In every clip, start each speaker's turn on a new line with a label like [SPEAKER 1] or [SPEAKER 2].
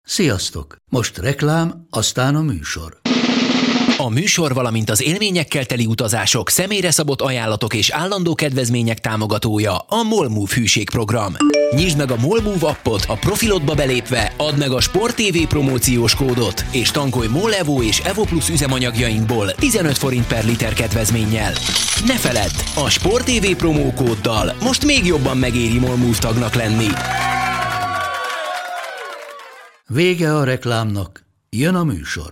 [SPEAKER 1] Sziasztok! Most reklám, aztán a műsor.
[SPEAKER 2] A műsor, valamint az élményekkel teli utazások, személyre szabott ajánlatok és állandó kedvezmények támogatója a MOL Move hűségprogram. Nyisd meg a MOL Move appot, a profilodba belépve add meg a Sport TV promóciós kódot, és tankolj MOL Evo és Evo Plus üzemanyagjainkból 15 forint per liter kedvezménnyel. Ne feledd, a Sport TV promókóddal most még jobban megéri MOL Move tagnak lenni.
[SPEAKER 1] Vége a reklámnak, jön a műsor.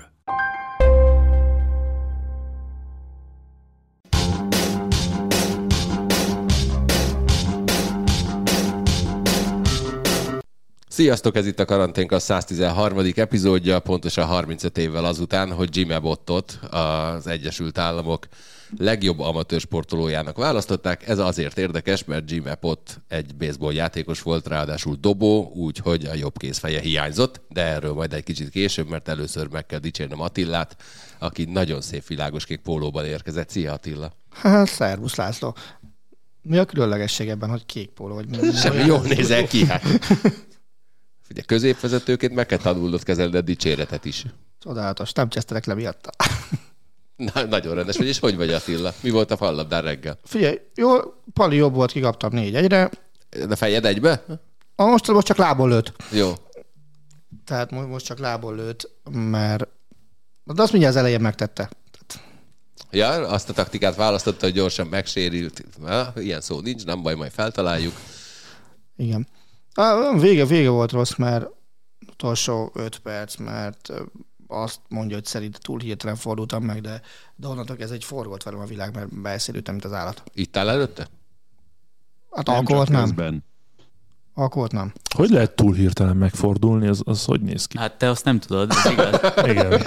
[SPEAKER 3] Sziasztok, ez itt a Karanténka 113. epizódja, pontosan 35 évvel azután, hogy Jim Abbottot az Egyesült Államok legjobb amatőr sportolójának választották. Ez azért érdekes, mert Jim Abbott egy baseball játékos volt, ráadásul dobó, úgyhogy a jobb kézfeje hiányzott, de erről majd egy kicsit később, mert először meg kell dicsérnem Attilát, aki nagyon szép világoskék pólóban érkezett. Szia, Attila!
[SPEAKER 4] Szervusz, László! Mi a különlegesség ebben, hogy kék póló? Vagy
[SPEAKER 3] semmi, jól nézel ki, hát. Ugye középvezetőként meg kell tanulnod kezelni a dicséretet is.
[SPEAKER 4] Csodálatos, nem csesztelek le miatta.
[SPEAKER 3] Nagyon rendes vagy, és hogy vagy, Attila? Mi volt a fallabdán reggel?
[SPEAKER 4] Figyelj, jó, Pali jobb volt, kikaptam 4-1-re.
[SPEAKER 3] De fejed egybe?
[SPEAKER 4] Most csak lából lőtt.
[SPEAKER 3] Jó.
[SPEAKER 4] Tehát most csak lából lőtt, mert... De azt mindjárt az elején megtette.
[SPEAKER 3] Ja, azt a taktikát választotta, hogy gyorsan megsérült. Ilyen szó nincs, nem baj, majd feltaláljuk.
[SPEAKER 4] Igen. Vége volt rossz, mert utolsó 5 perc, mert azt mondja, hogy szerint túl hirtelen fordultam meg, de onnantól ez egy forgott velem a világ, mert beszélültem, mint az állat.
[SPEAKER 3] Itt áll előtte?
[SPEAKER 4] Hát alkoholt nem. Alkoholt nem.
[SPEAKER 5] Hogy lehet túl hirtelen megfordulni? Az hogy néz ki?
[SPEAKER 6] Hát te azt nem tudod, ez igaz.
[SPEAKER 5] Igen.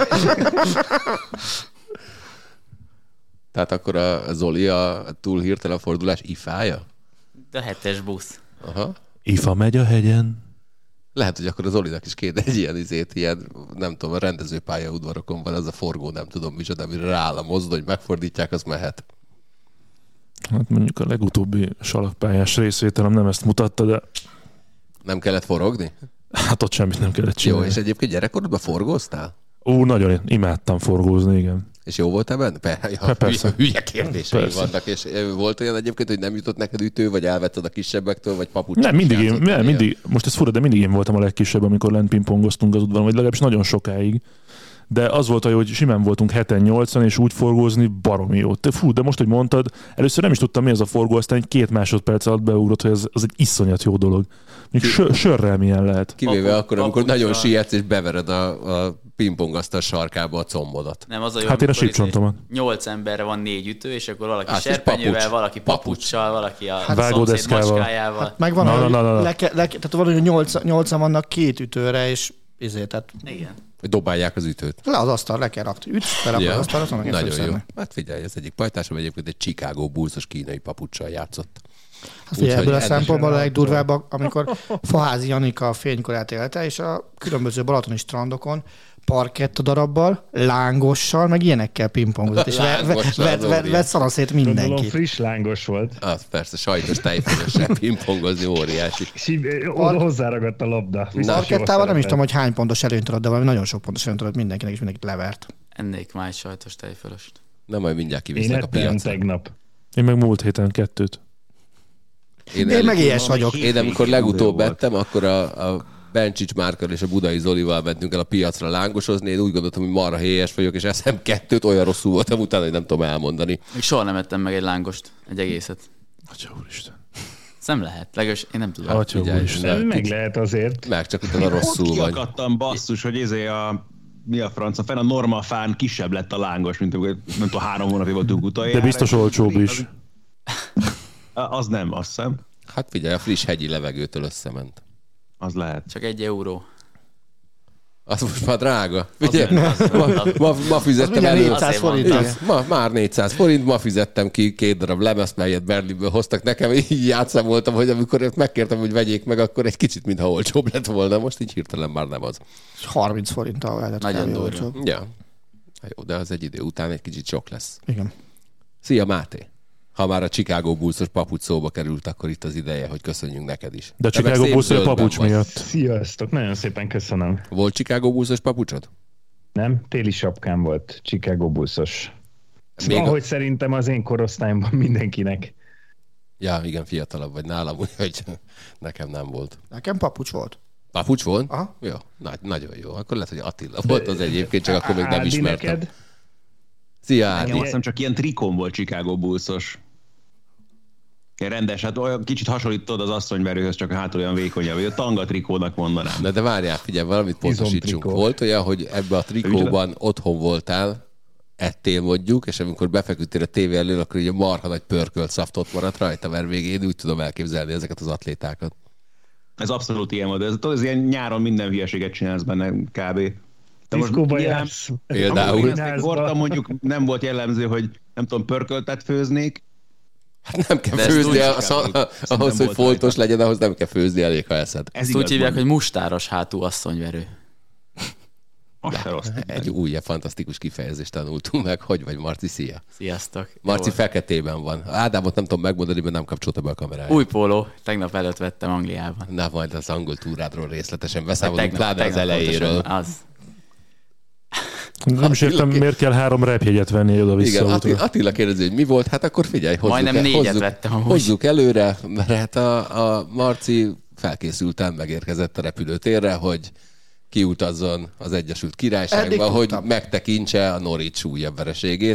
[SPEAKER 3] Tehát akkor a Zoli a túl hirtelen fordulás ifája?
[SPEAKER 6] De 7-es busz.
[SPEAKER 3] Aha.
[SPEAKER 5] Ifa megy a hegyen.
[SPEAKER 3] Lehet, hogy akkor az Zolinak is kéne egy ilyen, nem tudom, a rendezőpályaudvarokon van az a forgó, nem tudom micsoda, amire rááll a mozdony, megfordítják, az mehet.
[SPEAKER 5] Hát mondjuk a legutóbbi salakpályás részvételem nem ezt mutatta, de...
[SPEAKER 3] Nem kellett forogni?
[SPEAKER 5] Hát ott semmit nem kellett csinálni.
[SPEAKER 3] Jó, és egyébként gyerekkorodban forgóztál?
[SPEAKER 5] Nagyon imádtam forgózni, igen.
[SPEAKER 3] És jó voltál benne?
[SPEAKER 5] Persze.
[SPEAKER 3] Hülye kérdéseim vannak. És volt olyan egyébként, hogy nem jutott neked ütő, vagy elvetted a kisebbektől, vagy papucsot?
[SPEAKER 5] Nem, mindig, most ez fura, de mindig én voltam a legkisebb, amikor lent pingpongoztunk az udvaron, vagy legalábbis nagyon sokáig. De az volt a jó, hogy simán voltunk 7-8-an, és úgy forgózni baromi jó. Fú, de most, hogy mondtad, először nem is tudtam, mi az a forgó, aztán egy 2 másodperc alatt beugrott, hogy az egy iszonyat jó dolog. Sörrel milyen lehet.
[SPEAKER 3] Kivéve akkor, amikor nagyon sietsz, és bevered a pingpongasztal sarkába a combodat.
[SPEAKER 6] Nem, az a jó,
[SPEAKER 5] hát én a sípcsontomat.
[SPEAKER 6] 8 emberre van 4 ütő, és akkor valaki serpenyővel, valaki papuccsal, valaki a szomszéd macskájával. Hát
[SPEAKER 4] megvan, tehát valahogy 8-an vannak 2 ütőre, és tehát...
[SPEAKER 6] Igen.
[SPEAKER 3] Dobálják az ütőt.
[SPEAKER 4] Le az asztal, le kell rakni. Ütsz, berakod az asztal, azon
[SPEAKER 3] nagyon jó. Hát figyelj, ez egyik pajtásom egyébként egy Chicago Bulls-os kínai papuccsal játszott.
[SPEAKER 4] Hát figyelj, ebből a szempontból a legdurvább, amikor Faházi Janika a fénykorát élte, és a különböző balatoni strandokon parketta darabbal, lángossal, meg ilyenekkel pingpongozott, és vett szanaszét mindenki.
[SPEAKER 7] Gondolom friss lángos volt.
[SPEAKER 3] Az persze, sajtos tejfölössel pingpongozni óriási.
[SPEAKER 7] Oda hozzáragadt a labda.
[SPEAKER 4] Parkettával nem is tudom, hogy hány pontos előnyt adott, de valami nagyon sok pontos előnyt adott mindenkinek, és mindenkit levert.
[SPEAKER 6] Ennék már egy sajtos tejfölöst.
[SPEAKER 3] Nem, majd mindjárt kivisznek a piacra.
[SPEAKER 7] Tegnap.
[SPEAKER 5] Én meg múlt héten 2.
[SPEAKER 4] Én meg ilyes vagyok.
[SPEAKER 3] Én amikor legutóbb ettem, akkor a Bencsics Márkkal és a Budai Zolival mentünk el a piacra lángosozni. Én úgy gondoltam, hogy marha héjas vagyok, és eszem 2, olyan rosszul voltam utána, hogy nem tudom elmondani.
[SPEAKER 6] Még soha nem ettem meg egy lángost, egy egészet.
[SPEAKER 5] Atya úristen.
[SPEAKER 6] Ez nem lehet, legalábbis én nem tudom.
[SPEAKER 5] Atya úristen.
[SPEAKER 7] Meg lehet azért.
[SPEAKER 3] Meg csak utána rosszul vagy.
[SPEAKER 8] Kiakadtam basszus, hogy mi a franca fenn, a normafán kisebb lett a lángos, mint amikor, nem tudom, 3 hónapig voltunk utoljára.
[SPEAKER 5] De biztos olcsóbb is.
[SPEAKER 8] Az nem, azt hiszem.
[SPEAKER 3] Hát figyelj, a friss hegyi levegőtől összement.
[SPEAKER 8] Az lehet.
[SPEAKER 6] Csak 1 euró.
[SPEAKER 3] Az most már drága. Ugye? Ma fizettem elő.
[SPEAKER 4] 400 forint.
[SPEAKER 3] Már 400 forint, ma fizettem ki 2 darab lemezt, melyet Berlinből hoztak nekem. Így játszámoltam, hogy amikor megkértem, hogy vegyék meg, akkor egy kicsit mintha olcsóbb lett volna. Most így hirtelen már nem az.
[SPEAKER 4] 30 forinttal lehetett.
[SPEAKER 6] Nagyon durva.
[SPEAKER 3] Ja. Jó, de az egy idő után egy kicsit sok lesz.
[SPEAKER 4] Igen.
[SPEAKER 3] Szia, Máté! Ha már a Chicago Bulls-os papucs szóba került, akkor itt az ideje, hogy köszönjünk neked is.
[SPEAKER 5] De a Chicago Bulls a papucs miatt.
[SPEAKER 7] Sziasztok, nagyon szépen köszönöm.
[SPEAKER 3] Volt Chicago Bulls-os papucsod?
[SPEAKER 7] Nem, téli sapkám volt Chicago Bulls-os.
[SPEAKER 3] Ahogy
[SPEAKER 7] szerintem az én korosztályomban mindenkinek.
[SPEAKER 3] Ja, igen, fiatalabb vagy nálam, úgyhogy nekem nem volt.
[SPEAKER 4] Nekem papucs volt.
[SPEAKER 3] Papucs volt?
[SPEAKER 4] Aha.
[SPEAKER 3] Jó, nagyon jó. Akkor lehet, hogy Attila volt az egyébként, csak akkor még nem ismertem.
[SPEAKER 7] Neked?
[SPEAKER 3] Szia, Ádi.
[SPEAKER 8] Nekem azt hiszem csak ilyen trikóm volt Chicago Bulls-os. Rendes, hát olyan kicsit hasonlítod az asszonyverőhöz, csak a hátul olyan vékonyabb, vagy a tanga trikónak mondanám.
[SPEAKER 3] Na de várjál, figyelj, valamit pontosítsunk. Volt olyan, hogy ebbe a trikóban otthon voltál, ettél mondjuk, és amikor befeküdtél a tévé elől, akkor ugye marha nagy pörkölt szaftot maradt rajta, mert még én úgy tudom elképzelni ezeket az atlétákat.
[SPEAKER 8] Ez abszolút ilyen volt. Ez ilyen nyáron minden hülyeséget csinálsz benne kb.
[SPEAKER 7] Diszkóba jársz.
[SPEAKER 3] Például.
[SPEAKER 8] Voltam mondjuk, nem volt jellemző, hogy nem tudom, pörköltet főznék.
[SPEAKER 3] Hát nem kell főzni, ahhoz, hogy foltos legyen, ahhoz nem kell főzni, elég, ha eszed.
[SPEAKER 6] Ezt úgy hívják, hogy mustáros hátú asszonyverő.
[SPEAKER 3] Egy újabb fantasztikus kifejezést tanultunk meg. Hogy vagy, Marci? Szia!
[SPEAKER 6] Sziasztok!
[SPEAKER 3] Marci jó. Feketében van. Ádámot nem tudom megmondani, mert nem kapcsolta be a kameráját.
[SPEAKER 6] Új póló. Tegnap előtt vettem Angliában.
[SPEAKER 3] Na, majd az angol túrádról részletesen beszámolunk, pláne az elejéről.
[SPEAKER 6] Az.
[SPEAKER 5] Nem is értem, miért kell 3 repjegyet venni oda-vissza.
[SPEAKER 3] Igen, Attila kérdezi, hogy mi volt, hát akkor figyelj,
[SPEAKER 6] majdnem 4 vettem amúgy.
[SPEAKER 3] Hozzuk előre, mert hát a Marci felkészülten megérkezett a repülőtérre, hogy kiutazzon az Egyesült Királyságba, hogy megtekintse a Norwich újabb vereségét.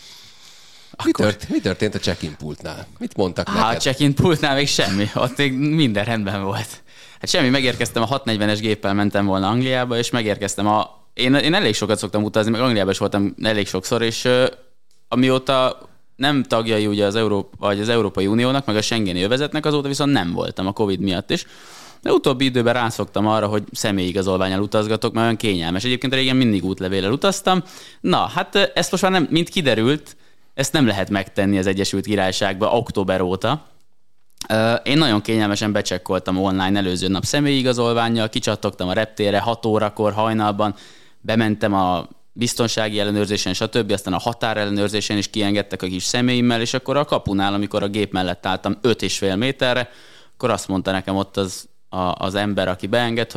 [SPEAKER 3] Mi történt a check-in pultnál? Mit mondtak neked?
[SPEAKER 6] A check-in pultnál még semmi, ott még minden rendben volt. Hát semmi, megérkeztem, a 640-es géppel mentem volna Angliába, és megérkeztem Én elég sokat szoktam utazni, meg Angliában is voltam elég sokszor, és amióta nem tagjai ugye az Európai Uniónak, meg a Schengeni övezetnek, azóta viszont nem voltam a Covid miatt is. De utóbbi időben rászoktam arra, hogy személyigazolvánnyal utazgatok, mert olyan kényelmes. Egyébként régen mindig útlevéllel utaztam. Na, hát ezt most már nem, mint kiderült, ezt nem lehet megtenni az Egyesült Királyságba október óta. Én nagyon kényelmesen becsekkoltam online előző nap személyigazolvánnyal, kicsattogtam a reptérre 6 órakor hajnalban, bementem a biztonsági ellenőrzésen, stb. Aztán a határellenőrzésen is kiengedtek a kis személyimmel, és akkor a kapunál, amikor a gép mellett álltam 5,5 méterre, akkor azt mondta nekem ott az ember, aki beenged,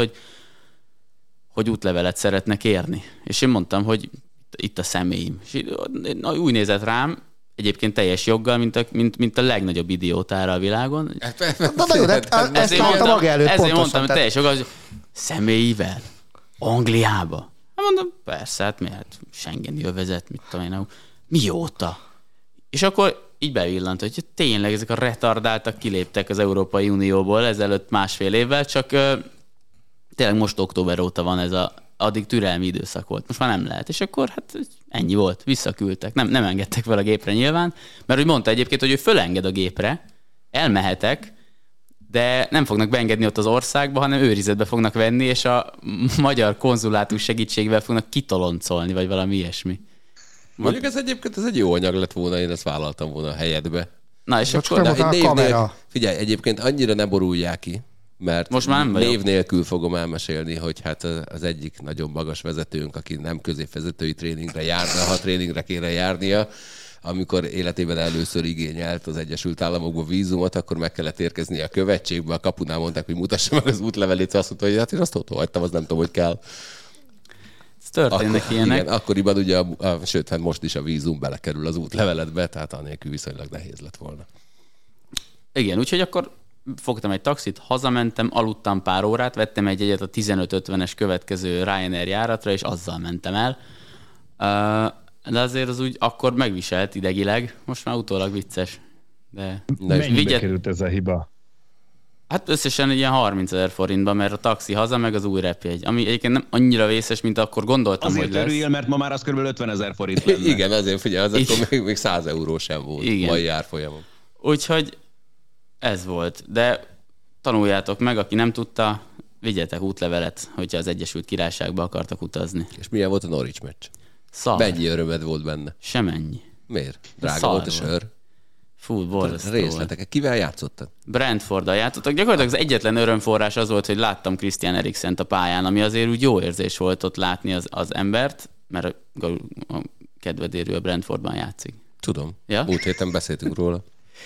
[SPEAKER 6] hogy útlevelet szeretne kérni. És én mondtam, hogy itt a személyim. És úgy nézett rám, egyébként teljes joggal, mint a legnagyobb idiótára a világon.
[SPEAKER 4] Na jó, de ezt mondta maga előtt pontosan.
[SPEAKER 6] Ezért mondtam, hogy teljes joggal, hogy személyivel Angliába. Hát mondom, persze, hát miért Schengeni övezet, mit tudom én, mióta? És akkor így bevillant, hogy tényleg ezek a retardáltak kiléptek az Európai Unióból ezelőtt 1,5 évvel, csak tényleg most október óta van addig türelmi időszak volt. Most már nem lehet. És akkor hát ennyi volt, visszaküldtek. Nem engedtek fel a gépre nyilván, mert úgy mondta egyébként, hogy ő fölenged a gépre, elmehetek, de nem fognak beengedni ott az országba, hanem őrizetbe fognak venni, és a magyar konzulátus segítségével fognak kitoloncolni, vagy valami ilyesmi.
[SPEAKER 3] Mondjuk ez egyébként egy jó anyag lett volna, én ezt vállaltam volna a helyedbe.
[SPEAKER 6] Na és akkor...
[SPEAKER 3] Figyelj, egyébként annyira ne borulják ki, mert
[SPEAKER 6] most már
[SPEAKER 3] név nélkül fogom elmesélni, hogy hát az egyik nagyon magas vezetőnk, aki nem középvezetői tréningre járna, ha tréningre kéne járnia, amikor életében először igényelt az Egyesült Államokba vízumot, akkor meg kellett érkezni a követségbe, a kapunál mondták, hogy mutassa meg az útlevelét, azt mondta, hogy hát én azt otthon hagytam, az nem tudom, hogy kell.
[SPEAKER 6] Ez történnek ilyenek.
[SPEAKER 3] Igen, akkoriban ugye, sőt, hát most is a vízum belekerül az útleveletbe, tehát anélkül viszonylag nehéz lett volna.
[SPEAKER 6] Igen, úgyhogy akkor fogtam egy taxit, hazamentem, aludtam pár órát, vettem egy jegyet a 15:50-es következő Ryanair járatra, és azzal mentem el. De azért az úgy akkor megviselt idegileg, most már utólag vicces. De
[SPEAKER 7] mennyibe került ez a hiba?
[SPEAKER 6] Hát összesen ilyen 30 000 forintba, mert a taxi haza, meg az új repjegy, ami egyébként nem annyira vészes, mint akkor gondoltam,
[SPEAKER 8] azért
[SPEAKER 6] hogy lesz.
[SPEAKER 8] Azért örüljél, mert ma már az kb. 50 000 forint lenne.
[SPEAKER 3] Igen, azért figyelj, az akkor még 100 euró sem volt mai árfolyamon.
[SPEAKER 6] Úgyhogy ez volt, de tanuljátok meg, aki nem tudta, vigyetek útlevelet, hogyha az Egyesült Királyságba akartak utazni.
[SPEAKER 3] És milyen volt a Norwich meccs?
[SPEAKER 6] Szar.
[SPEAKER 3] Mennyi örömed volt benne?
[SPEAKER 6] Semennyi.
[SPEAKER 3] Miért? Drága volt a sör?
[SPEAKER 6] Fú, borzasztó
[SPEAKER 3] részletek. Kivel játszottad?
[SPEAKER 6] Brentforddal játszottak. Gyakorlatilag az egyetlen örömforrás az volt, hogy láttam Christian Eriksent a pályán, ami azért úgy jó érzés volt ott látni az embert, mert a kedvedérű a Brentfordban játszik.
[SPEAKER 3] Tudom.
[SPEAKER 6] Ja?
[SPEAKER 3] Múlt héten beszéltünk róla.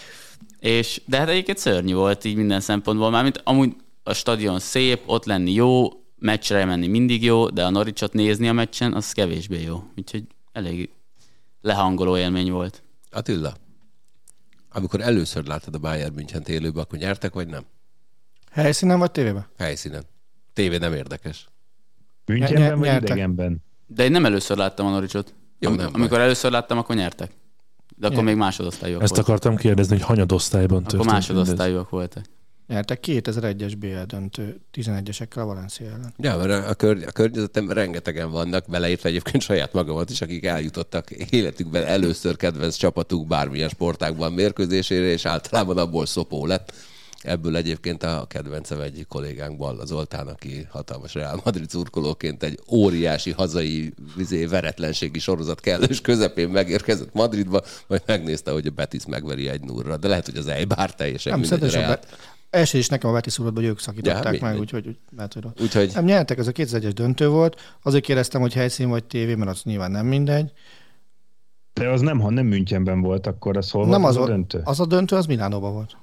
[SPEAKER 6] De hát egyébként szörnyű volt így minden szempontból. Mármint amúgy a stadion szép, ott lenni jó, meccsre menni mindig jó, de a Norwichot nézni a meccsen, az kevésbé jó. Úgyhogy elég lehangoló élmény volt.
[SPEAKER 3] Attila, amikor először láttad a Bayern Münchent élőben, akkor nyertek, vagy nem?
[SPEAKER 4] Helyszínen vagy tévében?
[SPEAKER 3] Helyszínen. Tévé nem érdekes.
[SPEAKER 7] Münchenben vagy idegenben?
[SPEAKER 6] De én nem először láttam a Norwichot. Amikor először láttam, akkor nyertek. De akkor még másodosztályúak
[SPEAKER 5] voltak. Ezt akartam kérdezni, hogy hanyadosztályban történt.
[SPEAKER 6] Akkor másodosztályúak voltak.
[SPEAKER 4] Nyertek 2001-es BL döntő 11-esekkel a Valencia ellen.
[SPEAKER 3] Ja, mert a környezetemben rengetegen vannak, beleértve egyébként saját magamat is, akik eljutottak életükben először kedvenc csapatuk bármilyen sportágban mérkőzésére, és általában abból szopó lett. Ebből egyébként a kedvencem egyik kollégánk Balla Zoltán, aki hatalmas Real Madrid szurkolóként egy óriási hazai veretlenségi sorozat kellős közepén megérkezett Madridba, majd megnézte, hogy a Betis megveri 1-0-ra. De lehet, hogy az Eibar teljesen mindegy Real.
[SPEAKER 4] Első is nekem a Betis úrban, hogy ők szakították meg, úgyhogy lehet, hogy nem nyertek, ez a 2001-es döntő volt. Azért kérdeztem, hogy helyszín vagy tévé, mert az nyilván nem mindegy.
[SPEAKER 7] De az nem, ha nem Münchenben volt, akkor az hol
[SPEAKER 4] nem
[SPEAKER 7] volt
[SPEAKER 4] az
[SPEAKER 7] a döntő?
[SPEAKER 4] Az a döntő, az Milánóban volt.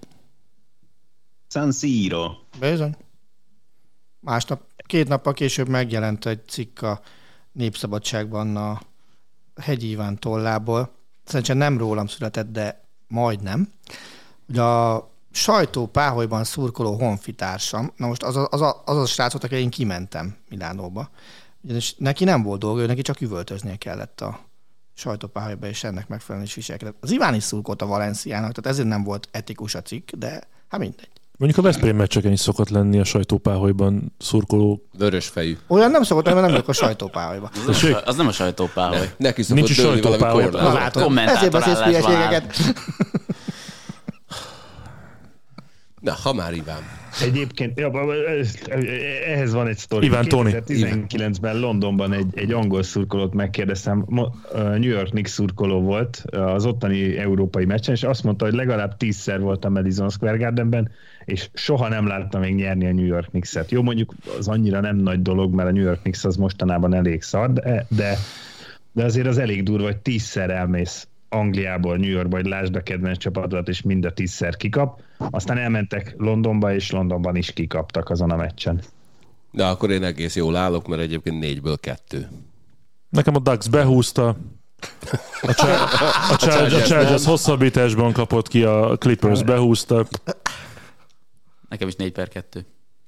[SPEAKER 8] San Siro.
[SPEAKER 4] Bizony. Másnap, 2 nappal később megjelent egy cikk a Népszabadságban a Hegyi Iván tollából. Szerintem nem rólam született, de majdnem. Ugye a sajtópáholyban szurkoló honfitársam, na most az a srác volt, aki én kimentem Milánóba. Ugyanis neki nem volt dolga, neki csak üvöltöznie kellett a sajtópáholyba, és ennek megfelelően is viselkedett. Az Iván is szurkolt a Valenciának, tehát ezért nem volt etikus a cikk, de hát mindegy.
[SPEAKER 5] Mondjuk a Veszprém meccseken is szokott lenni a sajtópáholyban szurkoló.
[SPEAKER 3] Vörösfejű.
[SPEAKER 4] Olyan nem szokott lenni, mert nem vagyok a sajtópáholyban.
[SPEAKER 6] Az nem a sajtópáholy.
[SPEAKER 3] Neki szokott
[SPEAKER 5] nincs
[SPEAKER 3] dőlni valami
[SPEAKER 4] korlát. Látom, ezért beszélsz hülyeségeket.
[SPEAKER 3] Na, ha már Iván.
[SPEAKER 7] Egyébként, ehhez van egy sztori.
[SPEAKER 5] Iván Toni.
[SPEAKER 7] 2019-ben Londonban egy angol szurkolót megkérdeztem, New York Knicks szurkoló volt az ottani európai meccsen, és azt mondta, hogy legalább 10-szer volt a Madison Square Gardenben, és soha nem láttam még nyerni a New York Knicks-et. Jó, mondjuk az annyira nem nagy dolog, mert a New York Knicks az mostanában elég szar, de azért az elég durva, hogy 10-szer elmész Angliából New Yorkba, hogy lásd a kedvenc csapatodat, és mind a 10-szer kikap. Aztán elmentek Londonba, és Londonban is kikaptak azon a meccsen.
[SPEAKER 3] De akkor én egész jól állok, mert egyébként 4-ből 2.
[SPEAKER 5] Nekem a Ducks behúzta. A Chargers hosszabbításban kapott ki, a Clippers behúzta.
[SPEAKER 6] Nekem is 4/2.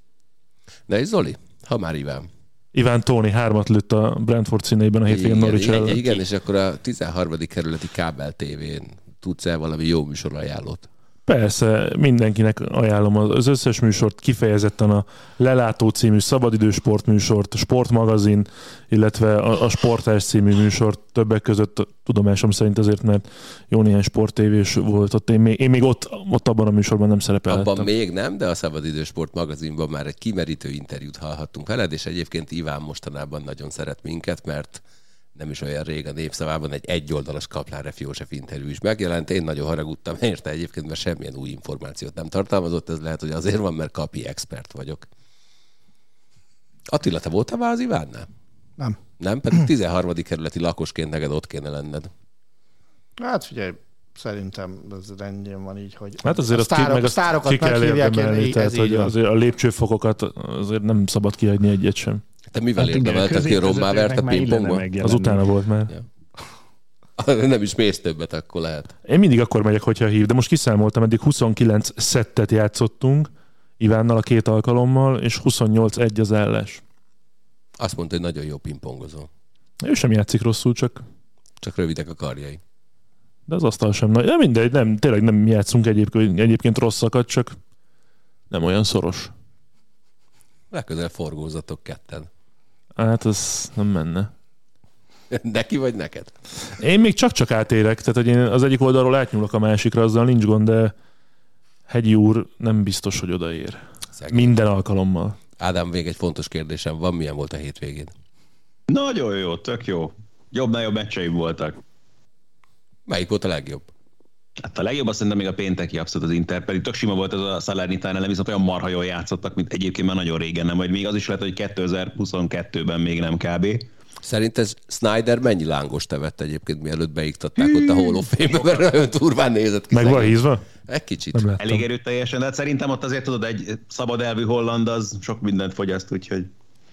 [SPEAKER 3] De és Zoli, ha már Iván.
[SPEAKER 5] Iván Tóni 3-at lőtt a Brentford színeiben a hétvégén Norwich ellen.
[SPEAKER 3] Igen, és akkor a 13. kerületi kábel tévén tudsz-e valami jó műsorajánlót?
[SPEAKER 5] Persze, mindenkinek ajánlom az összes műsort, kifejezetten a Lelátó című szabadidős sportműsort, Sportmagazin, illetve a Sportás című műsort, többek között tudomásom szerint azért, mert jó néhány sporttévés volt ott. Én még ott abban a műsorban nem szerepeltem.
[SPEAKER 3] Abban még nem, de a Szabadidős Sportmagazinban már egy kimerítő interjút hallhattunk veled, és egyébként Iván mostanában nagyon szeret minket, mert nem is olyan rég a Népszavában egy egyoldalas Kaplán Ref József interjú is megjelent. Én nagyon haragudtam érte egyébként, mert semmilyen új információt nem tartalmazott. Ez lehet, hogy azért van, mert kapi expert vagyok. Attila, te voltál már az Ivánnál?
[SPEAKER 4] Nem.
[SPEAKER 3] Nem? Pedig 13. kerületi lakosként neked ott kéne lenned.
[SPEAKER 4] Hát figyelj, szerintem ez rendjén van így, hogy
[SPEAKER 5] hát azért a sztárokat ki kell érdemelni, tehát hogy azért a lépcsőfokokat azért nem szabad kihagyni egyet sem.
[SPEAKER 3] Te mivel érdemelted ki, Rommá vert a pingpongban?
[SPEAKER 5] Az utána volt már.
[SPEAKER 3] Ja. Nem is mész többet, akkor lehet.
[SPEAKER 5] Én mindig akkor megyek, hogyha hív, de most kiszámoltam, eddig 29 szettet játszottunk Ivánnal a 2 alkalommal, és 28-1 az ellens.
[SPEAKER 3] Azt mondta, hogy nagyon jó pingpongozó.
[SPEAKER 5] Ő sem játszik rosszul, csak
[SPEAKER 3] rövidek a karjai.
[SPEAKER 5] De az asztal sem nagy. De mindegy, tényleg nem játszunk egyébként rosszakat, csak nem olyan szoros.
[SPEAKER 3] Legközelebb forgózatok ketten.
[SPEAKER 5] Hát ez nem menne.
[SPEAKER 3] Neki vagy neked?
[SPEAKER 5] Én még csak átérek, tehát hogy én az egyik oldalról átnyúlok a másikra, azzal nincs gond, de Hegyi úr nem biztos, hogy odaér. Szegény. Minden alkalommal.
[SPEAKER 3] Ádám, még egy fontos kérdésem van, milyen volt a hétvégén?
[SPEAKER 8] Nagyon jó, tök jó. Jobbnál jobb meccseim voltak.
[SPEAKER 3] Melyik volt a legjobb?
[SPEAKER 8] Hát a legjobb azt szerintem még a pénteki abszolút az Inter, pedig tök sima volt ez a Salernitana ellen, viszont olyan marha jól játszottak, mint egyébként már nagyon régen nem, vagy még az is lehet, hogy 2022-ben még nem kb.
[SPEAKER 3] Szerinted Snyder mennyi lángost evett egyébként, mielőtt beiktatták ott a Hall of Fame-be, mert olyan turván nézett ki.
[SPEAKER 5] Meg van hízva?
[SPEAKER 3] Egy kicsit.
[SPEAKER 8] Elég erőteljesen, de hát szerintem ott azért tudod, egy szabad elvű holland az sok mindent fogyaszt, úgyhogy...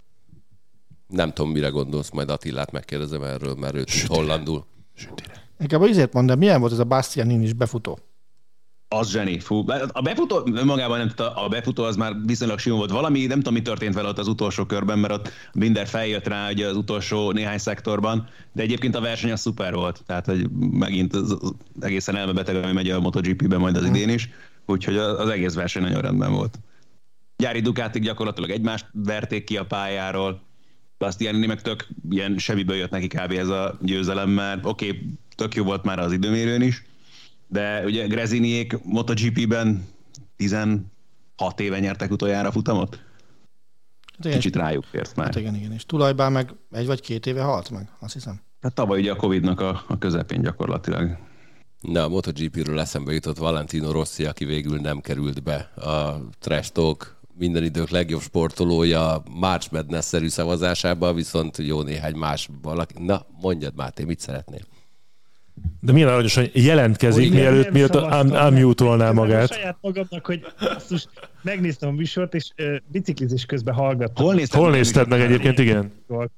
[SPEAKER 3] Nem tudom, mire gondolsz, majd Attilát megkérdezem erről, mert ő hollandul.
[SPEAKER 4] Inkább azért mondom, milyen volt ez a Bastianini befutó?
[SPEAKER 8] Az zseni. Fú. A befutó magában nem tudta, a befutó az már viszonylag sima volt. Valami, nem tudom, mi történt vele ott az utolsó körben, mert ott Binder feljött rá ugye az utolsó néhány szektorban, de egyébként a verseny az szuper volt. Tehát, hogy megint az egészen elmebeteg, ami megy a MotoGP-ben majd az idén is, úgyhogy az egész verseny nagyon rendben volt. Gyári Ducatik gyakorlatilag egymást verték ki a pályáról, Bastianini meg tök ilyen semmiből jött neki kb. Ez a győzelem, mert oké, tök jó volt már az időmérőn is, de ugye Gresiniék MotoGP-ben 16 éve nyertek utoljára futamot. Kicsit rájuk fért már.
[SPEAKER 4] Hát igen, és tulajban meg 1 vagy 2 éve halt meg, azt hiszem.
[SPEAKER 8] Hát tavaly ugye a Covid-nak a közepén gyakorlatilag.
[SPEAKER 3] Na, a MotoGP-ről eszembe jutott Valentino Rossi, aki végül nem került be a Trash Talk minden idők legjobb sportolója March Madness-szerű szavazásába, viszont jó néhány más valaki. Na, mondjad, Máté, mit szeretnél?
[SPEAKER 5] De milyen aranyosan jelentkezik, mielőtt unmute-olná magát.
[SPEAKER 7] Saját magamnak, hogy most megnéztem a műsort, és biciklizés közben hallgattam.
[SPEAKER 3] Hol
[SPEAKER 5] nézted meg egyébként, igen?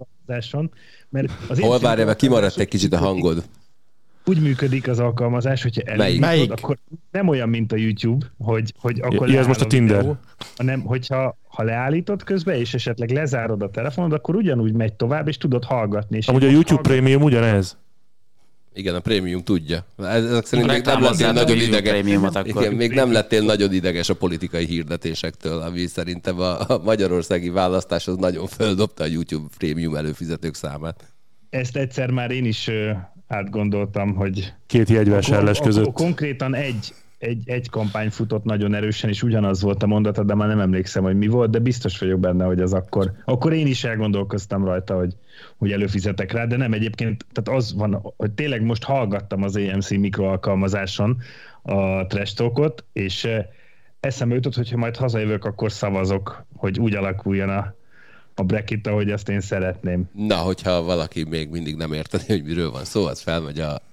[SPEAKER 7] Mert
[SPEAKER 3] hol várjál, mert kimaradt egy kicsit a hangod.
[SPEAKER 7] Úgy működik az alkalmazás, hogyha elindítod, akkor nem olyan, mint a YouTube, hogy akkor
[SPEAKER 5] ez most a Tinder.
[SPEAKER 7] Videó, hanem hogyha leállítod közben, és esetleg lezárod a telefonod, akkor ugyanúgy megy tovább, és tudod hallgatni. És
[SPEAKER 5] amúgy a YouTube Premium ugyanez.
[SPEAKER 3] Igen, a prémium tudja. Ezek szerint még nem lettél nagyon ideges. Igen, még nem lettél nagyon ideges a politikai hirdetésektől, ami szerintem a magyarországi választás az nagyon földobta a YouTube prémium előfizetők számát.
[SPEAKER 7] Ezt egyszer már én is átgondoltam, hogy...
[SPEAKER 5] 2 jegyvásárlás között.
[SPEAKER 7] Konkrétan egy kampány futott nagyon erősen, és ugyanaz volt a mondata, de már nem emlékszem, hogy mi volt, de biztos vagyok benne, hogy az akkor én is elgondolkoztam rajta, hogy előfizetek rá, de nem egyébként, tehát az van, hogy tényleg most hallgattam az AMC mikroalkalmazáson a Trash Talkot, és eszembe jutott, hogyha majd hazajövök, akkor szavazok, hogy úgy alakuljon a bracket, ahogy azt én szeretném.
[SPEAKER 3] Na, hogyha valaki még mindig nem érteni, hogy miről van szó, az felmegy a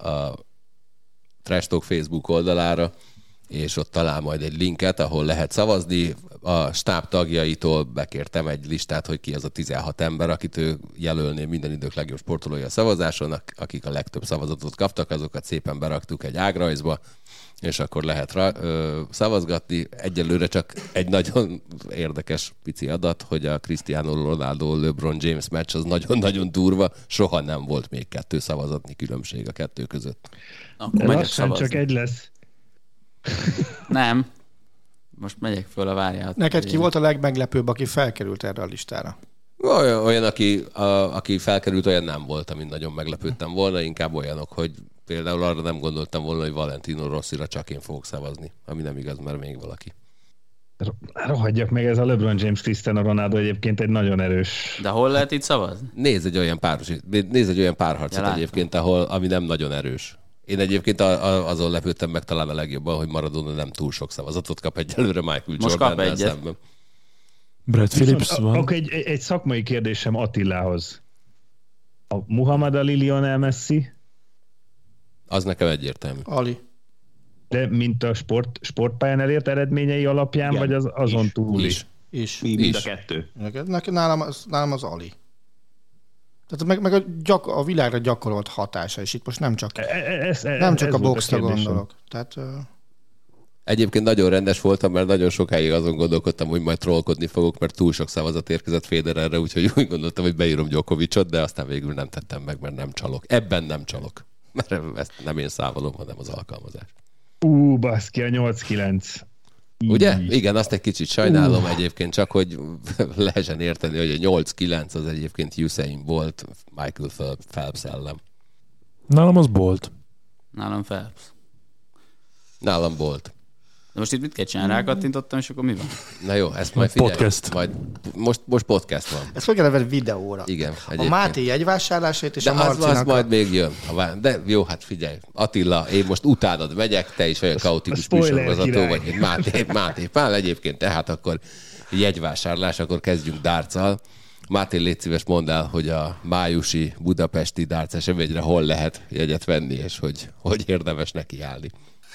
[SPEAKER 3] Trash Talk Facebook oldalára, és ott talál majd egy linket, ahol lehet szavazni. A stáb tagjaitól bekértem egy listát, hogy ki az a 16 ember, akit ő jelölné minden idők legjobb sportolója a szavazáson, akik a legtöbb szavazatot kaptak, azokat szépen beraktuk egy ágrajzba, és akkor lehet szavazgatni. Egyelőre csak egy nagyon érdekes pici adat, hogy a Cristiano Ronaldo LeBron James meccs az nagyon-nagyon durva, soha nem volt még 2 szavazatnyi különbség a 2 között.
[SPEAKER 6] Akkor megyek
[SPEAKER 7] szavazni. Csak egy lesz.
[SPEAKER 6] Nem. Most megyek föl a várját.
[SPEAKER 4] Neked ki volt a legmeglepőbb, aki felkerült erre a listára?
[SPEAKER 3] Olyan aki felkerült, olyan nem volt, amin nagyon meglepődtem volna, inkább olyanok, hogy például arra nem gondoltam volna, hogy Valentino Rossira csak én fogok szavazni, ami nem igaz, mert még valaki.
[SPEAKER 7] Rohadjak meg, ez a LeBron James Cristiano Ronaldo egyébként egy nagyon erős...
[SPEAKER 6] De hol lehet itt szavazni?
[SPEAKER 3] Nézz egy olyan párharcot egyébként, ami nem nagyon erős. Én egyébként azon lepődtem meg talán a legjobban, hogy Maradona nem túl sok szavazatot kap egyelőre Michael Jordan-nel szemben.
[SPEAKER 5] Brad Phillips van.
[SPEAKER 7] Akkor egy szakmai kérdésem Attilához. A Muhammad Ali, Lionel Messi?
[SPEAKER 3] Az nekem egyértelmű.
[SPEAKER 4] Ali.
[SPEAKER 7] De mint a sportpályán elért eredményei alapján, igen, vagy azon túl
[SPEAKER 4] is?
[SPEAKER 8] Mind a 2.
[SPEAKER 4] Nálam az Ali. Tehát meg a világra gyakorolt hatása, és itt most nem csak, a boxra gondolok. Tehát,
[SPEAKER 3] egyébként nagyon rendes voltam, mert nagyon sokáig azon gondolkodtam, hogy majd trollkodni fogok, mert túl sok szavazat érkezett Federerre, úgyhogy úgy gondoltam, hogy beírom Djokovicot, de aztán végül nem tettem meg, mert nem csalok. Ebben nem csalok. Mert ezt nem én számolom, hanem az alkalmazás.
[SPEAKER 7] Baszki, a 8-9.
[SPEAKER 3] Ugye? Igen, azt egy kicsit sajnálom egyébként, csak hogy lehessen érteni, hogy a 8-9 az egyébként Usain Bolt, Michael Phelps ellen.
[SPEAKER 5] Nálam az Bolt.
[SPEAKER 6] Nálam Phelps.
[SPEAKER 3] Nálam Bolt.
[SPEAKER 6] De most itt mit kell csinálni? Rákattintottam, és akkor mi van?
[SPEAKER 3] Na jó, ezt majd figyelj.
[SPEAKER 5] Podcast.
[SPEAKER 3] Most podcast van.
[SPEAKER 4] Ezt meg kellene venni videóra.
[SPEAKER 3] Igen.
[SPEAKER 4] Egyébként. A Máté jegyvásárlásait és
[SPEAKER 3] de
[SPEAKER 4] a Marcinak.
[SPEAKER 3] az majd még jön. De jó, hát figyelj. Attila, én most utánad megyek, te is olyan kaotikus műsorvezető vagy, Máté Pál egyébként, tehát akkor jegyvásárlás, akkor kezdjünk dárccal. Máté, légy szíves, mondd el, hogy a májusi budapesti darts eseményre hol lehet jegyet venni, és hogy érdemes nekiállni.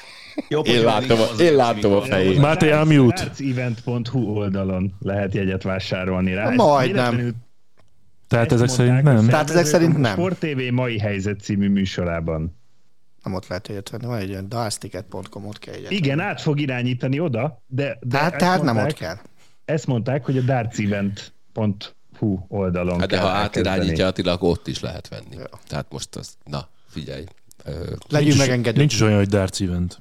[SPEAKER 3] Én látom a fejét.
[SPEAKER 5] Máté, unmute.
[SPEAKER 7] dartsevent.hu oldalon lehet jegyet vásárolni rá.
[SPEAKER 4] Majdnem.
[SPEAKER 5] Tehát ezek szerint nem?
[SPEAKER 4] Tehát ezek szerint nem.
[SPEAKER 7] Sport TV mai helyzet című műsorában.
[SPEAKER 4] Nem ott lehet jegyet venni, van egy ilyen dartsticket.com, ott kell jegyet venni.
[SPEAKER 7] Igen, át fog irányítani oda, de
[SPEAKER 4] tehát nem ott kell.
[SPEAKER 7] Ezt mondták, hogy a dartsevent.hu oldalon
[SPEAKER 3] Hát de
[SPEAKER 7] kell
[SPEAKER 3] ha átirányítja
[SPEAKER 7] elkezdeni.
[SPEAKER 3] Attila, akkor ott is lehet venni. Ja. Tehát most az, na, figyelj.
[SPEAKER 4] Legyünk megengedők.
[SPEAKER 5] Nincs is olyan, hogy darts event.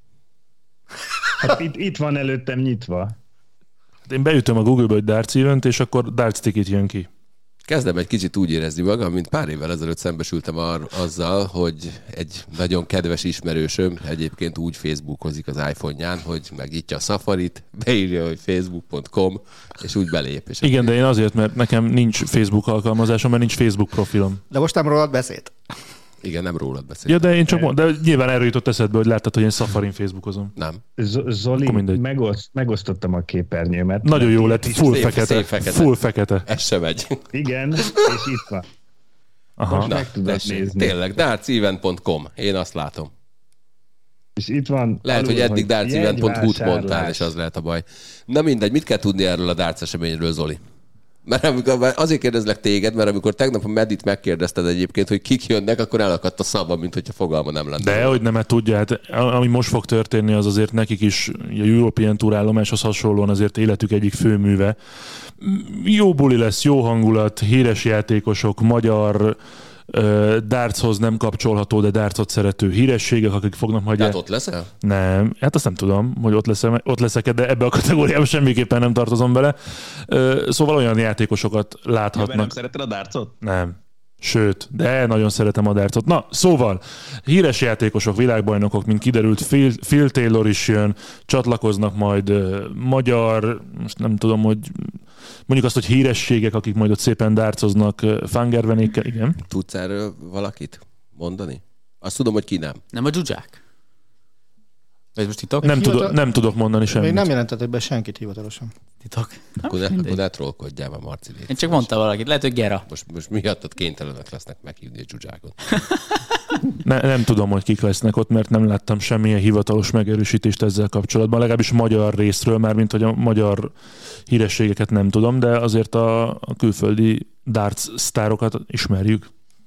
[SPEAKER 7] Hát itt van előttem nyitva.
[SPEAKER 5] Én beütöm a Google-be, hogy darts event, és akkor darts ticket jön ki.
[SPEAKER 3] Kezdem egy kicsit úgy érezni magam, mint pár évvel ezelőtt szembesültem azzal, hogy egy nagyon kedves ismerősöm egyébként úgy facebookozik az iPhone-ján, hogy megnyitja a Safarit, beírja, hogy facebook.com, és úgy belép. És
[SPEAKER 5] igen, de én azért, mert nekem nincs Facebook alkalmazásom, mert nincs Facebook profilom.
[SPEAKER 4] De most nem rólad beszélt.
[SPEAKER 3] Igen, nem rólad beszélek.
[SPEAKER 5] Ja, de én csak de nyilván erről jutott eszedbe, hogy láttad, hogy én Safarin Facebookozom.
[SPEAKER 3] Nem.
[SPEAKER 7] Zoli, megosztottam a képernyőmet.
[SPEAKER 5] Nagyon jó lett, full
[SPEAKER 3] szép,
[SPEAKER 5] fekete.
[SPEAKER 3] Szép fekete.
[SPEAKER 5] Full fekete.
[SPEAKER 3] Ez sem megy.
[SPEAKER 7] Igen, és itt van.
[SPEAKER 5] Aha.
[SPEAKER 7] Most meg tudod nézni.
[SPEAKER 3] Tényleg, dartsevent.com. Én azt látom.
[SPEAKER 7] És itt van...
[SPEAKER 3] Lehet,
[SPEAKER 7] alul,
[SPEAKER 3] hogy eddig dartsevent.hu-t mondtál,
[SPEAKER 7] jegyvásárlás.
[SPEAKER 3] és az lehet a baj. Na mindegy, mit kell tudni erről a darts eseményről, Zoli? Mert azért kérdezlek téged, mert amikor tegnap a Medit megkérdezted egyébként, hogy kik jönnek, akkor elakadt a szava, mint hogyha fogalma nem lenne.
[SPEAKER 5] De hogy nem, mert tudja, hát ami most fog történni, az azért nekik is a European Tour állomáshoz hasonlóan azért életük egyik főműve. Jó buli lesz, jó hangulat, híres játékosok, magyar, dartshoz nem kapcsolható, de dartsot szerető hírességek, akik fognak majd...
[SPEAKER 3] Tehát ott leszel?
[SPEAKER 5] Nem, hát azt nem tudom, hogy ott leszek, de ebbe a kategóriába semmiképpen nem tartozom bele. Szóval olyan játékosokat láthatnak.
[SPEAKER 8] Nem szereted a dartsot?
[SPEAKER 5] Nem. Sőt, de nagyon szeretem a dartsot. Na, szóval, híres játékosok, világbajnokok, mint kiderült, Phil Taylor is jön, csatlakoznak majd magyar, most nem tudom, hogy mondjuk azt, hogy hírességek, akik majd ott szépen dartsoznak Fangervenékkel, igen.
[SPEAKER 3] Tudsz erről valakit mondani? Azt tudom, hogy ki nem.
[SPEAKER 6] Nem a dzsuzsák? Vagy most titok?
[SPEAKER 5] Nem tudok mondani semmit.
[SPEAKER 4] Még nem jelentettek be senkit hivatalosan.
[SPEAKER 6] Titok.
[SPEAKER 3] Akkor ne trollkodjál már, Marci.
[SPEAKER 6] Én csak mondtam valakit, lehet, hogy Gera.
[SPEAKER 3] Most miattad kénytelenek lesznek meghívni a dzsuzsákot.
[SPEAKER 5] Nem tudom, hogy kik lesznek ott, mert nem láttam semmilyen hivatalos megerősítést ezzel kapcsolatban. Legalábbis magyar részről, már mint hogy a magyar hírességeket nem tudom, de azért a külföldi darts sztárokat ismerjük.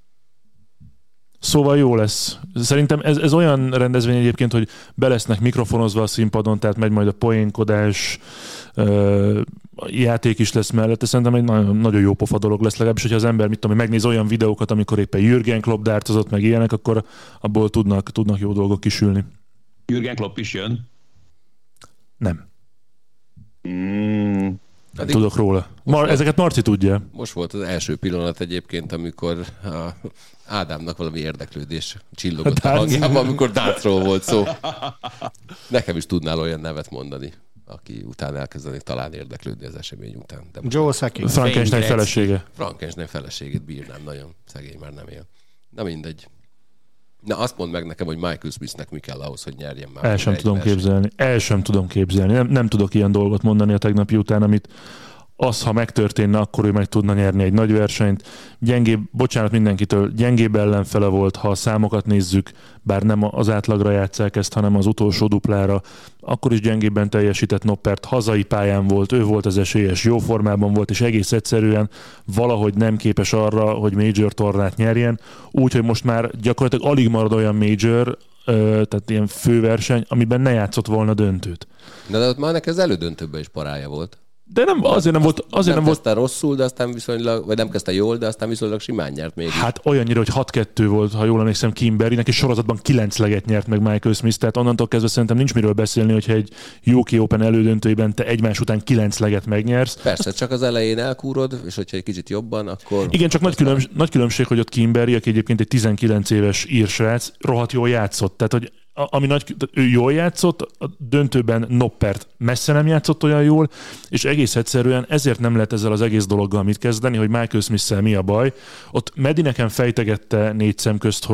[SPEAKER 5] Szóval jó lesz. Szerintem ez olyan rendezvény egyébként, hogy be lesznek mikrofonozva a színpadon, tehát megy majd a poénkodás, játék is lesz mellette. Szerintem egy nagyon, nagyon jó pofa dolog lesz, legalábbis, hogyha az ember megnéz olyan videókat, amikor éppen Jürgen Klopp dartozott, meg ilyenek, akkor abból tudnak jó dolgok kisülni.
[SPEAKER 8] Jürgen Klopp is jön?
[SPEAKER 5] Nem. Tudok róla. Ezeket Marci tudja.
[SPEAKER 3] Most volt az első pillanat egyébként, amikor Ádámnak valami érdeklődés csillogott a hangjában, amikor dartsról volt szó. Nekem is tudnál olyan nevet mondani, aki utána elkezdenék talán érdeklődni az esemény után. De
[SPEAKER 4] Joe Sacchi.
[SPEAKER 5] Frankenstein felesége.
[SPEAKER 3] Frankenstein feleségét bírnám nagyon. Szegény már nem él. Na mindegy. Na azt mondd meg nekem, hogy Michael Smithnek mi kell ahhoz, hogy nyerjen már.
[SPEAKER 5] El sem tudom képzelni. Nem tudok ilyen dolgot mondani a tegnapi után, amit ha megtörténne, akkor ő meg tudna nyerni egy nagy versenyt. Bocsánat mindenkitől, gyengébb ellenfele volt, ha a számokat nézzük, bár nem az átlagra játsszák ezt, hanem az utolsó duplára, akkor is gyengébben teljesített Noppert, hazai pályán volt, ő volt az esélyes, jó formában volt, és egész egyszerűen valahogy nem képes arra, hogy major tornát nyerjen, úgyhogy most már gyakorlatilag alig marad olyan major, tehát ilyen főverseny, amiben ne játszott volna döntőt.
[SPEAKER 3] De ott már neked az elődöntőben is parája volt.
[SPEAKER 5] De azért nem volt.
[SPEAKER 3] Nem kezdte rosszul, de aztán viszonylag, vagy nem kezdte jól, de aztán viszonylag simán nyert mégis.
[SPEAKER 5] Hát olyannyira, hogy 6-2 volt, ha jól emlékszem, Kimberlynek, és sorozatban 9 leget nyert meg Michael Smith, tehát onnantól kezdve szerintem nincs miről beszélni, hogyha egy UK Open elődöntőjében te egymás után 9 leget megnyersz.
[SPEAKER 3] Persze, csak az elején elkúrod, és hogyha egy kicsit jobban, akkor...
[SPEAKER 5] Igen, csak nagy különbség, hogy ott Kimberly, aki egyébként egy 19 éves írsrác, rohadt jól játszott. Tehát, hogy ő jól játszott, a döntőben Noppert messze nem játszott olyan jól, és egész egyszerűen ezért nem lehet ezzel az egész dologgal mit kezdeni, hogy Michael Smith-szel mi a baj. Ott Medi nekem fejtegette négy szem közt, hogy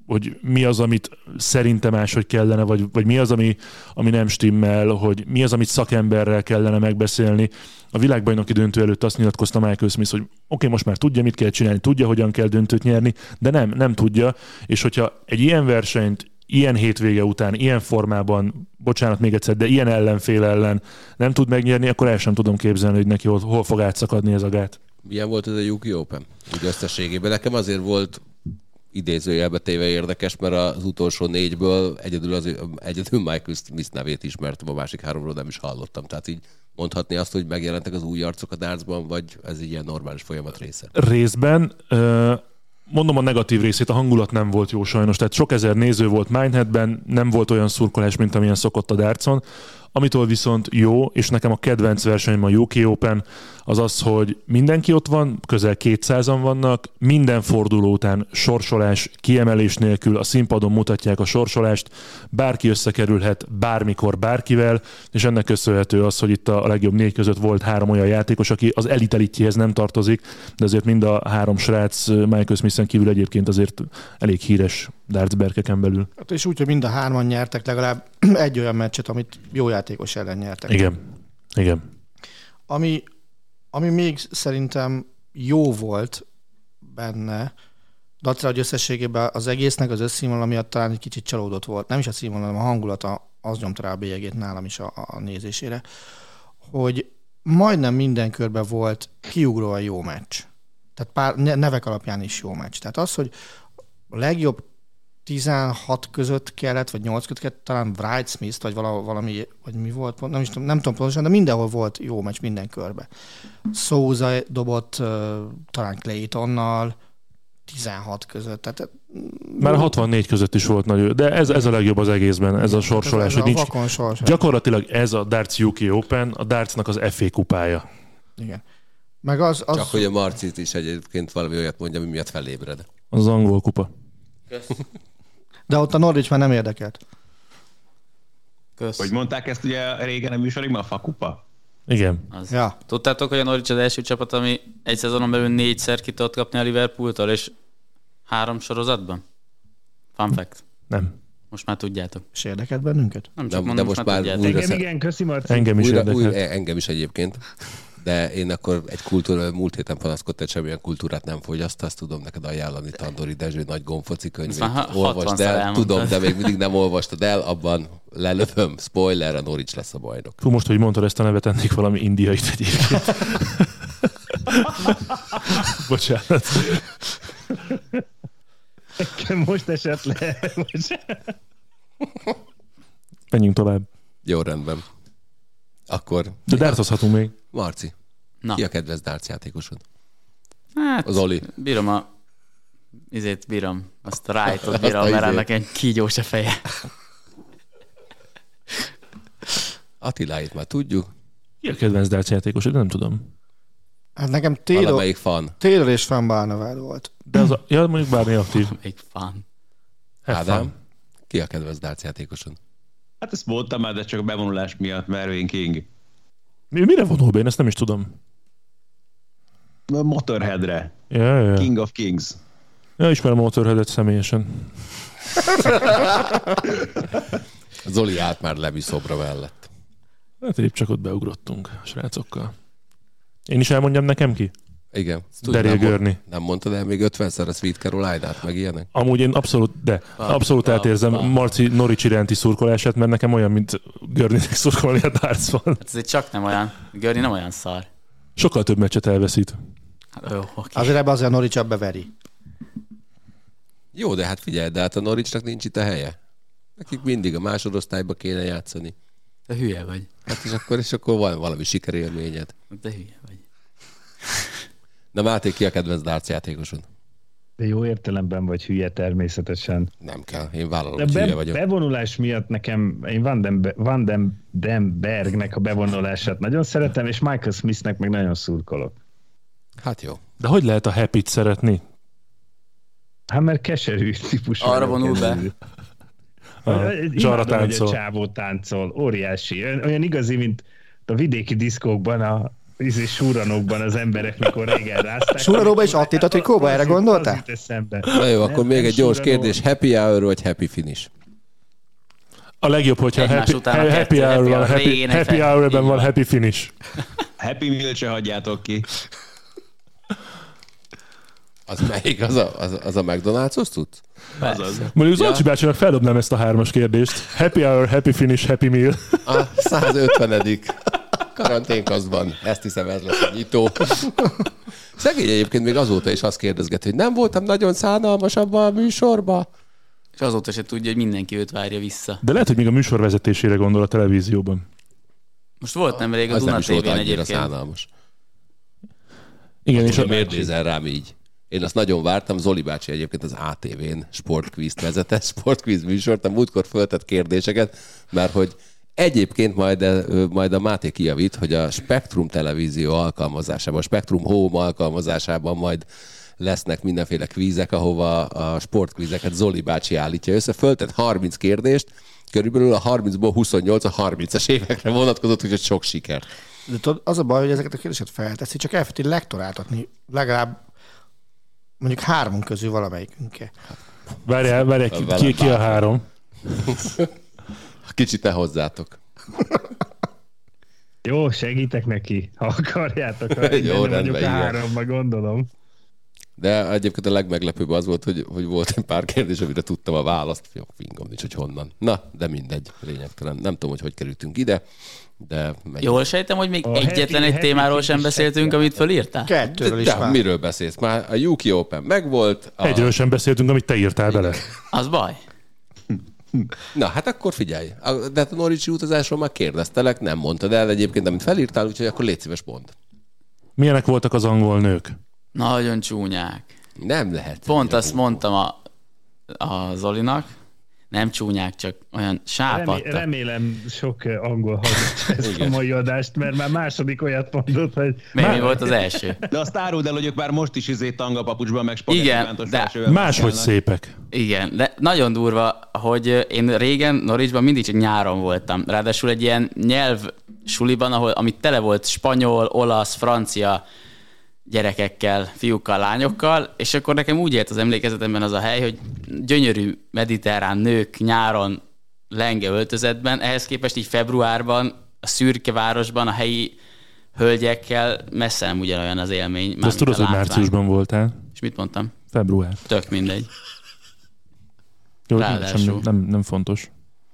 [SPEAKER 5] hogy mi az, amit szerintem máshogy kellene, vagy mi az, ami nem stimmel, hogy mi az, amit szakemberrel kellene megbeszélni. A világbajnoki döntő előtt azt nyilatkozta Michael Smith, hogy oké, most már tudja, mit kell csinálni, tudja, hogyan kell döntőt nyerni, de nem tudja, és hogyha egy ilyen versenyt ilyen hétvége után, ilyen formában, bocsánat még egyszer, de ilyen ellenfél ellen nem tud megnyerni, akkor el sem tudom képzelni, hogy neki hol fog átszakadni ez a gát.
[SPEAKER 3] Milyen volt ez a UK Open? Úgy összességében. Nekem azért volt idézőjelbe téve érdekes, mert az utolsó 4-ből egyedül Michael Smith nevét ismertem, a másik 3-ról nem is hallottam. Tehát így mondhatni azt, hogy megjelentek az új arcok a dartsban, vagy ez így ilyen normális folyamat része?
[SPEAKER 5] Részben... Mondom a negatív részét, a hangulat nem volt jó sajnos, tehát sok ezer néző volt Mineheadben, nem volt olyan szurkolás, mint amilyen szokott a dartson. Amitől viszont jó, és nekem a kedvenc versenyem a UK Open, az az, hogy mindenki ott van, közel 200-an vannak, minden forduló után sorsolás, kiemelés nélkül a színpadon mutatják a sorsolást, bárki összekerülhet bármikor bárkivel, és ennek köszönhető az, hogy itt a legjobb 4 között volt 3 olyan játékos, aki az elitjehez nem tartozik, de azért mind a 3 srác Michael Smithen kívül egyébként azért elég híres dartsberkeken belül.
[SPEAKER 4] Hát és úgy, hogy mind a 3-an nyertek legalább egy olyan meccset, amit jó játékos ellen nyertek.
[SPEAKER 5] Igen.
[SPEAKER 4] Ami még szerintem jó volt benne, dacra, hogy összességében az egésznek az összszínvonal miatt talán egy kicsit csalódott volt. Nem is a színvonal, hanem a hangulata, az nyomta rá a bélyegét nálam is a nézésére, hogy majdnem minden körben volt kiugróan jó meccs. Tehát pár nevek alapján is jó meccs. Tehát az, hogy a legjobb 16 között kellett, vagy 8 között kellett, talán Wright Smith, vagy valami, vagy mi volt, nem tudom pontosan, de mindenhol volt jó meccs minden körbe. Souza dobott talán Claytonnal 16 között. Tehát,
[SPEAKER 5] már 64 között is volt nagy, de ez a legjobb az egészben, ez a sorsolás, hogy nincs. Gyakorlatilag ez a Darts UK Open, a Dartsnak az FA kupája.
[SPEAKER 4] Igen. Meg az...
[SPEAKER 3] Csak hogy a Marcit is egyébként valami olyat mondja, ami miatt felébred.
[SPEAKER 5] Az angol kupa.
[SPEAKER 4] De ott a Norwich már nem érdekelt.
[SPEAKER 8] Kösz. Hogy mondták ezt ugye régen a műsorigban, a fakupa?
[SPEAKER 5] Igen.
[SPEAKER 4] Ja.
[SPEAKER 6] Tudtátok, hogy a Norwich az első csapat, ami egy szezonon belül 4-szer ki tudott kapni a Liverpooltól, és 3 sorozatban? Fun fact.
[SPEAKER 5] Nem.
[SPEAKER 6] Most már tudjátok.
[SPEAKER 4] És érdekelt bennünket?
[SPEAKER 6] Nem csak mondom,
[SPEAKER 3] de most már
[SPEAKER 7] igen, köszi Marci.
[SPEAKER 5] Engem
[SPEAKER 3] is egyébként. De én akkor múlt héten panaszkodtam, hogy semmilyen kultúrát nem fogyasztasz, tudom neked ajánlani Tandori Dezső nagy gombfoci könyvét. Olvasd el, tudom, de még mindig nem olvastad el, abban lelövöm, spoiler, a Norwich lesz a bajnok.
[SPEAKER 5] Fú, most, hogy mondtad ezt a nevet, ennék valami indiait egyébként. Bocsánat.
[SPEAKER 7] Most esett le.
[SPEAKER 5] Menjünk tovább.
[SPEAKER 3] Jó, rendben. Akkor...
[SPEAKER 5] De dartozhatunk még.
[SPEAKER 3] Marci, ki a kedvenc darts játékosod?
[SPEAKER 6] Hát,
[SPEAKER 3] az Oli.
[SPEAKER 6] Bírom. Azt a Wrightot bírom, mert ennek egy kígyós a feje.
[SPEAKER 3] Attiláit már tudjuk.
[SPEAKER 5] Ki a kedvenc darts játékosod? Nem tudom.
[SPEAKER 4] Hát nekem
[SPEAKER 3] valamelyik fan.
[SPEAKER 4] Taylor és Van Barneveld volt.
[SPEAKER 5] De az mondjuk bármi aktív.
[SPEAKER 6] Valamelyik fan.
[SPEAKER 3] Ádám, ki a kedvenc darts játékosod?
[SPEAKER 8] Hát ezt mondtam már, de csak a bevonulás miatt, Mervyn King.
[SPEAKER 5] Mire vonul be? Én ezt nem is tudom.
[SPEAKER 8] A Motorheadre.
[SPEAKER 5] Ja.
[SPEAKER 8] King of Kings.
[SPEAKER 5] Ja, ismerem a Motorheadet személyesen.
[SPEAKER 3] Zoli állt már Levi szobra mellett.
[SPEAKER 5] Hát épp csak ott beugrottunk a srácokkal. Én is elmondjam nekem ki?
[SPEAKER 3] Igen.
[SPEAKER 5] Daryl Gurney.
[SPEAKER 3] Nem mondtad el még 50-szer a Sweet Caroline-át, meg ilyenek?
[SPEAKER 5] Amúgy én abszolút átérzem Marci Norwich iránti szurkolását, mert nekem olyan, mint Gurneynek szurkolni a dartsban.
[SPEAKER 6] Hát ez csak nem olyan. Gurney nem olyan szar.
[SPEAKER 5] Sokkal több meccset elveszít.
[SPEAKER 6] Jó, okay.
[SPEAKER 4] Azért ebben azért a Norwich beveri.
[SPEAKER 3] Jó, de hát figyelj, de hát a Norwichnak nincs itt a helye. Nekik mindig a másodosztályba kéne játszani.
[SPEAKER 6] De hülye vagy.
[SPEAKER 3] Hát és akkor van valami sikerélményed.
[SPEAKER 6] De hülye vagy.
[SPEAKER 3] Na Máté, ki a kedvenc darts játékosod?
[SPEAKER 7] De jó értelemben vagy hülye természetesen.
[SPEAKER 3] Nem kell, én vállalom, hogy hülye vagyok.
[SPEAKER 7] Bevonulás miatt nekem, én Van den Bergnek a bevonulását nagyon szeretem, és Michael Smithnek meg nagyon szurkolok.
[SPEAKER 3] Hát jó.
[SPEAKER 5] De hogy lehet a Happy-t szeretni?
[SPEAKER 7] Hát mert keserű típus.
[SPEAKER 6] Arra vonul be.
[SPEAKER 7] Imádom, hogy a csávó táncol. Óriási. Olyan igazi, mint a vidéki diszkókban súranokban az emberek, mikor régen rázták.
[SPEAKER 4] Súranóban és Attila trikóban, erre gondoltál?
[SPEAKER 3] Na jó, akkor még egy gyors kérdés. Happy hour vagy happy finish?
[SPEAKER 5] A legjobb, hogyha happy hour-ben van happy finish.
[SPEAKER 8] Happy meal se hagyjátok ki.
[SPEAKER 3] Az melyik? Az a McDonald's-os tudsz?
[SPEAKER 8] Azaz.
[SPEAKER 5] Mondjuk Zolcsi bácsinak feldobnám ezt a 3-as kérdést. Happy hour, happy finish, happy meal.
[SPEAKER 3] A 150. karanténkasztban. Ezt hiszem, ez lesz a nyitó. Szegény egyébként még azóta is azt kérdezget, hogy nem voltam nagyon szánalmas abban a műsorban.
[SPEAKER 6] És azóta se tudja, hogy mindenki őt várja vissza.
[SPEAKER 5] De lehet, hogy még a műsor vezetésére gondol a televízióban.
[SPEAKER 6] Most volt nemrég a Duna TV-n egyébként.
[SPEAKER 3] Szánalmas.
[SPEAKER 5] Igen, és
[SPEAKER 3] miért nézel rám így? Én azt nagyon vártam, Zoli bácsi egyébként az ATV-n sportkvízt vezetett, sportkvíz műsort, a múltkor föltett kérdéseket, mert hogy egyébként majd a Máté kijavít, hogy a Spektrum televízió alkalmazásában, a Spektrum Home alkalmazásában majd lesznek mindenféle kvízek, ahova a sportkvízeket Zoli bácsi állítja össze. Föltett 30 kérdést, körülbelül a 30-ból 28 a 30-as évekre vonatkozott, úgyhogy sok sikert.
[SPEAKER 4] De tudod, az a baj, hogy ezeket a kérdéseket felteszi, csak elfeti lektoráltatni legalább mondjuk 3 közül valamelyikünkkel.
[SPEAKER 5] Várjál, ki a 3?
[SPEAKER 3] Kicsit te hozzátok.
[SPEAKER 7] Jó, segítek neki, ha akarjátok. Jó, mondjuk a 3-ba gondolom.
[SPEAKER 3] De egyébként a legmeglepőbb az volt, hogy volt egy pár kérdés, amire tudtam a választ. Jó, fingom nincs, hogy honnan. Na, de mindegy, lényegtelen. Nem tudom, hogy kerültünk ide, de...
[SPEAKER 6] Jól sejtem, hogy még egyetlen egy témáról sem beszéltünk, amit fölírtál?
[SPEAKER 4] 2-ről is már.
[SPEAKER 3] Miről beszélsz? Már a UK Open megvolt.
[SPEAKER 5] Egyről sem beszéltünk, amit te írtál bele.
[SPEAKER 6] Az baj.
[SPEAKER 3] Na, hát akkor figyelj. De a Norwich utazásról már kérdeztelek, nem mondtad el egyébként, amit felírtál, úgyhogy akkor légy szíves, mondd.
[SPEAKER 5] Milyenek voltak az angol nők?
[SPEAKER 6] Nagyon csúnyák.
[SPEAKER 3] Nem lehet.
[SPEAKER 6] Pont azt mondtam a Zolinak, nem csúnyák, csak olyan sápadtak.
[SPEAKER 7] Remélem sok angol hallgatja ezt a mai adást, mert már második olyat mondott, hogy...
[SPEAKER 6] Mi volt az első?
[SPEAKER 8] De azt áruld el, hogy ők már most is tangapapucsban, meg
[SPEAKER 6] spagetti
[SPEAKER 5] de máshogy szépek.
[SPEAKER 6] Igen, de nagyon durva, hogy én régen Norwichban mindig csak nyáron voltam. Ráadásul egy ilyen nyelv suliban, amit tele volt spanyol, olasz, francia gyerekekkel, fiúkkal, lányokkal, és akkor nekem úgy élt az emlékezetemben az a hely, hogy gyönyörű mediterrán nők nyáron lenge öltözetben, ehhez képest így februárban a szürke városban a helyi hölgyekkel messze nem ugyanolyan az élmény.
[SPEAKER 5] De azt tudod, hogy márciusban voltál?
[SPEAKER 6] És mit mondtam?
[SPEAKER 5] Február.
[SPEAKER 6] Tök mindegy.
[SPEAKER 5] Jó, nem fontos.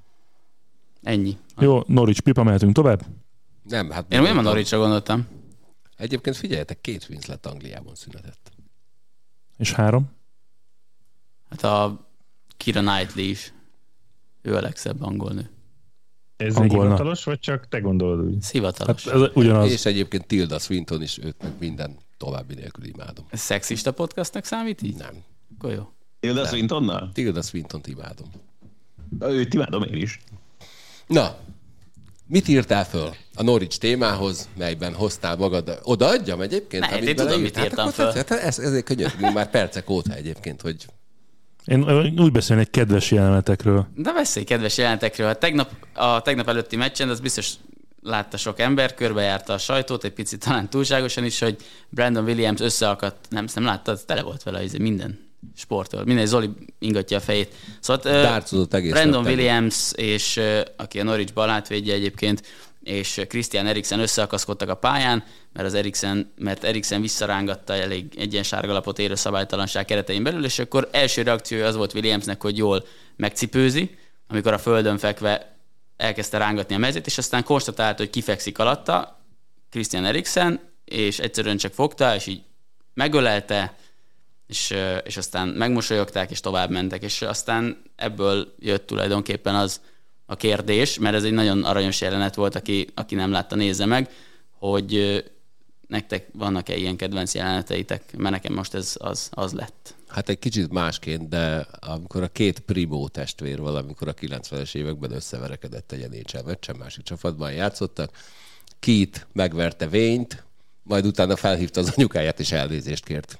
[SPEAKER 6] Ennyi.
[SPEAKER 5] Jó, Norwich, pipa, mehetünk tovább?
[SPEAKER 3] Nem, hát...
[SPEAKER 6] Én nem a Norwichra gondoltam.
[SPEAKER 3] Egyébként figyeljetek, Kate Winslet Angliában született.
[SPEAKER 5] És 3?
[SPEAKER 6] Hát a Keira Knightley is. Ő a legszebb angol nő.
[SPEAKER 7] Ez hivatalos, vagy csak te gondolod úgy?
[SPEAKER 6] Ez hivatalos.
[SPEAKER 5] Hát ez ugyanaz.
[SPEAKER 3] És egyébként Tilda Swinton is, őt meg minden további nélkül imádom.
[SPEAKER 6] Ez szexista podcastnak számít így?
[SPEAKER 3] Nem.
[SPEAKER 6] Akkor jó.
[SPEAKER 8] Tilda Swintonnal?
[SPEAKER 3] Tilda Swintont imádom.
[SPEAKER 8] Őt imádom én is.
[SPEAKER 3] Na, mit írtál föl a Norwich témához, melyben hoztál magad? Odaadjam egyébként?
[SPEAKER 6] Ne, én tudom, mit írtam föl.
[SPEAKER 3] Ezért könyörgünk már percek óta egyébként, hogy...
[SPEAKER 5] Én úgy beszélnék kedves jelenetekről.
[SPEAKER 6] De beszélj kedves jelenetekről. A tegnap előtti meccsen, az biztos látta sok ember, körbejárta a sajtót, egy picit talán túlságosan is, hogy Brandon Williams összeakadt, nem láttad, tele volt vele minden sportol. Mindegy, Zoli ingatja a fejét. Szóval Brandon Williams, és aki a Norwich bal hátvédje egyébként, és Christian Eriksen összeakaszkodtak a pályán, mert Eriksen visszarángatta elég egyen sárgalapot érő szabálytalanság keretein belül, és akkor első reakciója az volt Williamsnek, hogy jól megcipőzi, amikor a földön fekve elkezdte rángatni a mezét, és aztán konstatálta, hogy kifekszik alatta Christian Eriksen, és egyszerűen csak fogta, és így megölelte, és aztán megmosolyogták, és tovább mentek, és aztán ebből jött tulajdonképpen az a kérdés, mert ez egy nagyon aranyos jelenet volt, aki nem látta, nézze meg, hogy nektek vannak-e ilyen kedvenc jeleneteitek, mert nekem most ez az lett.
[SPEAKER 3] Hát egy kicsit másként, de amikor a két Primo testvér valamikor a 90-es években összeverekedett egy NHL meccsen, másik csapatban játszottak, Keith megverte Wayne-t, majd utána felhívta az anyukáját, és elnézést kért.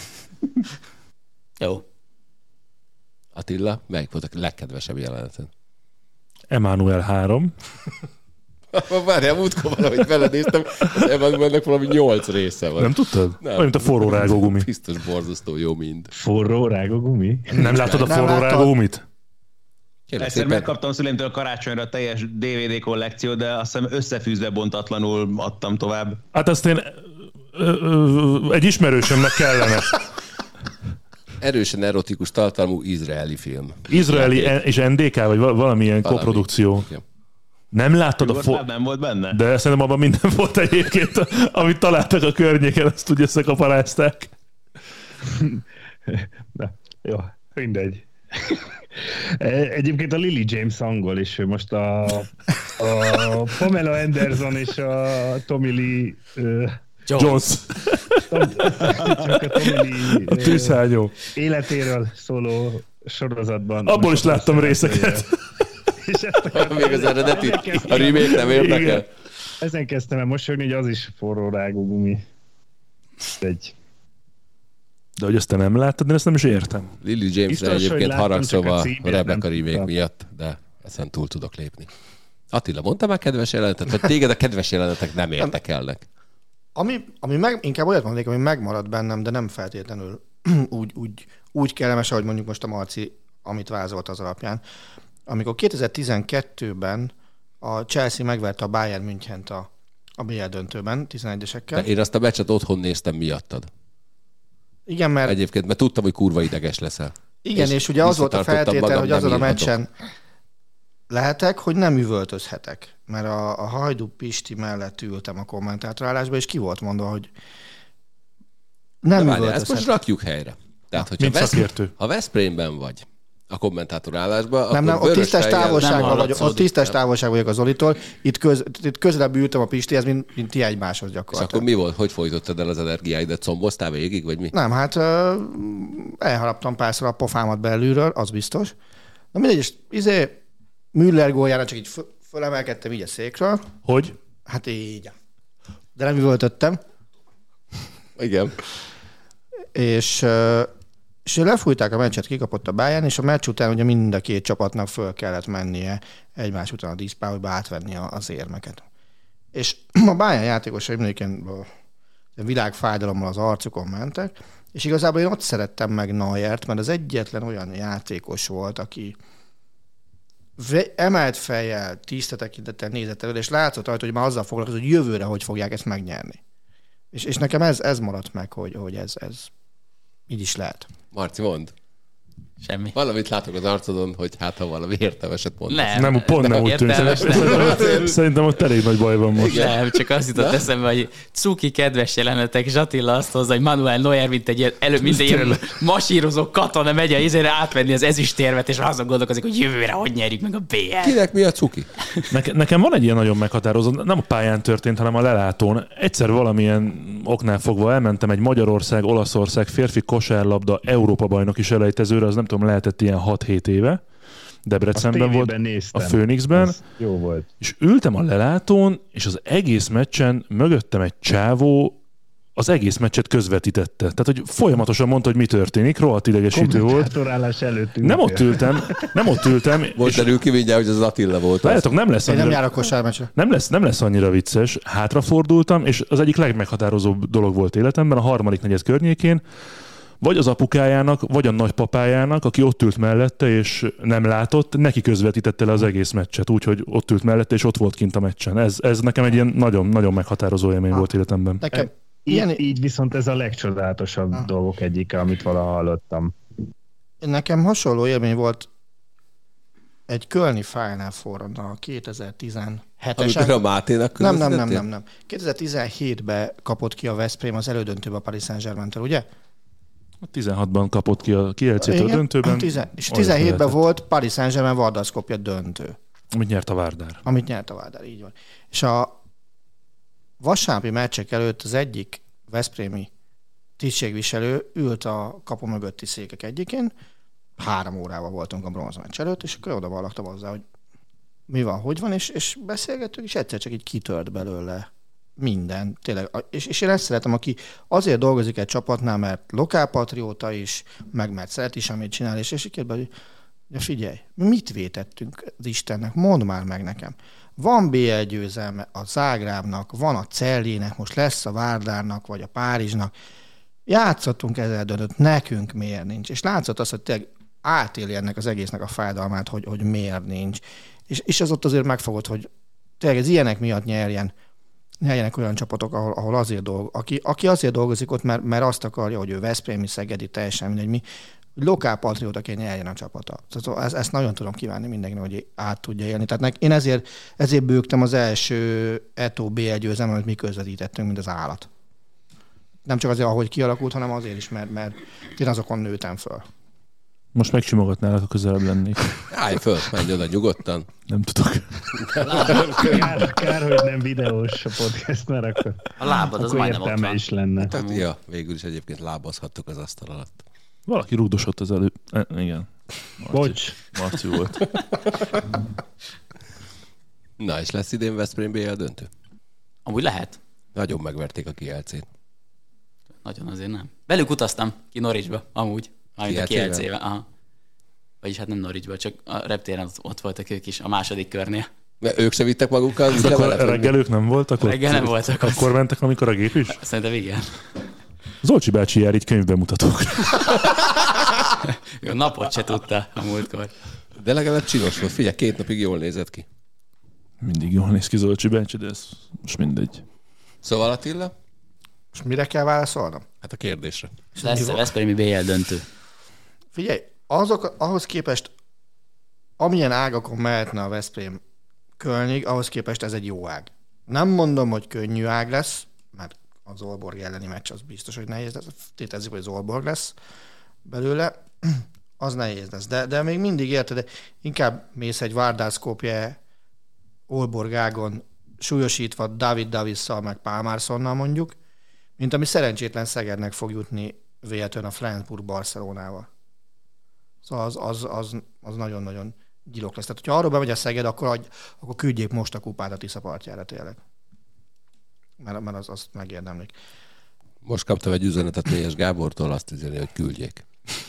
[SPEAKER 6] Jó.
[SPEAKER 3] Attila, melyik volt a legkedvesebb jeleneted?
[SPEAKER 5] Emmanuel 3.
[SPEAKER 3] Várjál, múltkor valahogy belenéztem, az Evannek valami 8 része van.
[SPEAKER 5] Nem tudtad? Olyan, mint a forró rágógumi.
[SPEAKER 3] Biztos borzasztó jó mind.
[SPEAKER 7] Forró rágógumi?
[SPEAKER 5] Nem láttad a forró rágógumit?
[SPEAKER 8] Egyszer megkaptam szüleimtől karácsonyra a teljes DVD kollekciót, de azt hiszem összefűzve bontatlanul adtam tovább.
[SPEAKER 5] Hát azt én egy ismerősömnek kellene.
[SPEAKER 3] Erősen erotikus tartalmú izraeli film.
[SPEAKER 5] Izraeli és NDK, vagy valamilyen koprodukció.
[SPEAKER 3] Ja.
[SPEAKER 5] Nem láttad
[SPEAKER 8] Nem volt benne?
[SPEAKER 5] De szerintem abban minden volt egyébként, amit találtak a környéken, azt úgy összekaparázták.
[SPEAKER 7] Na, jó, mindegy. Egyébként a Lily James angol, és most a Pamela Anderson és a Tommy Lee
[SPEAKER 5] Jones.
[SPEAKER 7] Csak a Tommy Lee
[SPEAKER 5] tűzhányó
[SPEAKER 7] életéről szóló sorozatban.
[SPEAKER 5] Abból is láttam részeket.
[SPEAKER 7] És ezt
[SPEAKER 3] még az eredeti, a remake nem érdekel.
[SPEAKER 7] Ezen kezdtem el mosolyogni, hogy az is forró rágógumi.
[SPEAKER 5] De hogy ezt te nem láttad, én ezt nem is értem.
[SPEAKER 3] Lily Jamesre egyébként haragszom a Rebecca remake miatt, de ezen túl tudok lépni. Attila, mondta már kedves jelenetet, vagy téged a kedves jelenetek nem érdekelnek?
[SPEAKER 4] Inkább olyat mondanék, ami megmaradt bennem, de nem feltétlenül úgy kellemes, ahogy mondjuk most a Marci, amit vázolt az alapján. Amikor 2012-ben a Chelsea megverte a Bayern Münchent a BL döntőben, 11-esekkel.
[SPEAKER 3] Én azt a meccset otthon néztem miattad.
[SPEAKER 4] Igen, mert...
[SPEAKER 3] Egyébként, mert tudtam, hogy kurva ideges leszel.
[SPEAKER 4] Igen, és ugye az volt a feltétel, hogy azon a meccsen lehetek, hogy nem üvöltözhetek. Mert a Hajdú Pisti mellett ültem a kommentátorálásba, és ki volt mondva, hogy nem üvöltözhetek.
[SPEAKER 3] Ezt most rakjuk helyre. Tehát, hogyha ha Veszprémben vagy a kommentátorálásban,
[SPEAKER 4] nem, ott tisztes távolság vagyok az Zolitól. Itt közelebb ültem a Pistihez, mint ti egymáshoz gyakorlatilag.
[SPEAKER 3] És akkor mi volt? Hogy folytottad el az energiáidat? Comboztál végig, vagy mi?
[SPEAKER 4] Nem, hát elharaptam párszor a pofámat belülről, az biztos. Na mindegy, és Müller góljára csak így fölemelkedtem így a székről.
[SPEAKER 5] Hogy?
[SPEAKER 4] Hát így. De nem üvöltöttem.
[SPEAKER 3] Igen.
[SPEAKER 4] És lefújták a meccset, kikapott a Bayern, és a meccs után ugye mind a két csapatnak föl kellett mennie egymás után a díszpályába átvenni az érmeket. És a Bayern játékosai mindenkinek világfájdalommal az arcukon mentek, és igazából én ott szerettem meg Neuert, mert az egyetlen olyan játékos volt, aki emelt fejjel, tiszta tekintettel nézett elő, és látszott rajta, hogy már azzal foglalkozott, hogy jövőre hogy fogják ezt megnyerni. És nekem ez maradt meg, hogy ez így is lehet.
[SPEAKER 3] Marci, mondd.
[SPEAKER 6] Semmi.
[SPEAKER 3] Valamit látok az arcodon, hogy hát ha valami értelmeset mondasz.
[SPEAKER 5] Nem, pont nem úgy tűnt. Szerintem ott elég nagy baj van most.
[SPEAKER 6] Nem, csak azt jutott eszembe, hogy cuki kedves jelenetek, és Attila azt hozza, hogy Manuel Neuer, mint egy ilyen masírozó katona megy a izére átvenni az ezüstérmet, és azon gondolkozik, hogy jövőre hogy nyerjük meg a BL.
[SPEAKER 3] Kinek mi a cuki?
[SPEAKER 5] Nekem van egy ilyen nagyon meghatározó, nem a pályán történt, hanem a lelátón. Egyszer valamilyen oknál fogva elmentem egy Magyarország-Olaszország férfi kosárlabda Európa-bajnoki selejtezőre, az nem tudom, lehetett ilyen 6-7 éve. Debrecenben volt,
[SPEAKER 7] néztem.
[SPEAKER 5] A Phoenixben.
[SPEAKER 7] Ez jó volt.
[SPEAKER 5] És ültem a lelátón, és az egész meccsen mögöttem egy csávó az egész meccset közvetítette. Tehát, hogy folyamatosan mondta, hogy mi történik, rohadt idegesítő volt.
[SPEAKER 7] Kommentátorálás előtt
[SPEAKER 5] nem ott ültem.
[SPEAKER 3] Most derül ki mindjárt, hogy az Attila volt.
[SPEAKER 5] Látjátok,
[SPEAKER 4] nem járok kosármeccsre.
[SPEAKER 5] Nem lesz annyira vicces. Hátrafordultam, és az egyik legmeghatározóbb dolog volt életemben, a harmadik negyed környékén, vagy az apukájának, vagy a nagypapájának, aki ott ült mellette, és nem látott, neki közvetítette le az egész meccset, úgyhogy ott ült mellette, és ott volt kint a meccsen. Ez nekem egy ilyen nagyon, nagyon meghatározó élmény volt életemben.
[SPEAKER 4] Nekem
[SPEAKER 7] így viszont ez a legcsodálatosabb dolgok egyike, amit valaha hallottam.
[SPEAKER 4] Nekem hasonló élmény volt egy kölni Final Four-on a 2017-esen.
[SPEAKER 3] Amikor a Máténak közvetítettél?
[SPEAKER 4] Nem. 2017-ben kapott ki a Veszprém az elődöntőbe a Paris Saint-Germain-től, ugye?
[SPEAKER 5] 16-ban kapott ki a Kielcétől a döntőben.
[SPEAKER 4] És 17-ben volt Paris Saint-Germain Vardar-Skopje döntő.
[SPEAKER 5] Amit nyert a Vardar. Így van. És a vasárnapi meccsek előtt az egyik veszprémi tisztségviselő ült a kapu mögötti székek egyikén, 3 órával voltunk a bronzmeccs előtt, és akkor oda vallaktam hozzá, hogy mi van, hogy van, és beszélgettünk, és egyszer csak így kitört belőle minden, tényleg. És én ezt szeretem, aki azért dolgozik egy csapatnál, mert lokálpatrióta is, meg mert szeret is, amit csinál, és kérdezve, hogy
[SPEAKER 4] De figyelj, mit vétettünk az Istennek? Mondd már meg nekem. Van BL győzelme a Zágrábnak, van a Cellének, most lesz a Várdárnak, vagy a Párizsnak. Játszottunk ezzel döntött, nekünk miért nincs? És látszott az, hogy tényleg átéli ennek az egésznek a fájdalmát, hogy miért nincs. És az ott azért megfogott, hogy tényleg ez ilyenek miatt nyerjenek olyan csapatok, ahol azért aki azért dolgozik ott, mert azt akarja, hogy ő veszprémi, szegedi, teljesen mindegy mi, hogy lokálpatriótaként nyerjen a csapata. Ezt nagyon tudom kívánni mindenkinek, hogy át tudja élni. Tehát én ezért bőgtem az első Eto BL győzelmet, amit mi közvetítettünk, mint az állat. Nem csak azért, ahogy kialakult, hanem azért is, mert én azokon nőttem föl.
[SPEAKER 5] Most megsimogatnálak, a közelebb lennék.
[SPEAKER 3] Állj föl, menj oda nyugodtan.
[SPEAKER 5] Nem tudok.
[SPEAKER 7] Kár, hogy nem videós a podcast, mert akkor
[SPEAKER 6] a lábad az majdnem ott van.
[SPEAKER 7] Is lenne.
[SPEAKER 3] Tehát, ja, végül is egyébként lábazhattuk az asztal alatt.
[SPEAKER 5] Valaki rúgdosott az előbb. Igen.
[SPEAKER 7] Bocs.
[SPEAKER 5] Marci volt.
[SPEAKER 3] Na, és lesz idén Veszprém BL döntő?
[SPEAKER 6] Amúgy lehet.
[SPEAKER 3] Nagyon megverték a Kielcét.
[SPEAKER 6] Nagyon azért nem. Velük utaztam ki Norwichba, amúgy. Amit a Kielcével. Aha. Vagyis hát nem Norwichba, csak a reptéren ott voltak ők is a második körnél.
[SPEAKER 3] Mert ők se vittek magukkal?
[SPEAKER 5] Akkor reggel ők nem voltak?
[SPEAKER 6] Reggel nem voltak.
[SPEAKER 5] Akkor mentek, amikor a gép is?
[SPEAKER 6] Szerintem igen.
[SPEAKER 5] Zolcsi bácsi jár így könyvbemutatók.
[SPEAKER 6] Jó, napot se tudta a múltkor.
[SPEAKER 3] De legalább csinos volt. Figyelj, 2 napig jól nézett ki.
[SPEAKER 5] Mindig jól néz ki Zolcsi bácsi, de ez most mindegy.
[SPEAKER 3] Szóval Attila?
[SPEAKER 4] És mire kell válaszolnom?
[SPEAKER 3] Hát a kérdésre.
[SPEAKER 6] Lesz a veszprémi BL döntő.
[SPEAKER 4] Figyelj, ahhoz képest, amilyen ágakon mehetne a Veszprém Kölnig, ahhoz képest ez egy jó ág. Nem mondom, hogy könnyű ág lesz, mert az Aalborg elleni meccs az biztos, hogy nehéz lesz. Tételezzük, hogy az Aalborg lesz belőle, az nehéz lesz. De még mindig érted, inkább mész egy Vardar Skopje Aalborg ágon súlyosítva David Davisszal meg Pálmárszonnal mondjuk, mint ami szerencsétlen Szegednek fog jutni véletlenül a Flensburg Barcelonával. Szóval az nagyon-nagyon gyilok lesz. Tehát, hogyha arról bemegy a Szeged, akkor küldjék most a kupát a Tisza partjára tényleg. Mert azt megérdemlik.
[SPEAKER 3] Most kaptam egy üzenetet Mélyes Gábortól, azt üzeni, hogy küldjék.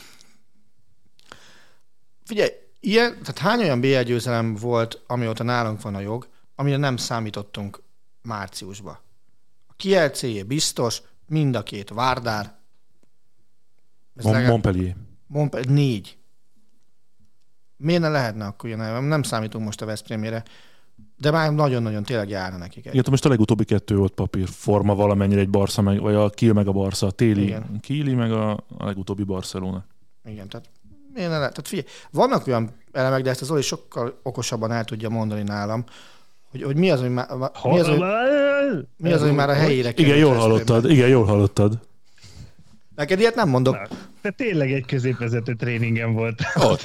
[SPEAKER 4] Figyelj, tehát hány olyan BL győzelem volt, amióta nálunk van a jog, amire nem számítottunk márciusba? A Kielcéjé biztos, mind a két Várdár.
[SPEAKER 5] Montpellier.
[SPEAKER 4] 4. Miért ne lehetne akkor ilyen? Nem számítunk most a Veszprémére, de már nagyon-nagyon tényleg járna nekik.
[SPEAKER 5] Igen, most a legutóbbi 2 volt papírforma valamennyire egy Barca, vagy a Kiel meg a Barca, a téli Kieli meg a legutóbbi Barcelona.
[SPEAKER 4] Igen, tehát miért ne lehet? Tehát figyelj, vannak olyan elemek, de ezt az Zoli sokkal okosabban el tudja mondani nálam, hogy mi az, hogy már a helyére kerül.
[SPEAKER 5] Igen, jól hallottad.
[SPEAKER 4] Neked ilyet nem mondok.
[SPEAKER 7] Na, de tényleg egy középvezető tréningen volt.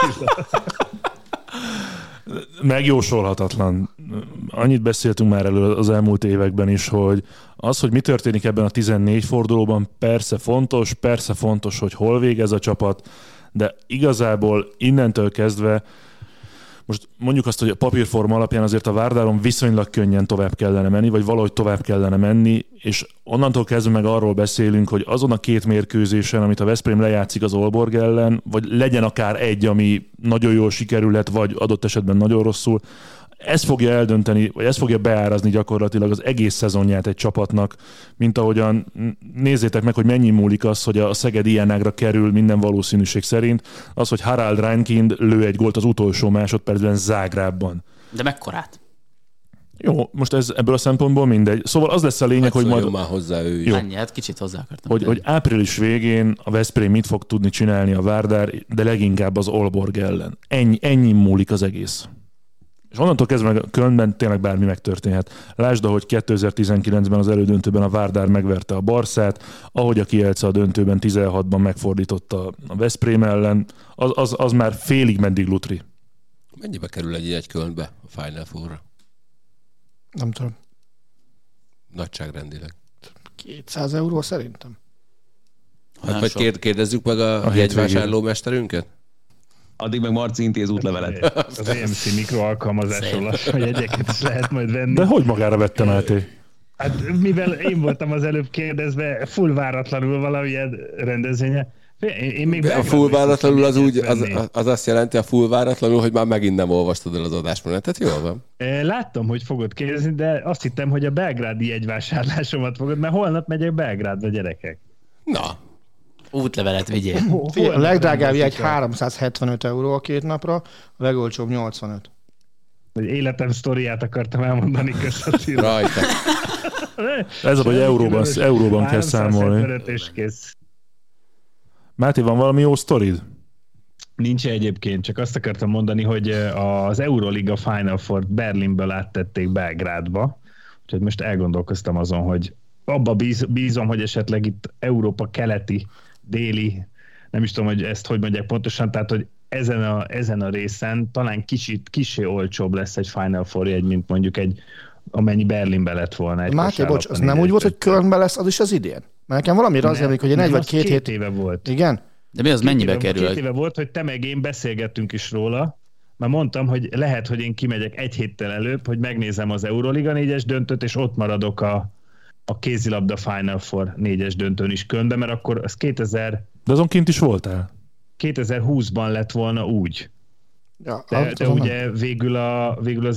[SPEAKER 5] Megjósolhatatlan. Annyit beszéltünk már elő az elmúlt években is, hogy az, hogy mi történik ebben a 14 fordulóban, persze fontos, hogy hol végez a csapat, de igazából innentől kezdve most mondjuk azt, hogy a papírforma alapján azért a Várdáron viszonylag könnyen tovább kellene menni, vagy valahogy tovább kellene menni, és onnantól kezdve meg arról beszélünk, hogy azon a 2 mérkőzésen, amit a Veszprém lejátszik az Aalborg ellen, vagy legyen akár egy, ami nagyon jól sikerülhet, vagy adott esetben nagyon rosszul, ez fogja eldönteni, vagy ez fogja beárazni gyakorlatilag az egész szezonját egy csapatnak, mint ahogyan nézzétek meg, hogy mennyi múlik az, hogy a Szeged ilyen ágra kerül minden valószínűség szerint, az, hogy Harald Reinkind lő egy gólt az utolsó másodpercben Zágrábban.
[SPEAKER 6] De mekkorát?
[SPEAKER 5] Jó, most ez ebből a szempontból mindegy. Szóval az lesz a lényeg, hogy majd...
[SPEAKER 3] már hozzá ő is.
[SPEAKER 5] Jó.
[SPEAKER 6] Annyi, hát kicsit hozzá akartam.
[SPEAKER 5] Hogy április végén a Veszprém mit fog tudni csinálni a Várdár, de leginkább az Aalborg ellen. Ennyi múlik az egész. És onnantól kezdve a Kölnben tényleg bármi megtörténhet. Lásd, ahogy 2019-ben az elődöntőben a Várdár megverte a Barszát, ahogy a Kielce a döntőben 16-ban megfordította a Veszprém ellen, az már félig meddig lutri.
[SPEAKER 3] Mennyibe kerül egy Kölnbe a Final Four-ra?
[SPEAKER 4] Nem tudom.
[SPEAKER 3] Nagyságrendileg.
[SPEAKER 4] 200 euró szerintem.
[SPEAKER 3] Hát vagy kérdezzük meg a jegyvásárlómesterünket?
[SPEAKER 8] Addig meg Marci intéz útlevelet.
[SPEAKER 7] Az EMC mikroalkalmazásról a jegyeket is lehet majd venni.
[SPEAKER 5] De hogy magára vettem át?
[SPEAKER 7] Hát mivel én voltam az előbb kérdezve, full váratlanul valamilyen rendezvénye, Én még
[SPEAKER 3] a full váratlanul az azt jelenti, a full váratlanul, hogy már megint nem olvastad el az adásmenetet. Jól van.
[SPEAKER 7] Láttam, hogy fogod kérdezni, de azt hittem, hogy a belgrádi jegyvásárlásomat fogod, mert holnap megyek Belgrádba, gyerekek.
[SPEAKER 3] Na.
[SPEAKER 6] Útlevelet vigyél.
[SPEAKER 4] A legdrágább jegy 375 euró a 2 napra, a legolcsóbb 85.
[SPEAKER 7] Életem sztoriát akartam elmondani, köszönöm.
[SPEAKER 3] Rajta.
[SPEAKER 5] Ez a vagy euróban kell számolni.
[SPEAKER 7] És kész.
[SPEAKER 5] Máté, van valami jó sztorid?
[SPEAKER 7] Nincs egyébként, csak azt akartam mondani, hogy az Euroliga Final Four Berlinből áttették Belgrádba, úgyhogy most elgondolkoztam azon, hogy abba bízom, hogy esetleg itt Európa keleti, déli, nem is tudom, hogy ezt hogy mondják pontosan, tehát, hogy ezen a részen talán kicsi olcsóbb lesz egy Final Four jegy, mint mondjuk amennyi Berlinben lett volna.
[SPEAKER 4] Máté, bocs, az nem úgy volt, hogy Kölnben lesz az is az idén? Mert nekem valami az emlék, hogy egy 1 vagy 2 hét
[SPEAKER 7] éve volt.
[SPEAKER 4] Igen?
[SPEAKER 6] De mi az mennyibe kerül?
[SPEAKER 7] 2 éve volt, hogy te meg én beszélgettünk is róla, mert mondtam, hogy lehet, hogy én kimegyek 1 héttel előbb, hogy megnézem az Euroliga 4-es döntőt, és ott maradok a kézilabda Final Four 4-es döntőn is Kölnben, mert akkor az 2000...
[SPEAKER 5] De azon kint is voltál?
[SPEAKER 7] 2020-ban lett volna úgy.
[SPEAKER 4] Ja,
[SPEAKER 7] de ugye végül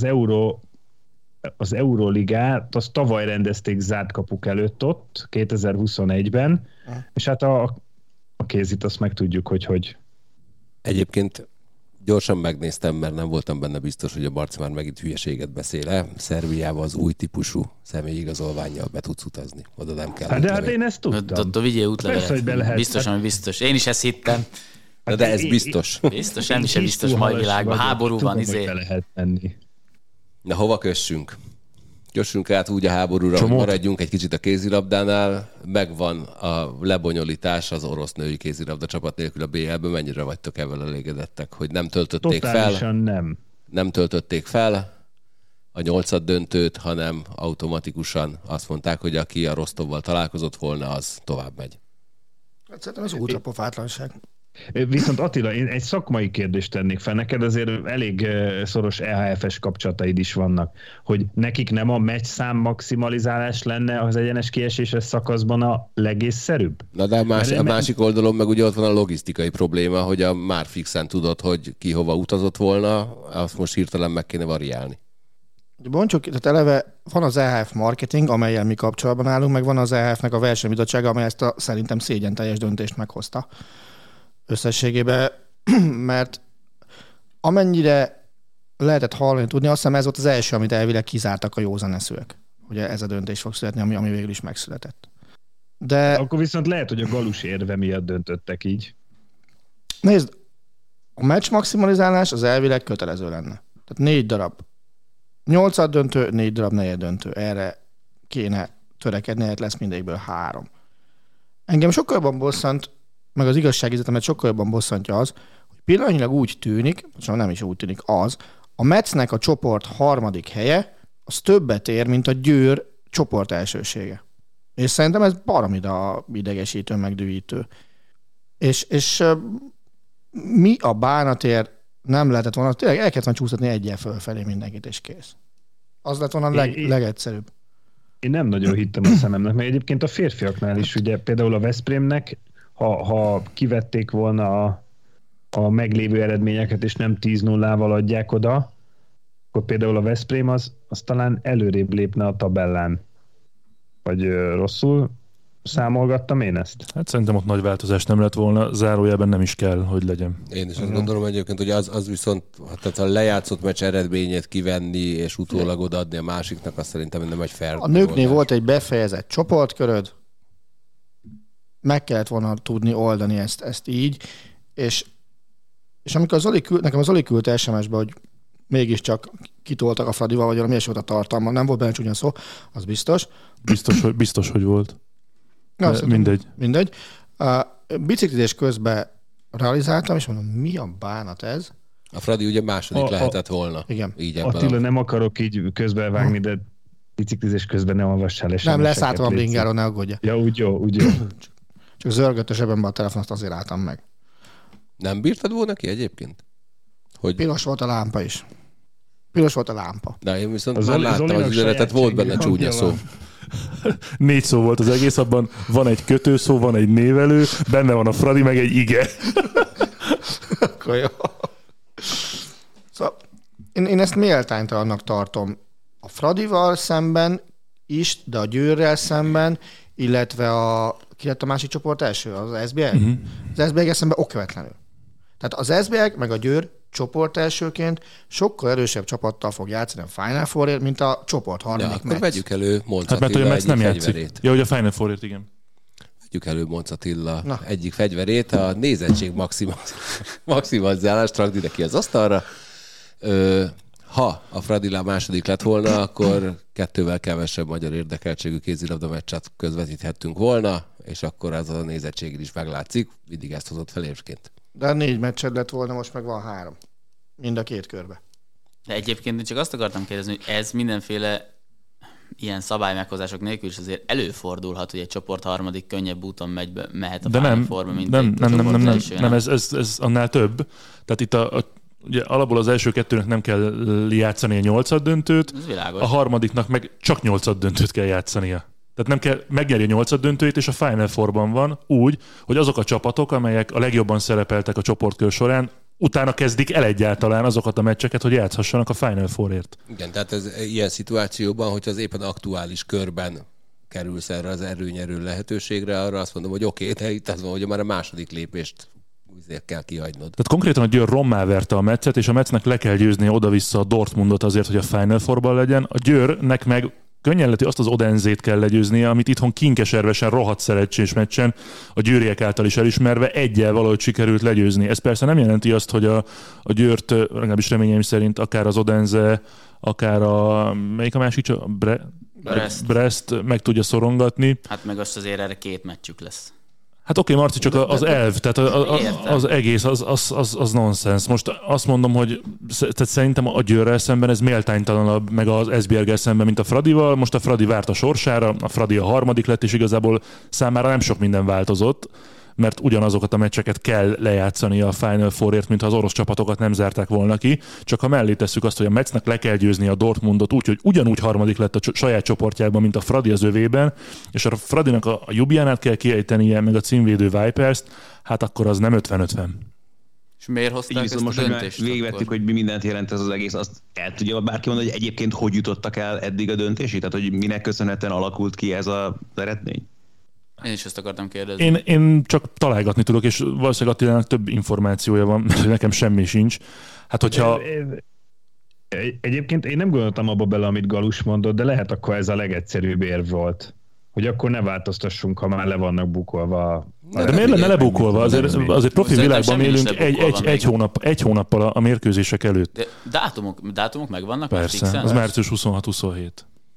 [SPEAKER 7] az Euroligát, azt tavaly rendezték zárt kapuk előtt ott, 2021-ben, és hát a kézit azt meg tudjuk, hogy...
[SPEAKER 3] Egyébként gyorsan megnéztem, mert nem voltam benne biztos, hogy a Barci már megint hülyeséget beszél-e. Szerbiába az új típusú személyigazolvánnyal be tudsz utazni. Oda nem kell.
[SPEAKER 7] De hát én ezt tudtam.
[SPEAKER 6] Ott vigyél útlevelet. Biztosan biztos. Én is ezt hittem.
[SPEAKER 3] De ez biztos.
[SPEAKER 6] Biztos, semmi sem biztos mai világban. Háború van,
[SPEAKER 7] lehet menni.
[SPEAKER 3] Na, hova kössünk? Kössünk át úgy a háborúra, hogy maradjunk egy kicsit a kézilabdánál. Megvan a lebonyolítás az orosz női kézilabda csapat nélkül a BL-ből. Mennyire vagytok ebben elégedettek, hogy nem töltötték
[SPEAKER 7] Totálisan
[SPEAKER 3] fel? Nem töltötték fel a 8. döntőt, hanem automatikusan azt mondták, hogy aki a Rostovval találkozott volna, az tovább megy.
[SPEAKER 4] Hát szerintem ez ultrapofátlanság.
[SPEAKER 7] Viszont Attila, én egy szakmai kérdést tennék fel. Neked azért elég szoros EHF-es kapcsolataid is vannak, hogy nekik nem a meccszám maximalizálás lenne az egyenes kieséses szakaszban a legészszerűbb?
[SPEAKER 3] Na de a másik oldalon meg ugye ott van a logisztikai probléma, hogy már fixen tudod, hogy ki hova utazott volna, azt most hirtelen meg kéne variálni.
[SPEAKER 4] Bontsuk, tehát eleve van az EHF marketing, amellyel mi kapcsolatban állunk, meg van az EHF-nek a versenybizottsága, amely ezt a szerintem szégyenteljes döntést meghozta összességében, mert amennyire lehetett hallani, tudni, azt hiszem ez volt az első, amit elvileg kizártak a józan eszűek. Ugye ez a döntés fog születni, ami végül is megszületett. De...
[SPEAKER 7] Akkor viszont lehet, hogy a galus érve miatt döntöttek így.
[SPEAKER 4] Nézd, a meccs maximalizálás az elvileg kötelező lenne. Tehát 4 darab 8. döntő, 4 darab 4. döntő. Erre kéne törekedni, hát lesz mindegyikből 3. Engem sokkal jobban bosszant, meg az igazságérzetemet sokkal jobban bosszantja az, hogy pillanatnyilag úgy tűnik, nem is úgy tűnik az, a Metsznek a csoport 3. helye, az többet ér, mint a Győr csoport elsősége. És szerintem ez baromira idegesítő, megdühítő. És mi a bánatért nem lehetett volna, tényleg el kellett volna csúsztatni egyen fölfelé mindenkit, és kész. Az lett volna a legegyszerűbb.
[SPEAKER 7] Én nem nagyon hittem a szememnek, mert egyébként a férfiaknál is, ugye például a Veszprémnek, ha kivették volna a meglévő eredményeket, és nem 10-0-val adják oda, akkor például a Veszprém az talán előrébb lépne a tabellán. Vagy rosszul számolgattam én ezt?
[SPEAKER 5] Hát szerintem ott nagy változás nem lett volna, zárójelben nem is kell, hogy legyen.
[SPEAKER 3] Én is azt gondolom egyébként, hogy az viszont, tehát a lejátszott meccs eredményét kivenni, és utólag odaadni a másiknak, azt szerintem nem egy fair.
[SPEAKER 4] A nőknél volt egy befejezett csoportköröd, meg kellett volna tudni oldani ezt így, és amikor nekem az Zoli küldte SMS-be, hogy mégiscsak kitoltak a Fradival, vagy valami ilyesmi volt a tartalma, nem volt benne csúnya szó, az biztos.
[SPEAKER 5] Biztos, hogy volt.
[SPEAKER 4] Na,
[SPEAKER 5] mindegy.
[SPEAKER 4] Biciklizés közben realizáltam, és mondom, mi a bánat ez?
[SPEAKER 3] A Fradi ugye második lehetett volna.
[SPEAKER 4] Igen.
[SPEAKER 3] Így
[SPEAKER 7] Attila, nem akarok így közbevágni, de biciklizés közben nem olvassál SMS-eket.
[SPEAKER 4] Nem, leszálltam a bringáról, ne aggódja.
[SPEAKER 7] Ja, úgy jó.
[SPEAKER 4] Csak zörgött a zsebembe a telefon, azt azért álltam meg.
[SPEAKER 3] Nem bírtad volna ki egyébként? Hogy...
[SPEAKER 4] Piros volt a lámpa is. Piros volt a lámpa.
[SPEAKER 3] De én viszont már láttam az üzenetet, volt benne csúnya szó.
[SPEAKER 5] 4 szó volt az egész, abban van egy kötőszó, van egy névelő, benne van a Fradi, meg egy ige.
[SPEAKER 4] Akkor jó. Szóval én ezt méltánytalannak tartom a Fradival szemben is, de a Győrrel szemben, illetve ki lett a másik csoport első? Az SBL? Uh-huh. Az SBL szemben okvetlenül. Tehát az SBL meg a Győr csoport elsőként sokkal erősebb csapattal fog játszani a Final Fourért, mint a csoport harmadik
[SPEAKER 3] Metz. Vegyük elő Monc
[SPEAKER 5] Attila
[SPEAKER 3] egyik
[SPEAKER 5] Metz nem
[SPEAKER 3] fegyverét.
[SPEAKER 5] Ja, hogy a Final Fourért, igen.
[SPEAKER 3] Vegyük elő Monc Attila egyik fegyverét, a nézettség maximalizálás, rakd ide ki az asztalra. Ha a Fradi második lett volna, akkor 2-vel kevesebb magyar érdekeltségű kézilabda meccset közvetíthettünk volna, és akkor ez a nézettség is meglátszik. Mindig ezt hozott fel érvként.
[SPEAKER 4] De 4 meccsed lett volna, most meg van 3. Mind a 2 körbe.
[SPEAKER 6] De egyébként csak azt akartam kérdezni, hogy ez mindenféle ilyen szabálymeghozások nélkül is azért előfordulhat, hogy egy csoport harmadik könnyebb úton mehet a Final Fourba, mint egy csoport első.
[SPEAKER 5] Nem, ez annál több. Tehát itt ugye alapból az első 2-nek nem kell játszani a 8. döntőt, a harmadiknak meg csak 8. döntőt kell játszania. Tehát nem kell megnyerni a 8. döntőjét, és a Final Fourban van úgy, hogy azok a csapatok, amelyek a legjobban szerepeltek a csoportkör során, utána kezdik el egyáltalán azokat a meccseket, hogy játszhassanak a Final Fourért.
[SPEAKER 3] Igen, tehát ez ilyen szituációban, hogyha az éppen aktuális körben kerülsz erre az erőnyerő lehetőségre, arra azt mondom, hogy oké, de itt az van, hogy már a második lépést kell kihagynod.
[SPEAKER 5] Tehát konkrétan a Győr rommá verte a Metzet, és a Metznek le kell győzni oda-vissza a Dortmundot azért, hogy a Final Fourban legyen. A Győrnek meg könnyenleti azt az Odenzét kell legyőznie, amit itthon Kinkeservesen rohadt szerencsés meccsen a győriek által is elismerve egyel valahogy sikerült legyőzni. Ez persze nem jelenti azt, hogy a Győrt, legalábbis reményeim szerint akár az Odense, akár melyik a másik? Brest meg tudja szorongatni.
[SPEAKER 6] Hát meg azt azért erre 2 meccsük lesz.
[SPEAKER 5] Hát oké, Marci, csak az elv, tehát az egész, az nonsens. Most azt mondom, hogy tehát szerintem a Győrrel szemben ez méltánytalanabb, meg az Esbjerggel szemben, mint a Fradival. Most a Fradi várt a sorsára, a Fradi a harmadik lett, és igazából számára nem sok minden változott, mert ugyanazokat a meccseket kell lejátszani a Final Fourért, mintha az orosz csapatokat nem zárták volna ki. Csak ha mellé tesszük azt, hogy a Metznek le kell győzni a Dortmundot úgy, hogy ugyanúgy harmadik lett a saját csoportjában, mint a Fradi az övében, és a Fradinak a Ljubljanát kell kiejtenie, meg a címvédő Vipers-t, hát akkor az nem 50-50.
[SPEAKER 6] És miért hozták ezt a döntést?
[SPEAKER 8] Végigvettük, hogy mi mindent jelent ez az egész. Azt el tudja bárki mondani, hogy egyébként hogy jutottak el eddig a döntésig? Tehát, hogy minek köszönhetően alakult ki ez az eredmény?
[SPEAKER 6] Én is ezt akartam kérdezni.
[SPEAKER 5] Én csak találgatni tudok, és valószínűleg Attilának több információja van, mert nekem semmi sincs. Hát hogyha...
[SPEAKER 7] Egyébként én nem gondoltam abba bele, amit Galus mondott, de lehet akkor ez a legegyszerűbb érv volt. Hogy akkor ne változtassunk, ha már le vannak bukolva.
[SPEAKER 5] De miért lenne lebukolva? Azért profi világban élünk egy hónappal a mérkőzések előtt.
[SPEAKER 6] De dátumok megvannak?
[SPEAKER 5] Persze, az március 26-27.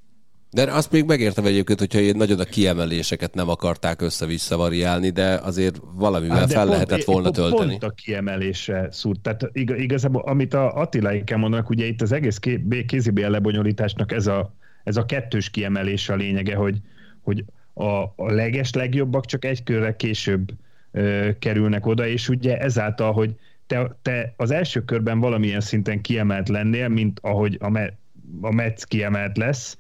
[SPEAKER 3] De azt még megértem egyébként, hogyha nagyon a kiemeléseket nem akarták össze-vissza variálni, de azért valamivel fel lehetett volna tölteni.
[SPEAKER 7] Pont a kiemelése szúrt. Tehát igazából, amit a Attiláikkel mondanak, ugye itt az egész kézibél lebonyolításnak ez a kettős kiemelés a lényege, hogy a legjobbak csak egy körre később kerülnek oda, és ugye ezáltal, hogy te az első körben valamilyen szinten kiemelt lennél, mint ahogy a Metz kiemelt lesz,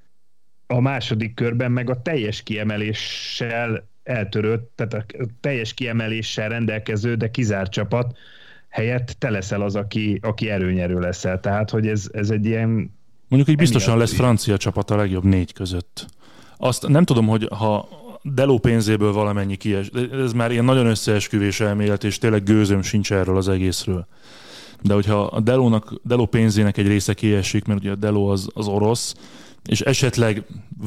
[SPEAKER 7] a második körben meg a teljes kiemeléssel eltörött, tehát a teljes kiemeléssel rendelkező, de kizárt csapat helyett te leszel az, aki erőnyerő leszel. Tehát, hogy ez egy ilyen...
[SPEAKER 5] Mondjuk így biztosan lesz francia csapat a legjobb 4 között. Azt nem tudom, hogy ha Deló pénzéből valamennyi kies, ez már ilyen nagyon összeesküvés elmélet, és tényleg gőzöm sincs erről az egészről. De hogyha a Deló pénzének egy része kiesik, mert ugye a Deló az orosz, és esetleg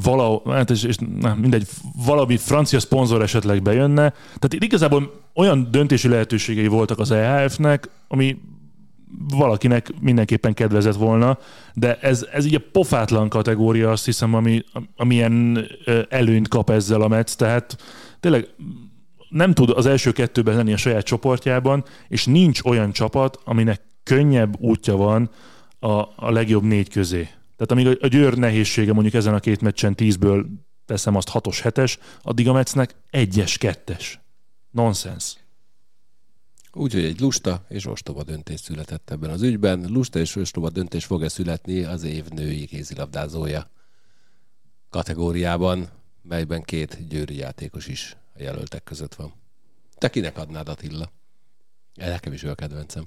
[SPEAKER 5] valami francia szponzor esetleg bejönne. Tehát igazából olyan döntési lehetőségei voltak az EHF-nek, ami valakinek mindenképpen kedvezett volna, de ez így a pofátlan kategória, azt hiszem, amilyen előnyt kap ezzel a Metz, tehát tényleg nem tud az első 2-ben lenni a saját csoportjában, és nincs olyan csapat, aminek könnyebb útja van a legjobb 4 közé. Tehát amíg a Győr nehézsége mondjuk ezen a 2 meccsen 10-ből teszem azt 6-os, 7-es, addig a Metznek 1-es, 2-es. Nonsens.
[SPEAKER 3] Úgyhogy egy lusta és ostoba döntés született ebben az ügyben. Lusta és ostoba döntés fog-e születni az év női kézilabdázója? kategóriában, melyben 2 győri játékos is a jelöltek között van. Te kinek adnád, Attila? Nekem is ő a kedvencem.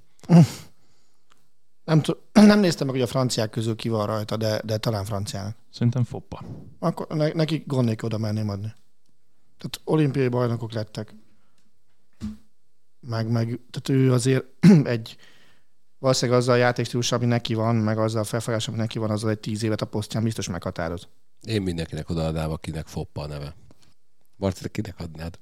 [SPEAKER 4] Nem néztem meg, hogy a franciák közül ki van rajta, de talán franciának.
[SPEAKER 5] Szerintem Foppa.
[SPEAKER 4] Akkor neki gond nélkül oda merném adni. Tehát olimpiai bajnokok lettek. Tehát ő azért valószínűleg azzal a játékstílussal, ami neki van, meg azzal a felfogás, ami neki van, azzal egy 10 évet a posztján biztos meghatároz.
[SPEAKER 3] Én mindenkinek odaadnám, akinek Foppa a neve. Marci, kinek adnád?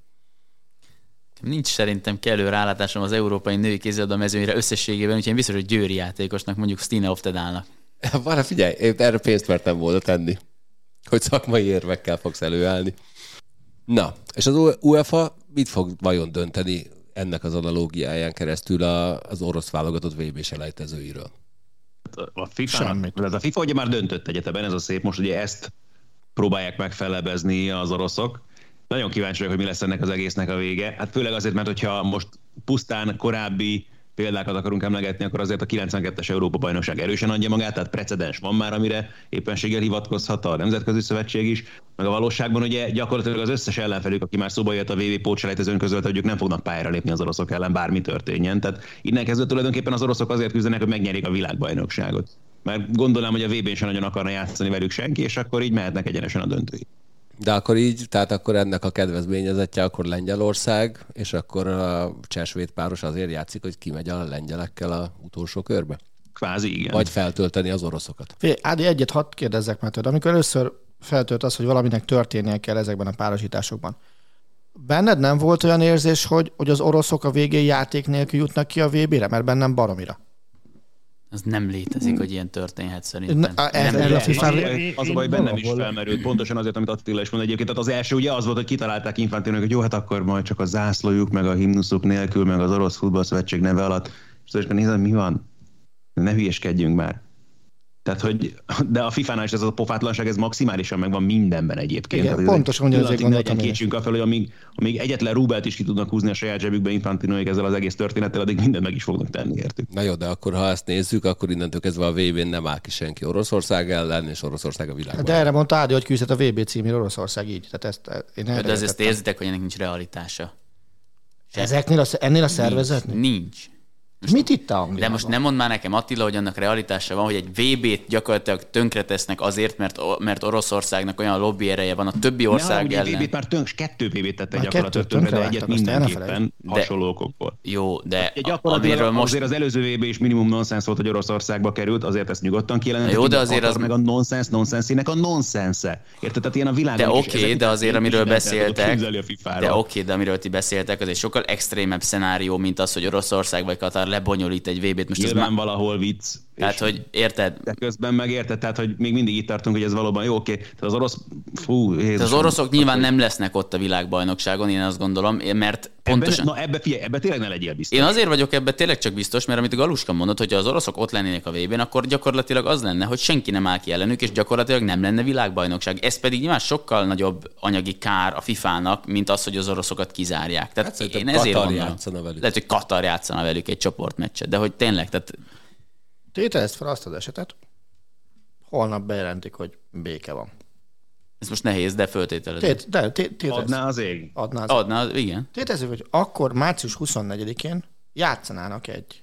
[SPEAKER 6] Nincs szerintem kellő rálátásom az európai női kézilabda mezőnyre összességében, úgyhogy én biztos, hogy győri játékosnak, mondjuk Stine Oftedalnak.
[SPEAKER 3] Várj, figyelj, én erre pénzt mertem volna tenni, hogy szakmai érvekkel fogsz előállni. Na, és az UEFA mit fog vajon dönteni ennek az analógiáján keresztül az orosz válogatott VB-selejtezőiről?
[SPEAKER 8] A FIFA ugye már döntött egyetemben, ez a szép, most ugye ezt próbálják megfelebezni az oroszok. Nagyon kíváncsi vagyok, hogy mi lesz ennek az egésznek a vége. Hát főleg azért, mert hogyha most pusztán korábbi példákat akarunk emlegetni, akkor azért a 92-es Európa-bajnokság erősen adja magát, tehát precedens van már, amire éppenséggel hivatkozhat a Nemzetközi Szövetség is. Meg a valóságban ugye gyakorlatilag az összes ellenfelük, aki már szóba jött a VB pótselejtezőn között, hogy ők nem fognak pályára lépni az oroszok ellen, bármi történjen. Tehát innen kezdve tulajdonképpen az oroszok azért küzdenek, hogy megnyerik a világbajnokságot. Mert gondolom, hogy a VB-n sem nagyon akarna játszani velük senki, és akkor így mehetnek egyenesen a döntőig.
[SPEAKER 3] De akkor így, tehát akkor ennek a kedvezményezettje akkor Lengyelország, és akkor a cseh-svéd páros azért játszik, hogy kimegy a lengyelekkel az utolsó körbe?
[SPEAKER 8] Kvázi igen.
[SPEAKER 3] Vagy feltölteni az oroszokat.
[SPEAKER 4] Ádi, egyet hadd kérdezzek meg tőled. Amikor először feltölt az, hogy valaminek történnie kell ezekben a párosításokban, benned nem volt olyan érzés, hogy az oroszok a végén játék nélkül jutnak ki a VB-re? Mert bennem baromira.
[SPEAKER 6] Az nem létezik, hogy ilyen történhet szerintem.
[SPEAKER 8] Az a baj, bennem is felmerült, pontosan azért, amit Attila is mond egyébként. Tehát az első ugye az volt, hogy kitalálták Infantinonak, hogy jó, hát akkor majd csak a zászlójuk, meg a himnuszuk nélkül, meg az Orosz Futballszövetség neve alatt. És nézem, mi van? Ne hülyeskedjünk már. Tehát, hogy, de a FIFA-nál is ez a pofátlanság, ez maximálisan megvan mindenben egyébként.
[SPEAKER 4] Igen, pontosan, hogy azért gondoltam én.
[SPEAKER 8] Kétsünk a fel, hogy amíg egyetlen rubelt is ki tudnak húzni a saját zsebükbe Infantinoék ezzel az egész történettel, addig mindent meg is fognak tenni értük.
[SPEAKER 3] Na jó, de akkor ha ezt nézzük, akkor innentől kezdve a VB-n nem áll ki senki Oroszország ellen, és Oroszország a világban.
[SPEAKER 4] De erre mondta Ádi, hogy küzdhet a VB címért Oroszország így. Tehát ezt én
[SPEAKER 6] de azért érzitek, hogy ennek nincs realitása.
[SPEAKER 4] Ennél a szervezetnél?
[SPEAKER 6] Nincs.
[SPEAKER 4] Mit itt a
[SPEAKER 6] De most nem mondd már nekem, Attila, hogy annak realitása van, hogy egy VB-t gyakorlatilag tönkretesznek azért, mert Oroszországnak olyan lobby ereje van a többi ország ellen.
[SPEAKER 8] VB-t már 2 VB-t tette gyakorlatilag tönkre, de egyet mindenképpen hasonló okokból.
[SPEAKER 6] Jó, de
[SPEAKER 8] amiről most... Azért az előző VB is minimum nonsens volt, hogy Oroszországba került, azért ezt nyugodtan kijelenteni. Jó, de azért az meg a nonsense-nek a nonsense. Érted? Tehát ilyen a világon.
[SPEAKER 6] De oké, de azért amiről beszéltek, de amiről ti beszéltek, az egy sokkal extrémebb szenárió, mint az, hogy Oroszország vagy Katar lebonyolít egy VB-t. Most
[SPEAKER 8] nyilván valahol vicc.
[SPEAKER 6] Tehát, hogy érted?
[SPEAKER 8] De közben meg érted, tehát, hogy még mindig itt tartunk, hogy ez valóban jó, oké. Tehát az orosz...
[SPEAKER 6] Az oroszok nyilván nem lesznek ott a világbajnokságon, én azt gondolom, mert pontosan...
[SPEAKER 8] Ebbe tényleg ne legyél biztos.
[SPEAKER 6] Én azért vagyok ebbe tényleg csak biztos, mert amit Galuska mondott, hogyha az oroszok ott lennének a VB-n, akkor gyakorlatilag az lenne, hogy senki nem áll ki ellenük, és gyakorlatilag nem lenne világbajnokság. Ez pedig nyilván sokkal nagyobb anyagi kár a FIFA-nak, mint az, hogy az oroszokat kizárják. Tehát
[SPEAKER 3] hát
[SPEAKER 6] én ezért gondolom. Lehet, hogy Katar játszana velük egy csoportmeccset, de hogy tényleg, tehát
[SPEAKER 4] tételezd fel azt az esetet, holnap bejelentik, hogy béke van.
[SPEAKER 6] Ez most nehéz, de föltételezed.
[SPEAKER 8] Adná az ég.
[SPEAKER 6] Adná, igen.
[SPEAKER 4] Tételezzük, hogy akkor március 24-én játszanának egy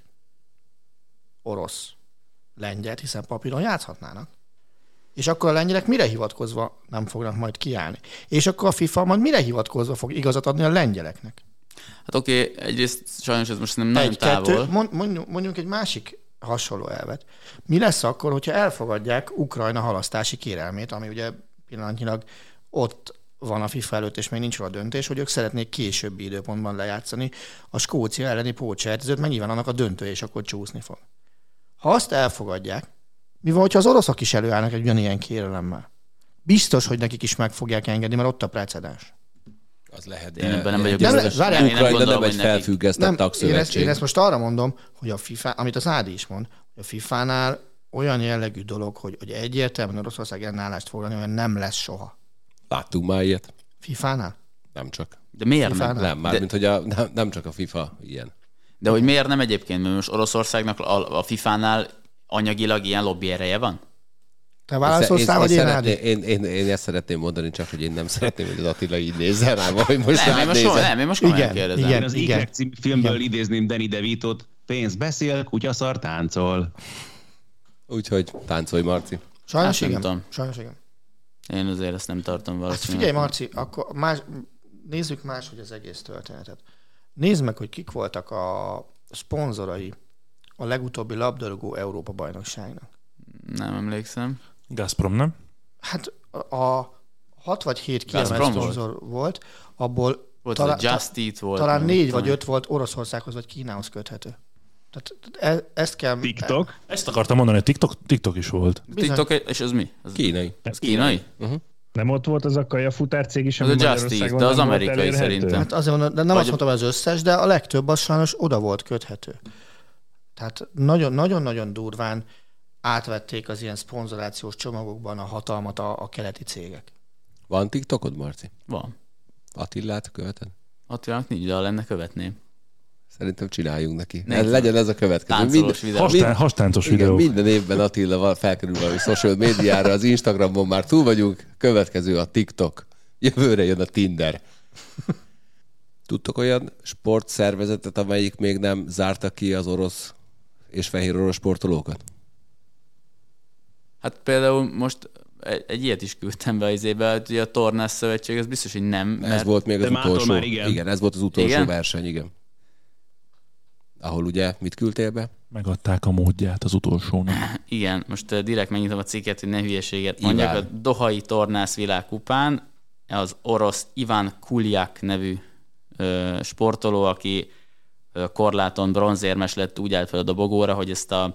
[SPEAKER 4] orosz lengyelt, hiszen papíron játszhatnának. És akkor a lengyelek mire hivatkozva nem fognak majd kiállni? És akkor a FIFA majd mire hivatkozva fog igazat adni a lengyeleknek?
[SPEAKER 6] Hát oké, egyrészt sajnos ez most nem nagyon távol.
[SPEAKER 4] Mondjunk egy másik hasonló elvet. Mi lesz akkor, hogyha elfogadják Ukrajna halasztási kérelmét, ami ugye pillanatnyilag ott van a FIFA előtt, és még nincs róla döntés, hogy ők szeretnék későbbi időpontban lejátszani a Skócia elleni pótselejtezőt, mert nyilván annak a döntője és akkor csúszni fog. Ha azt elfogadják, mi van, hogyha az oroszok is előállnak egy ugyanilyen kérelemmel? Biztos, hogy nekik is meg fogják engedni, mert ott a precedens.
[SPEAKER 3] Az lehet.
[SPEAKER 6] Én ebben nem vagyok biztos.
[SPEAKER 3] Ukrajna nem egy felfüggesztett tagszövetség.
[SPEAKER 4] Én ezt most arra mondom, hogy a FIFA, amit az Ádi is mond, hogy a FIFA-nál olyan jellegű dolog, hogy egyértelműen Oroszország ellenállást foglalni, hogy nem lesz soha.
[SPEAKER 3] Láttunk már ilyet.
[SPEAKER 4] FIFA-nál?
[SPEAKER 3] Nem csak.
[SPEAKER 6] De miért
[SPEAKER 3] FIFA-nál? Nem, mármint, hogy nem csak a FIFA ilyen.
[SPEAKER 6] De hogy miért nem egyébként, mert most Oroszországnak a FIFA-nál anyagilag ilyen lobby ereje van?
[SPEAKER 4] Te válaszolsz vagy én Ádi?
[SPEAKER 3] Én ezt szeretném mondani, csak hogy én nem szeretném, hogy az Attila így nézzen rám, hogy most
[SPEAKER 6] én most komolyan kérdezem.
[SPEAKER 8] Én az Ikrek című filmből idézném Danny DeVitot, pénz beszél, kutyaszar táncol.
[SPEAKER 3] Úgyhogy táncolj, Marci.
[SPEAKER 4] Sajnos igen.
[SPEAKER 6] Én azért ezt nem tartom valószínűleg.
[SPEAKER 4] Figyelj, Marci, akkor nézzük máshogy az egész történetet. Nézd meg, hogy kik voltak a szponzorai a legutóbbi labdarúgó Európa-bajnokságnak.
[SPEAKER 6] Nem emlékszem.
[SPEAKER 5] Gazprom, nem?
[SPEAKER 4] Hát a 6 vagy 7 kiemelt szponzor volt, abból
[SPEAKER 6] volt Just Eat volt.
[SPEAKER 4] Talán 4 vagy 5 volt Oroszországhoz vagy Kínához köthető. Tehát ezt kell...
[SPEAKER 7] TikTok?
[SPEAKER 5] Ezt akartam mondani, TikTok is volt.
[SPEAKER 6] TikTok, és ez mi?
[SPEAKER 3] Kínai.
[SPEAKER 6] Ez kínai?
[SPEAKER 7] Nem ott volt az a kajafutárcég is,
[SPEAKER 6] ami Magyarországon de az amerikai szerintem.
[SPEAKER 4] Hát azért mondom, de nem azt mondtam, az összes, de a legtöbb az sajnos oda volt köthető. Tehát nagyon-nagyon durván átvették az ilyen szponzorációs csomagokban a hatalmat a keleti cégek.
[SPEAKER 3] Van TikTokod, Marci?
[SPEAKER 6] Van.
[SPEAKER 3] Attilát követed?
[SPEAKER 6] Attilának nincs, de ha lenne, követném.
[SPEAKER 3] Szerintem csináljunk neki. Legyen ez a következő.
[SPEAKER 6] Táncolós videó.
[SPEAKER 5] Hastáncos videó.
[SPEAKER 3] Minden évben Attila felkerül valami social médiára, az Instagramon már túl vagyunk, következő a TikTok. Jövőre jön a Tinder. Tudtok olyan sportszervezetet, amelyik még nem zárta ki az orosz és fehér orosz sportolókat?
[SPEAKER 6] Hát például most egy ilyet is küldtem be az évbe, hogy a Tornász Szövetség, ez biztos, hogy nem.
[SPEAKER 3] Mert... Ez volt még az utolsó.
[SPEAKER 8] Már igen,
[SPEAKER 3] ez volt az utolsó verseny, igen. Ahol ugye mit küldtél be?
[SPEAKER 5] Megadták a módját az utolsónak.
[SPEAKER 6] Igen, most direkt megnyitom a cikket, hogy ne hülyeséget mondjak. A Dohai Tornász világkupán az orosz Ivan Kuliak nevű sportoló, aki korláton bronzérmes lett, úgy állt fel a dobogóra, hogy ezt a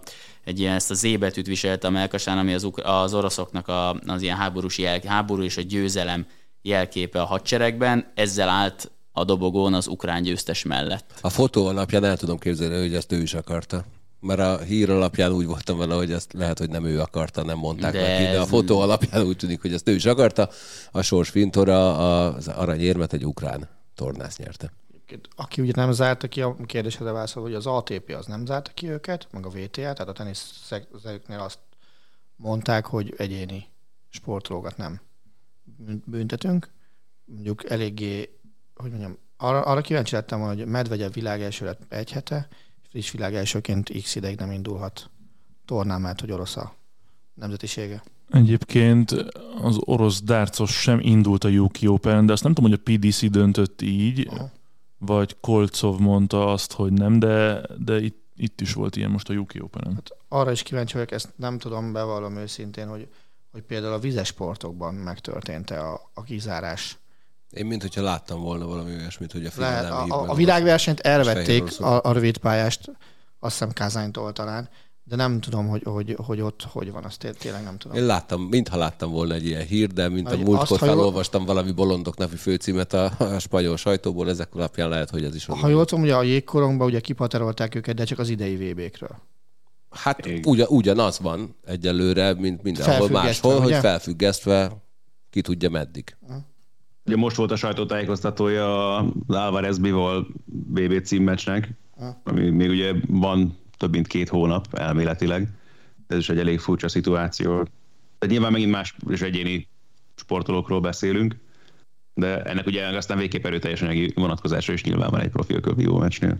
[SPEAKER 6] Z betűt viselte a melkasán, ami az oroszoknak az ilyen háború és a győzelem jelképe a hadseregben. Ezzel állt a dobogón az ukrán győztes mellett.
[SPEAKER 3] A fotó alapján el tudom képzelni, hogy ezt ő is akarta. Mert a hír alapján úgy voltam vele, hogy ezt lehet, hogy nem ő akarta, nem mondták neki, de a fotó alapján úgy tűnik, hogy ezt ő is akarta. A sors fintora az aranyérmet egy ukrán tornász nyerte.
[SPEAKER 4] Aki ugye nem zárta ki, a kérdésedre válaszol, hogy az ATP az nem zárta ki őket, meg a WTA, tehát a teniszeknél azt mondták, hogy egyéni sportolókat nem büntetünk. Mondjuk eléggé, hogy mondjam, arra kíváncsi lettem, hogy Medvegyev világelső lett egy hete, friss világelsőként x ideig nem indulhat tornán, mert hogy orosz a nemzetisége.
[SPEAKER 5] Egyébként az orosz dárcos sem indult a UK Open, de azt nem tudom, hogy a PDC döntött így, vagy Kolcov mondta azt, hogy nem, de itt is volt ilyen most a UK Open-en.
[SPEAKER 4] Hát arra is kíváncsi vagyok, ezt nem tudom, bevallom őszintén, hogy például a vizes sportokban megtörtént-e a kizárás.
[SPEAKER 3] Én mintha láttam volna valami olyasmit, hogy
[SPEAKER 4] a világversenyt elvették, a rövidpályást, azt hiszem Kazánytól talán, de nem tudom, hogy ott hogy van, azt tényleg nem tudom.
[SPEAKER 3] Én mintha láttam volna egy ilyen hír, de mint a múltkor felolvastam valami Bolondok napi főcímet a spanyol sajtóból, ezek alapján lehet, hogy ez is
[SPEAKER 4] van. Ha jól tudom, ugye a jégkorongban ugye kipaterolták őket, de csak az idei VB-kről.
[SPEAKER 3] Hát ugyanaz van egyelőre, mint mindenhol máshol, hogy felfüggesztve ki tudja meddig.
[SPEAKER 8] Ugye most volt a sajtótájékoztatója az Álvarez Bivol BB címmeccsnek, ami még ugye van több mint 2 hónap elméletileg. Ez is egy elég furcsa szituáció. Tehát nyilván megint más és egyéni sportolókról beszélünk, de ennek ugye aztán végképp erőteljesen vonatkozása is nyilván van egy profilkövívó meccsnél.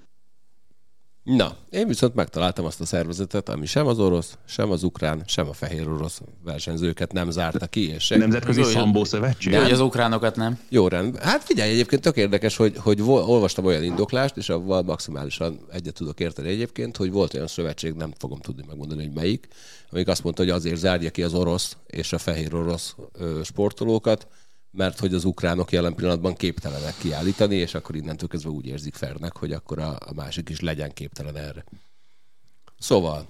[SPEAKER 3] Na, én viszont megtaláltam azt a szervezetet, ami sem az orosz, sem az ukrán, sem a fehér orosz versenyzőket nem zárta ki. És
[SPEAKER 8] Nemzetközi Szambó Szövetség?
[SPEAKER 6] Hogy az ukránokat nem.
[SPEAKER 3] Jó, rendben. Hát figyelj, egyébként tök érdekes, hogy olvastam olyan indoklást, és avval maximálisan egyet tudok érteni egyébként, hogy volt olyan szövetség, nem fogom tudni megmondani, hogy melyik, amik azt mondta, hogy azért zárja ki az orosz és a fehér orosz sportolókat, mert hogy az ukránok jelen pillanatban képtelenek kiállítani, és akkor innentől kezdve úgy érzik fairnek, hogy akkor a másik is legyen képtelen erre. Szóval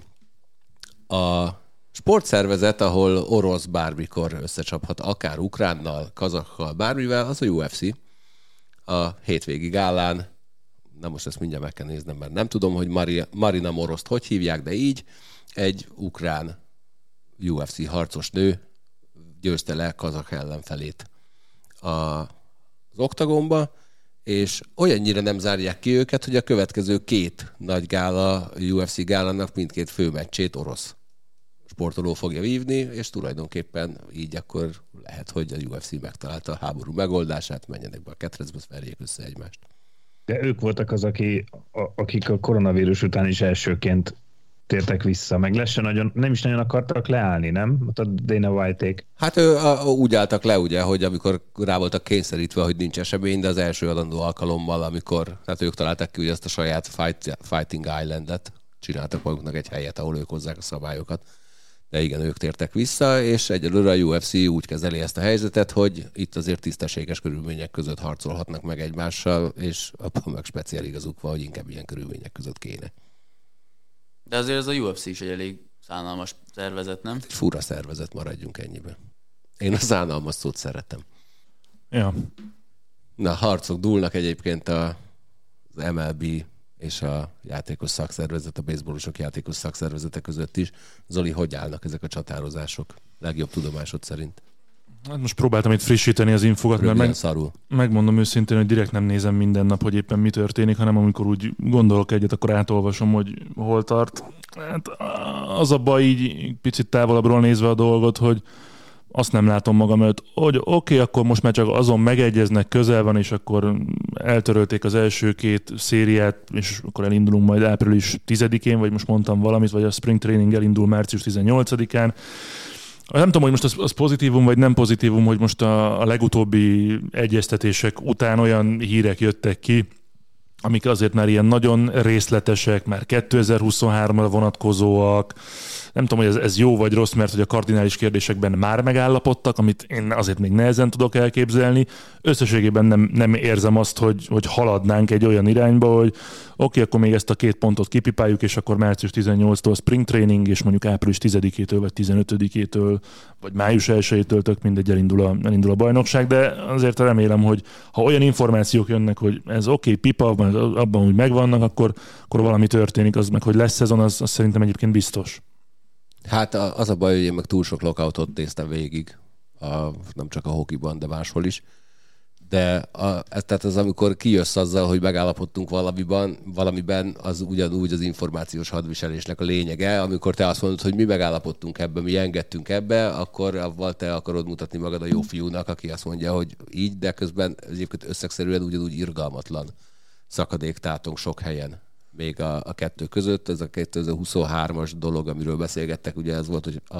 [SPEAKER 3] a sportszervezet, ahol orosz bármikor összecsaphat akár ukránnal, kazakkal, bármivel, az a UFC. A hétvégi gálán, na most ezt mindjárt meg kell néznem, mert nem tudom, hogy Marina Moroszt hogy hívják, de így egy ukrán UFC harcos nő győzte le kazak ellenfelét az oktagonba, és olyannyira nem zárják ki őket, hogy a következő 2 nagy gála, UFC gálának mindkét főmeccsét orosz sportoló fogja vívni, és tulajdonképpen így akkor lehet, hogy a UFC megtalálta a háború megoldását, menjenek be a ketrecbe, verjék össze egymást.
[SPEAKER 7] De ők voltak az, akik a koronavírus után is elsőként tértek vissza, meg nem is nagyon akartak leállni, nem? A Dana White-ék.
[SPEAKER 3] Hát úgy álltak le, ugye, hogy amikor rá voltak kényszerítve, hogy nincs esemény, de az első adandó alkalommal, amikor, hát ők találták ki ugye ezt a saját Fighting Islandet, csináltak maguknak egy helyet, ahol ők hozzák a szabályokat. De igen, ők tértek vissza, és egyelőre a UFC úgy kezeli ezt a helyzetet, hogy itt azért tisztességes körülmények között harcolhatnak meg egymással, és abban meg speciál igazuk van, hogy inkább ilyen körülmények között kéne.
[SPEAKER 6] De azért ez a UFC is egy elég szánalmas szervezet, nem?
[SPEAKER 3] Egy fura szervezet, maradjunk ennyiben. Én a szánalmas szót szeretem.
[SPEAKER 5] Ja.
[SPEAKER 3] Na, harcok dúlnak egyébként az MLB és a játékos szakszervezet, a baseballosok játékos szakszervezete között is. Zoli, hogy állnak ezek a csatározások? Legjobb tudomásod szerint.
[SPEAKER 5] Hát most próbáltam itt frissíteni az infokat, mert megmondom őszintén, hogy direkt nem nézem minden nap, hogy éppen mi történik, hanem amikor úgy gondolok egyet, akkor átolvasom, hogy hol tart. Hát az a baj így picit távolabbról nézve a dolgot, hogy azt nem látom magam előtt, hogy oké, akkor most már csak azon megegyeznek, közel van, és akkor eltörölték az első 2 szériát, és akkor elindulunk majd április 10-én, vagy most mondtam valamit, vagy a Spring Training elindul március 18-án. Nem tudom, hogy most az pozitívum, vagy nem pozitívum, hogy most a legutóbbi egyeztetések után olyan hírek jöttek ki, amik azért már ilyen nagyon részletesek, már 2023-ra vonatkozóak. Nem tudom, hogy ez jó vagy rossz, mert hogy a kardinális kérdésekben már megállapodtak, amit én azért még nehezen tudok elképzelni. Összességében nem érzem azt, hogy haladnánk egy olyan irányba, hogy oké, akkor még ezt a 2 pontot kipipáljuk, és akkor március 18-tól spring training, és mondjuk április 10-től, vagy 15-től, vagy május 1-től, tök mindegy, elindul a bajnokság, de azért remélem, hogy ha olyan információk jönnek, hogy ez oké, pipa, abban úgy megvannak, akkor valami történik, az meg, hogy lesz szezon, az szerintem egyébként biztos.
[SPEAKER 3] Hát az a baj, hogy én meg túl sok lockoutot néztem végig, nem csak a hokiban, de máshol is. De tehát az, amikor kijössz azzal, hogy megállapodtunk valamiben, az ugyanúgy az információs hadviselésnek a lényege. Amikor te azt mondod, hogy mi megállapodtunk ebbe, mi engedtünk ebbe, akkor avval te akarod mutatni magad a jó fiúnak, aki azt mondja, hogy így, de közben egyébként összegszerűen ugyanúgy irgalmatlan szakadék tátong sok helyen. Még a kettő között, ez a 2023-as dolog, amiről beszélgettek, ugye ez volt, hogy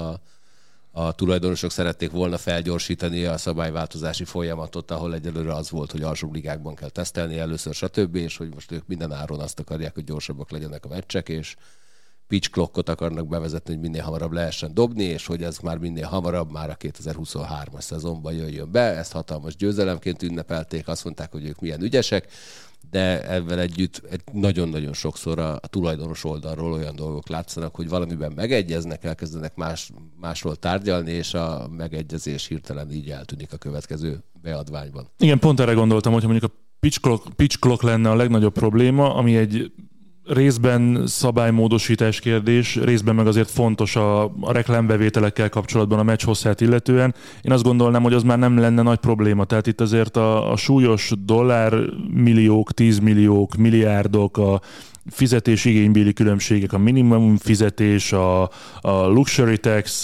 [SPEAKER 3] a tulajdonosok szerették volna felgyorsítani a szabályváltozási folyamatot, ahol egyelőre az volt, hogy alsóbb ligákban kell tesztelni először, stb., és hogy most ők minden áron azt akarják, hogy gyorsabbak legyenek a meccsek, és pitch clockot akarnak bevezetni, hogy minél hamarabb lehessen dobni, és hogy ez már minél hamarabb, már a 2023-as szezonban jöjjön be. Ezt hatalmas győzelemként ünnepelték, azt mondták, hogy ők milyen ügyesek, de ezzel együtt nagyon-nagyon sokszor a tulajdonos oldalról olyan dolgok látszanak, hogy valamiben megegyeznek, elkezdenek másról tárgyalni, és a megegyezés hirtelen így eltűnik a következő beadványban.
[SPEAKER 5] Igen, pont erre gondoltam, hogyha mondjuk a pitch clock lenne a legnagyobb probléma, ami egy részben szabálymódosítás kérdés, részben meg azért fontos a reklámbevételekkel kapcsolatban a meccs hosszát illetően. Én azt gondolnám, hogy az már nem lenne nagy probléma. Tehát itt azért a súlyos dollármilliók, 10 milliók, milliárdok, a fizetés-igénybéli különbségek, a minimum fizetés, a luxury tax,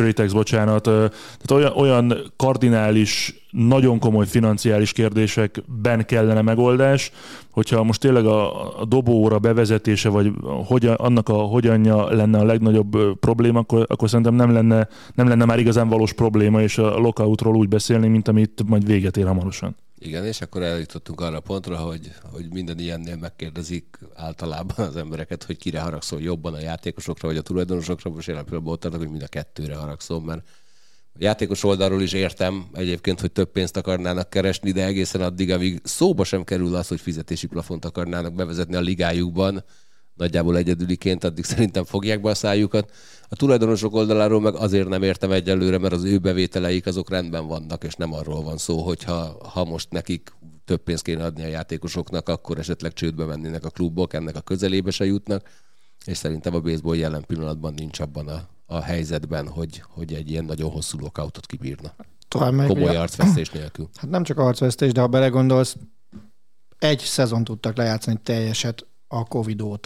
[SPEAKER 5] tehát olyan kardinális, nagyon komoly financiális kérdésekben kellene megoldás, hogyha most tényleg a dobóóra bevezetése, vagy annak a hogyanja lenne a legnagyobb probléma, akkor szerintem nem lenne már igazán valós probléma, és a lockoutról úgy beszélni, mint amit majd véget ér hamarosan.
[SPEAKER 3] Igen, és akkor eljutottunk arra a pontra, hogy minden ilyennél megkérdezik általában az embereket, hogy kire haragszol jobban, a játékosokra vagy a tulajdonosokra. Most jelen pillanatban ott tartok, hogy mind a kettőre haragszom, mert a játékos oldalról is értem egyébként, hogy több pénzt akarnának keresni, de egészen addig, amíg szóba sem kerül az, hogy fizetési plafont akarnának bevezetni a ligájukban, nagyjából egyedüliként, addig szerintem fogják be a szájukat. A tulajdonosok oldaláról meg azért nem értem egyelőre, mert az ő bevételeik azok rendben vannak, és nem arról van szó, hogy ha most nekik több pénzt kéne adni a játékosoknak, akkor esetleg csődbe mennének a klubok, ennek a közelébe se jutnak, és szerintem a baseball jelen pillanatban nincs abban a helyzetben, hogy egy ilyen nagyon hosszú lockoutot kibírna. Komoly arcvesztés nélkül.
[SPEAKER 4] Hát nem csak arcvesztés, de ha belegondolsz, egy szezon tudtak lejátszani teljeset a Covid óta.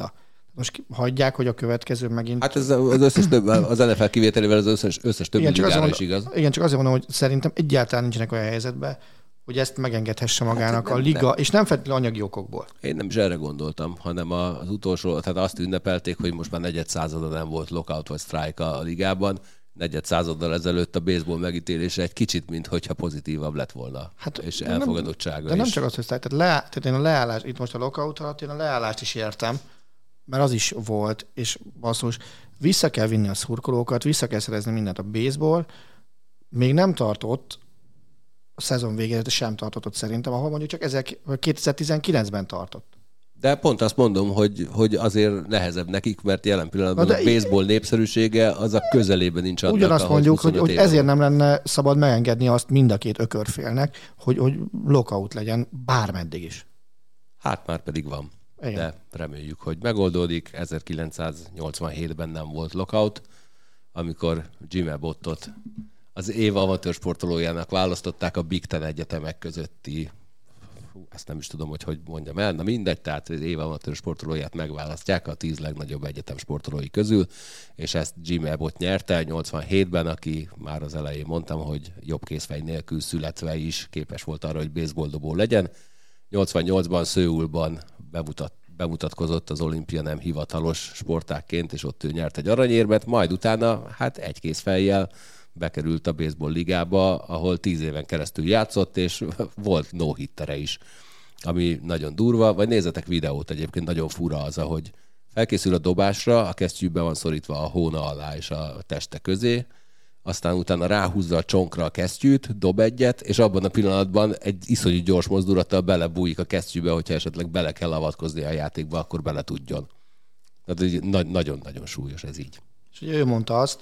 [SPEAKER 4] Most hagyják, hogy a következő megint...
[SPEAKER 3] Hát ez az összes több, az NFL kivételével az összes többi ligára is igaz.
[SPEAKER 4] Igen, csak azért mondom, hogy szerintem egyáltalán nincsenek olyan helyzetben, hogy ezt megengedhesse magának a liga, és nem feltétlenül anyagi okokból.
[SPEAKER 3] Én nem is erre gondoltam, hanem az utolsó, tehát azt ünnepelték, hogy most már negyed százada nem volt lockout vagy strike a ligában. Negyed századdal ezelőtt a baseball megítélése egy kicsit, minthogyha pozitívabb lett volna, és elfogadottsága
[SPEAKER 4] is. De nem csak az, hogy tehát én a leállás, itt most a lockout alatt én a leállást is értem, mert az is volt, és basszus, vissza kell vinni a szurkolókat, vissza kell szerezni mindent. A baseball még nem tartott, a szezon végére sem tartott szerintem, ahol mondjuk csak 2019-ben tartott.
[SPEAKER 3] De pont azt mondom, hogy azért nehezebb nekik, mert jelen pillanatban a baseball népszerűsége az a közelében nincs annak.
[SPEAKER 4] Ugyanazt mondjuk, hogy ezért nem lenne szabad megengedni azt mind a két ökörfélnek, hogy lockout legyen bármeddig is.
[SPEAKER 3] Hát már pedig van. Igen. De reméljük, hogy megoldódik. 1987-ben nem volt lockout, amikor Jimmy Abbottot az év amatőr sportolójának választották a Big Ten egyetemek közötti, ezt nem is tudom, hogy mondjam el, na mindegy, tehát az év amatőr sportolóját megválasztják a 10 legnagyobb egyetem sportolói közül, és ezt Jimmy Abbott nyerte 87-ben, aki már az elején mondtam, hogy jobb kézfej nélkül születve is képes volt arra, hogy baseballdobó legyen. 88-ban Szöulban bemutatkozott az olimpia nem hivatalos sportágként, és ott ő nyert egy aranyérmet, majd utána hát egy kézfejjel bekerült a baseball ligába, ahol 10 éven keresztül játszott, és volt no-hittere is, ami nagyon durva. Vagy nézzetek videót, egyébként nagyon fura az, ahogy felkészül a dobásra, a kesztyűbe van szorítva a hóna alá és a teste közé, aztán utána ráhúzza a csonkra a kesztyűt, dob egyet, és abban a pillanatban egy iszonyú gyors mozdulattal belebújik a kesztyűbe, hogyha esetleg bele kell avatkozni a játékba, akkor bele tudjon. Tehát nagyon-nagyon súlyos ez így.
[SPEAKER 4] És ugye ő mondta azt,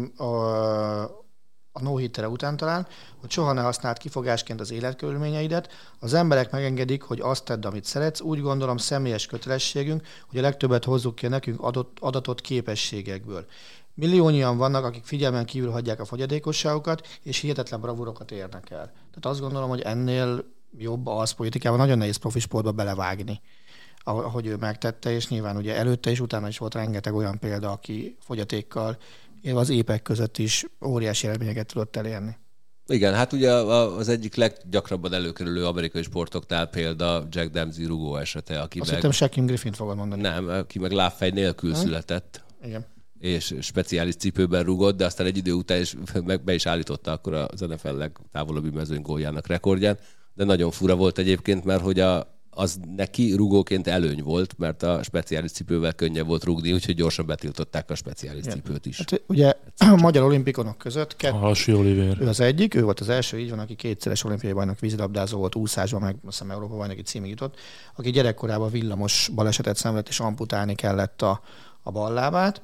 [SPEAKER 4] a no-hittere után talán, hogy soha ne használd kifogásként az életkörülményeidet, az emberek megengedik, hogy azt tedd, amit szeretsz, úgy gondolom személyes kötelességünk, hogy a legtöbbet hozzuk ki nekünk adatott képességekből. Milliónyian vannak, akik figyelmen kívül hagyják a fogyatékosságokat, és hihetetlen bravúrokat érnek el. Tehát azt gondolom, hogy ennél jobb az politikában nagyon nehéz profi sportba belevágni, ahogy ő megtette, és nyilván ugye előtte és utána is volt rengeteg olyan példa, aki fogyatékkal, az épek között is óriási eredményeket tudott elérni.
[SPEAKER 3] Igen, hát ugye az egyik leggyakrabban előkerülő amerikai sportoknál példa Jack Dempsey rugó esete, aki
[SPEAKER 4] azt hittem Shaquem Griffint fogod mondani.
[SPEAKER 3] Nem, aki meg lábfej nélkül született.
[SPEAKER 4] Igen.
[SPEAKER 3] És speciális cipőben rugott, de aztán egy idő után is be is állította akkor az NFL legtávolabbi mezőnygóljának rekordján. De nagyon fura volt egyébként, mert hogy az neki rugóként előny volt, mert a speciális cipővel könnyebb volt rugni, úgyhogy gyorsan betiltották a speciális cipőt is.
[SPEAKER 4] Hát, ugye a magyar olimpikonok között
[SPEAKER 5] Halasi Olivér.
[SPEAKER 4] Ő az egyik, ő volt az első, így van, aki kétszeres olimpiai bajnok, vízilabdázó volt, úszásban, meg azt hiszem Európa bajnoki címig jutott, aki gyerekkorában villamos balesetet szenvedett, és amputálni kellett a bal lábát,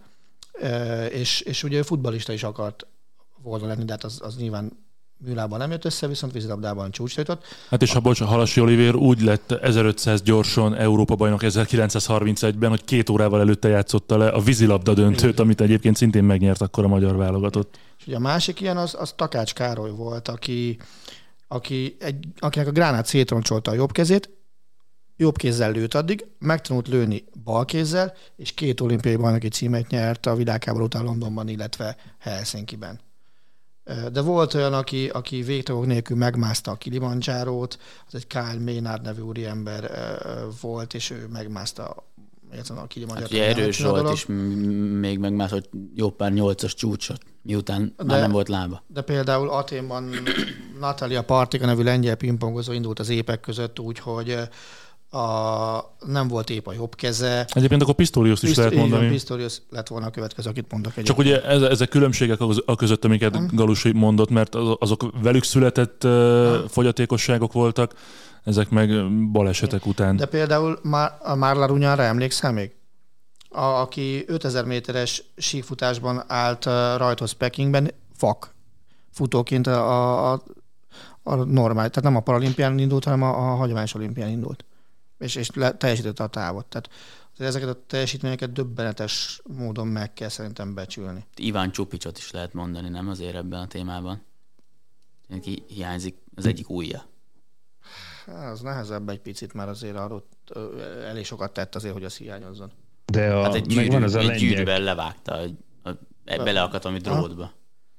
[SPEAKER 4] és ugye ő futballista is akart volna lenni, de hát az nyilván műlában nem jött össze, viszont vízilabdában csúcsra jutott.
[SPEAKER 5] Hát és a Halasi Olivér úgy lett 1500 gyorsan Európa-bajnok 1931-ben, hogy 2 órával előtte játszotta le a vízilabda döntőt, amit egyébként szintén megnyert akkor a magyar válogatott.
[SPEAKER 4] És ugye a másik ilyen az Takács Károly volt, akinek a gránát szétroncsolta a jobb kezét, jobb kézzel lőtt addig, megtanult lőni bal kézzel, és 2 olimpiai bajnoki címet nyert a világháború után Londonban, illetve Helsinkiben. De volt olyan, aki végtagok nélkül megmászta a Kilimanjárót, az egy Kyle Maynard nevű úriember volt, és ő megmászta a Kilimanjárót.
[SPEAKER 6] Hát erős volt, és még megmászott jó pár 8-as csúcsot, miután már nem volt lába.
[SPEAKER 4] De például Athénban Natalia Partika nevű lengyel pingpongozó indult az épek között úgy, hogy nem volt épp a jobb keze.
[SPEAKER 5] Egyébként akkor Pistorius is lehet mondani.
[SPEAKER 4] Pistorius lett volna a következő, akit mondok egyébként.
[SPEAKER 5] Csak ugye ezek különbségek a között, amiket Galusi mondott, mert azok velük született fogyatékosságok voltak, ezek meg balesetek után.
[SPEAKER 4] De például a Marla Runyára emlékszel még? Aki 5000 méteres síkfutásban állt rajthoz Pekingben, futóként a normál, tehát nem a paralimpián indult, hanem a hagyományos olimpián indult. És teljesítette a távot. Tehát ezeket a teljesítményeket döbbenetes módon meg kell szerintem becsülni.
[SPEAKER 6] Iván Csupicsot is lehet mondani, nem azért ebben a témában? Neki hiányzik az egyik ujja.
[SPEAKER 4] Az nehezebb egy picit, mert azért arról elég sokat tett azért, hogy az hiányozzon.
[SPEAKER 7] De
[SPEAKER 6] hát egy gyűrűvel levágta, beleakadt valami drótba.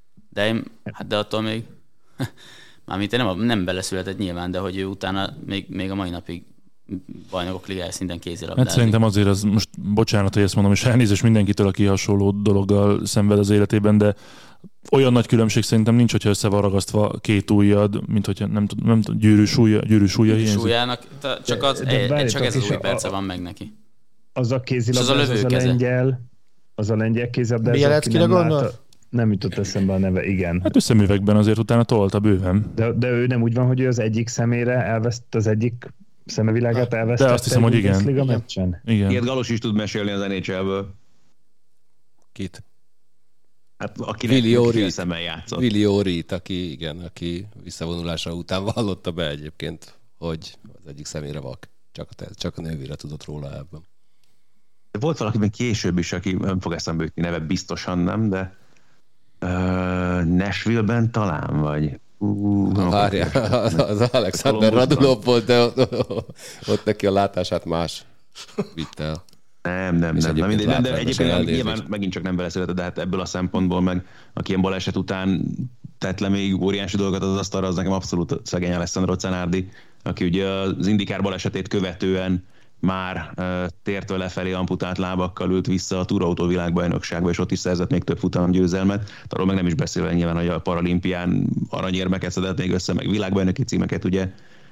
[SPEAKER 6] De attól még, mármint nem beleszületett nyilván, de hogy ő utána még a mai napig bajnokok ligája szinten kézilabdázik.
[SPEAKER 5] Hát szerintem azért az, most bocsánat, hogy ezt mondom, és elnézést mindenkitől, aki hasonló dologgal szenved az életében, de olyan nagy különbség szerintem nincs, hogyha össze van ragasztva két ujjad, mint hogyha nem tudom, gyűrű súlya hiányzik.
[SPEAKER 6] Súlyának, csak ez az új perce van meg neki.
[SPEAKER 7] Az a kézilabda, az a lengyel kézilabda.
[SPEAKER 4] Bieleckire gondol?
[SPEAKER 7] Nem jutott eszembe a neve, igen.
[SPEAKER 5] Hát összeművekben azért utána tolta bőven.
[SPEAKER 7] De ő nem úgy van, hogy ő az egyik szemére elvesztett, az egyik szemevilágát elvesztette.
[SPEAKER 5] De azt hiszem, hogy igen.
[SPEAKER 7] Igen.
[SPEAKER 8] Ilyet Galos is tud mesélni az NHL-ből.
[SPEAKER 3] Kit?
[SPEAKER 8] Hát akinek szemmel játszott.
[SPEAKER 3] Willi Orit, aki visszavonulása után vallotta be egyébként, hogy az egyik szemére vak. Csak a nővére tudott róla ebben.
[SPEAKER 8] Volt valaki még később is, aki nem fog eszembe jutni neve, biztosan nem, de Nashville-ben talán, vagy...
[SPEAKER 3] Várjál, az Alexander Radulov volt, de ott neki a látását más vitt el.
[SPEAKER 8] Nem, de egyébként nyilván megint csak nem vele született, de hát ebből a szempontból meg, aki ilyen baleset után tett le még óriási dolgokat az asztalra, az nekem abszolút szegény Alessandro Zanardi, aki ugye az Indikár balesetét követően már tértől lefelé amputált lábakkal ült vissza a túrautó világbajnokságba, és ott is szerzett még több futamgyőzelmet. Arról meg nem is beszélve nyilván, hogy a paralimpián aranyérmeket szedett még össze, meg világbajnoki címeket, ugye.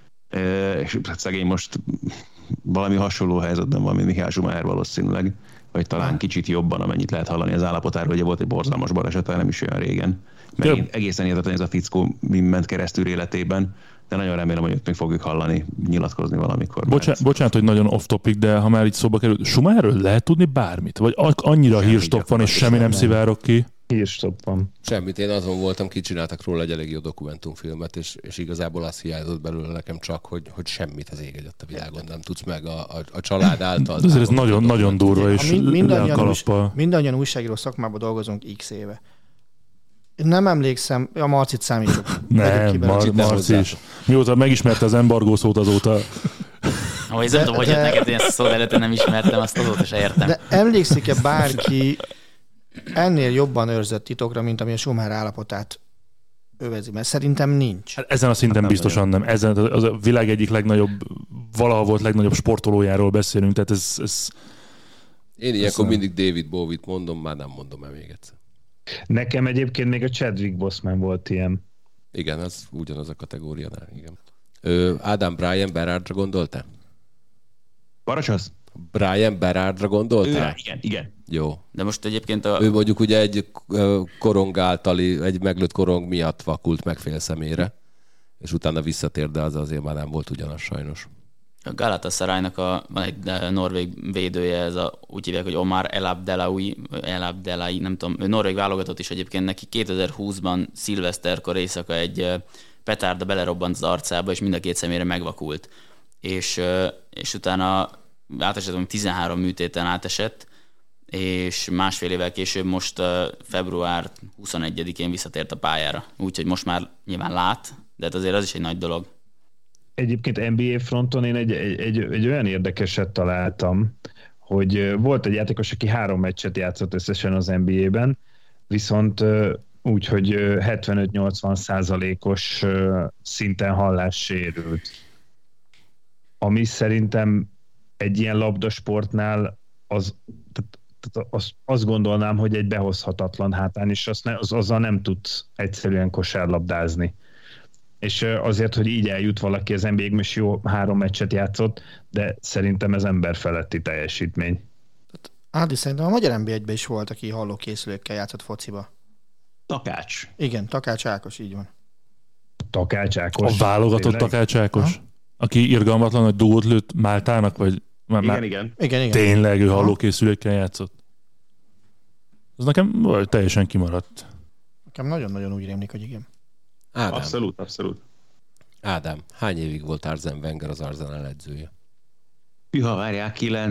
[SPEAKER 8] És hát szegény most valami hasonló helyzetben van, mint Michael Schumacher valószínűleg, vagy talán kicsit jobban, amennyit lehet hallani az állapotáról, ugye volt egy borzalmas baleset, nem is olyan régen. Megint egészen értetlen ez a fickó ment keresztül életében, de nagyon remélem, hogy ott még fogjuk hallani, nyilatkozni valamikor.
[SPEAKER 5] Bocsánat, hogy nagyon off-topic, de ha már így szóba került, Schumacherről lehet tudni bármit? Vagy annyira hírstopp van, és semmi nem szivárog ki?
[SPEAKER 7] Hírstopp van.
[SPEAKER 3] Semmit, én azon voltam, csináltak róla egy elég jó dokumentumfilmet, és igazából azt hiányzott belőle nekem csak, hogy semmit az ég egyet a világon nem tudsz meg a család által.
[SPEAKER 5] De ez nagyon durva, és
[SPEAKER 4] mindannyian újságíró szakmában dolgozunk x éve. Nem emlékszem, a Marcit számítok.
[SPEAKER 5] Nem, Marci is. Mióta megismerte az embargó szót azóta.
[SPEAKER 6] Ahogy nem tudom, hogy neked én ezt a szót előtte nem ismertem, azt azóta se értem.
[SPEAKER 4] De emlékszik-e bárki ennél jobban őrzött titokra, mint ami a Schumacher állapotát övezi? Mert szerintem nincs.
[SPEAKER 5] Hát ezen a szinten biztosan nem. Ezen az a világ egyik legnagyobb, valaha volt legnagyobb sportolójáról beszélünk, tehát ez...
[SPEAKER 3] Én ilyenkor mindig David Bowie-t mondom, már nem mondom el még egyszer.
[SPEAKER 7] Nekem egyébként még a Chadwick Boseman volt ilyen.
[SPEAKER 3] Igen, az ugyanaz a kategóriánál, igen. Ádám, Brian Berardra gondoltál?
[SPEAKER 8] Paracsasz?
[SPEAKER 3] Brian Berardra gondoltál?
[SPEAKER 8] Igen.
[SPEAKER 3] Jó.
[SPEAKER 6] De most egyébként
[SPEAKER 3] Ő mondjuk ugye egy korong általi, egy meglőtt korong miatt vakult meg fél szemére, és utána visszatért, de az azért már nem volt ugyanaz sajnos.
[SPEAKER 6] A Galatasaraynak van egy norvég védője, úgy hívják, hogy Omar El Abdelai, nem tudom, ő norvég válogatott is egyébként, neki 2020-ban szilveszterkor éjszaka egy petárda belerobbant az arcába, és mind a két szemére megvakult. És utána átesett, 13 műtéten átesett, és másfél évvel később most február 21-én visszatért a pályára. Úgyhogy most már nyilván lát, de hát azért az is egy nagy dolog.
[SPEAKER 7] Egyébként NBA fronton én egy olyan érdekeset találtam, hogy volt egy játékos, aki 3 meccset játszott összesen az NBA-ben, viszont úgy, hogy 75-80%-os szinten hallássérült. Ami szerintem egy ilyen labdasportnál azt gondolnám, hogy egy behozhatatlan hátán, és azzal nem tudsz egyszerűen kosárlabdázni. És azért, hogy így eljut valaki az NBA-ig, most jó 3 meccset játszott, de szerintem ez emberfeletti teljesítmény.
[SPEAKER 4] Ádi, szerintem a magyar NB1-ben is volt, aki hallókészülékkel játszott fociba.
[SPEAKER 8] Takács.
[SPEAKER 4] Igen, Takács Ákos, így van.
[SPEAKER 7] Takács Ákos.
[SPEAKER 5] A válogatott tényleg? Takács Ákos? Aki irgalmatlan, hogy dugót lőtt Máltának, vagy...
[SPEAKER 8] Igen.
[SPEAKER 5] Tényleg, ő hallókészülékkel játszott. Az nekem teljesen kimaradt.
[SPEAKER 4] Nekem nagyon-nagyon úgy rémlik, hogy igen.
[SPEAKER 3] Ádám.
[SPEAKER 8] Abszolút.
[SPEAKER 3] Ádám, hány évig volt Arsene Wenger az Arsenal edzője?
[SPEAKER 8] Hűha, várjál,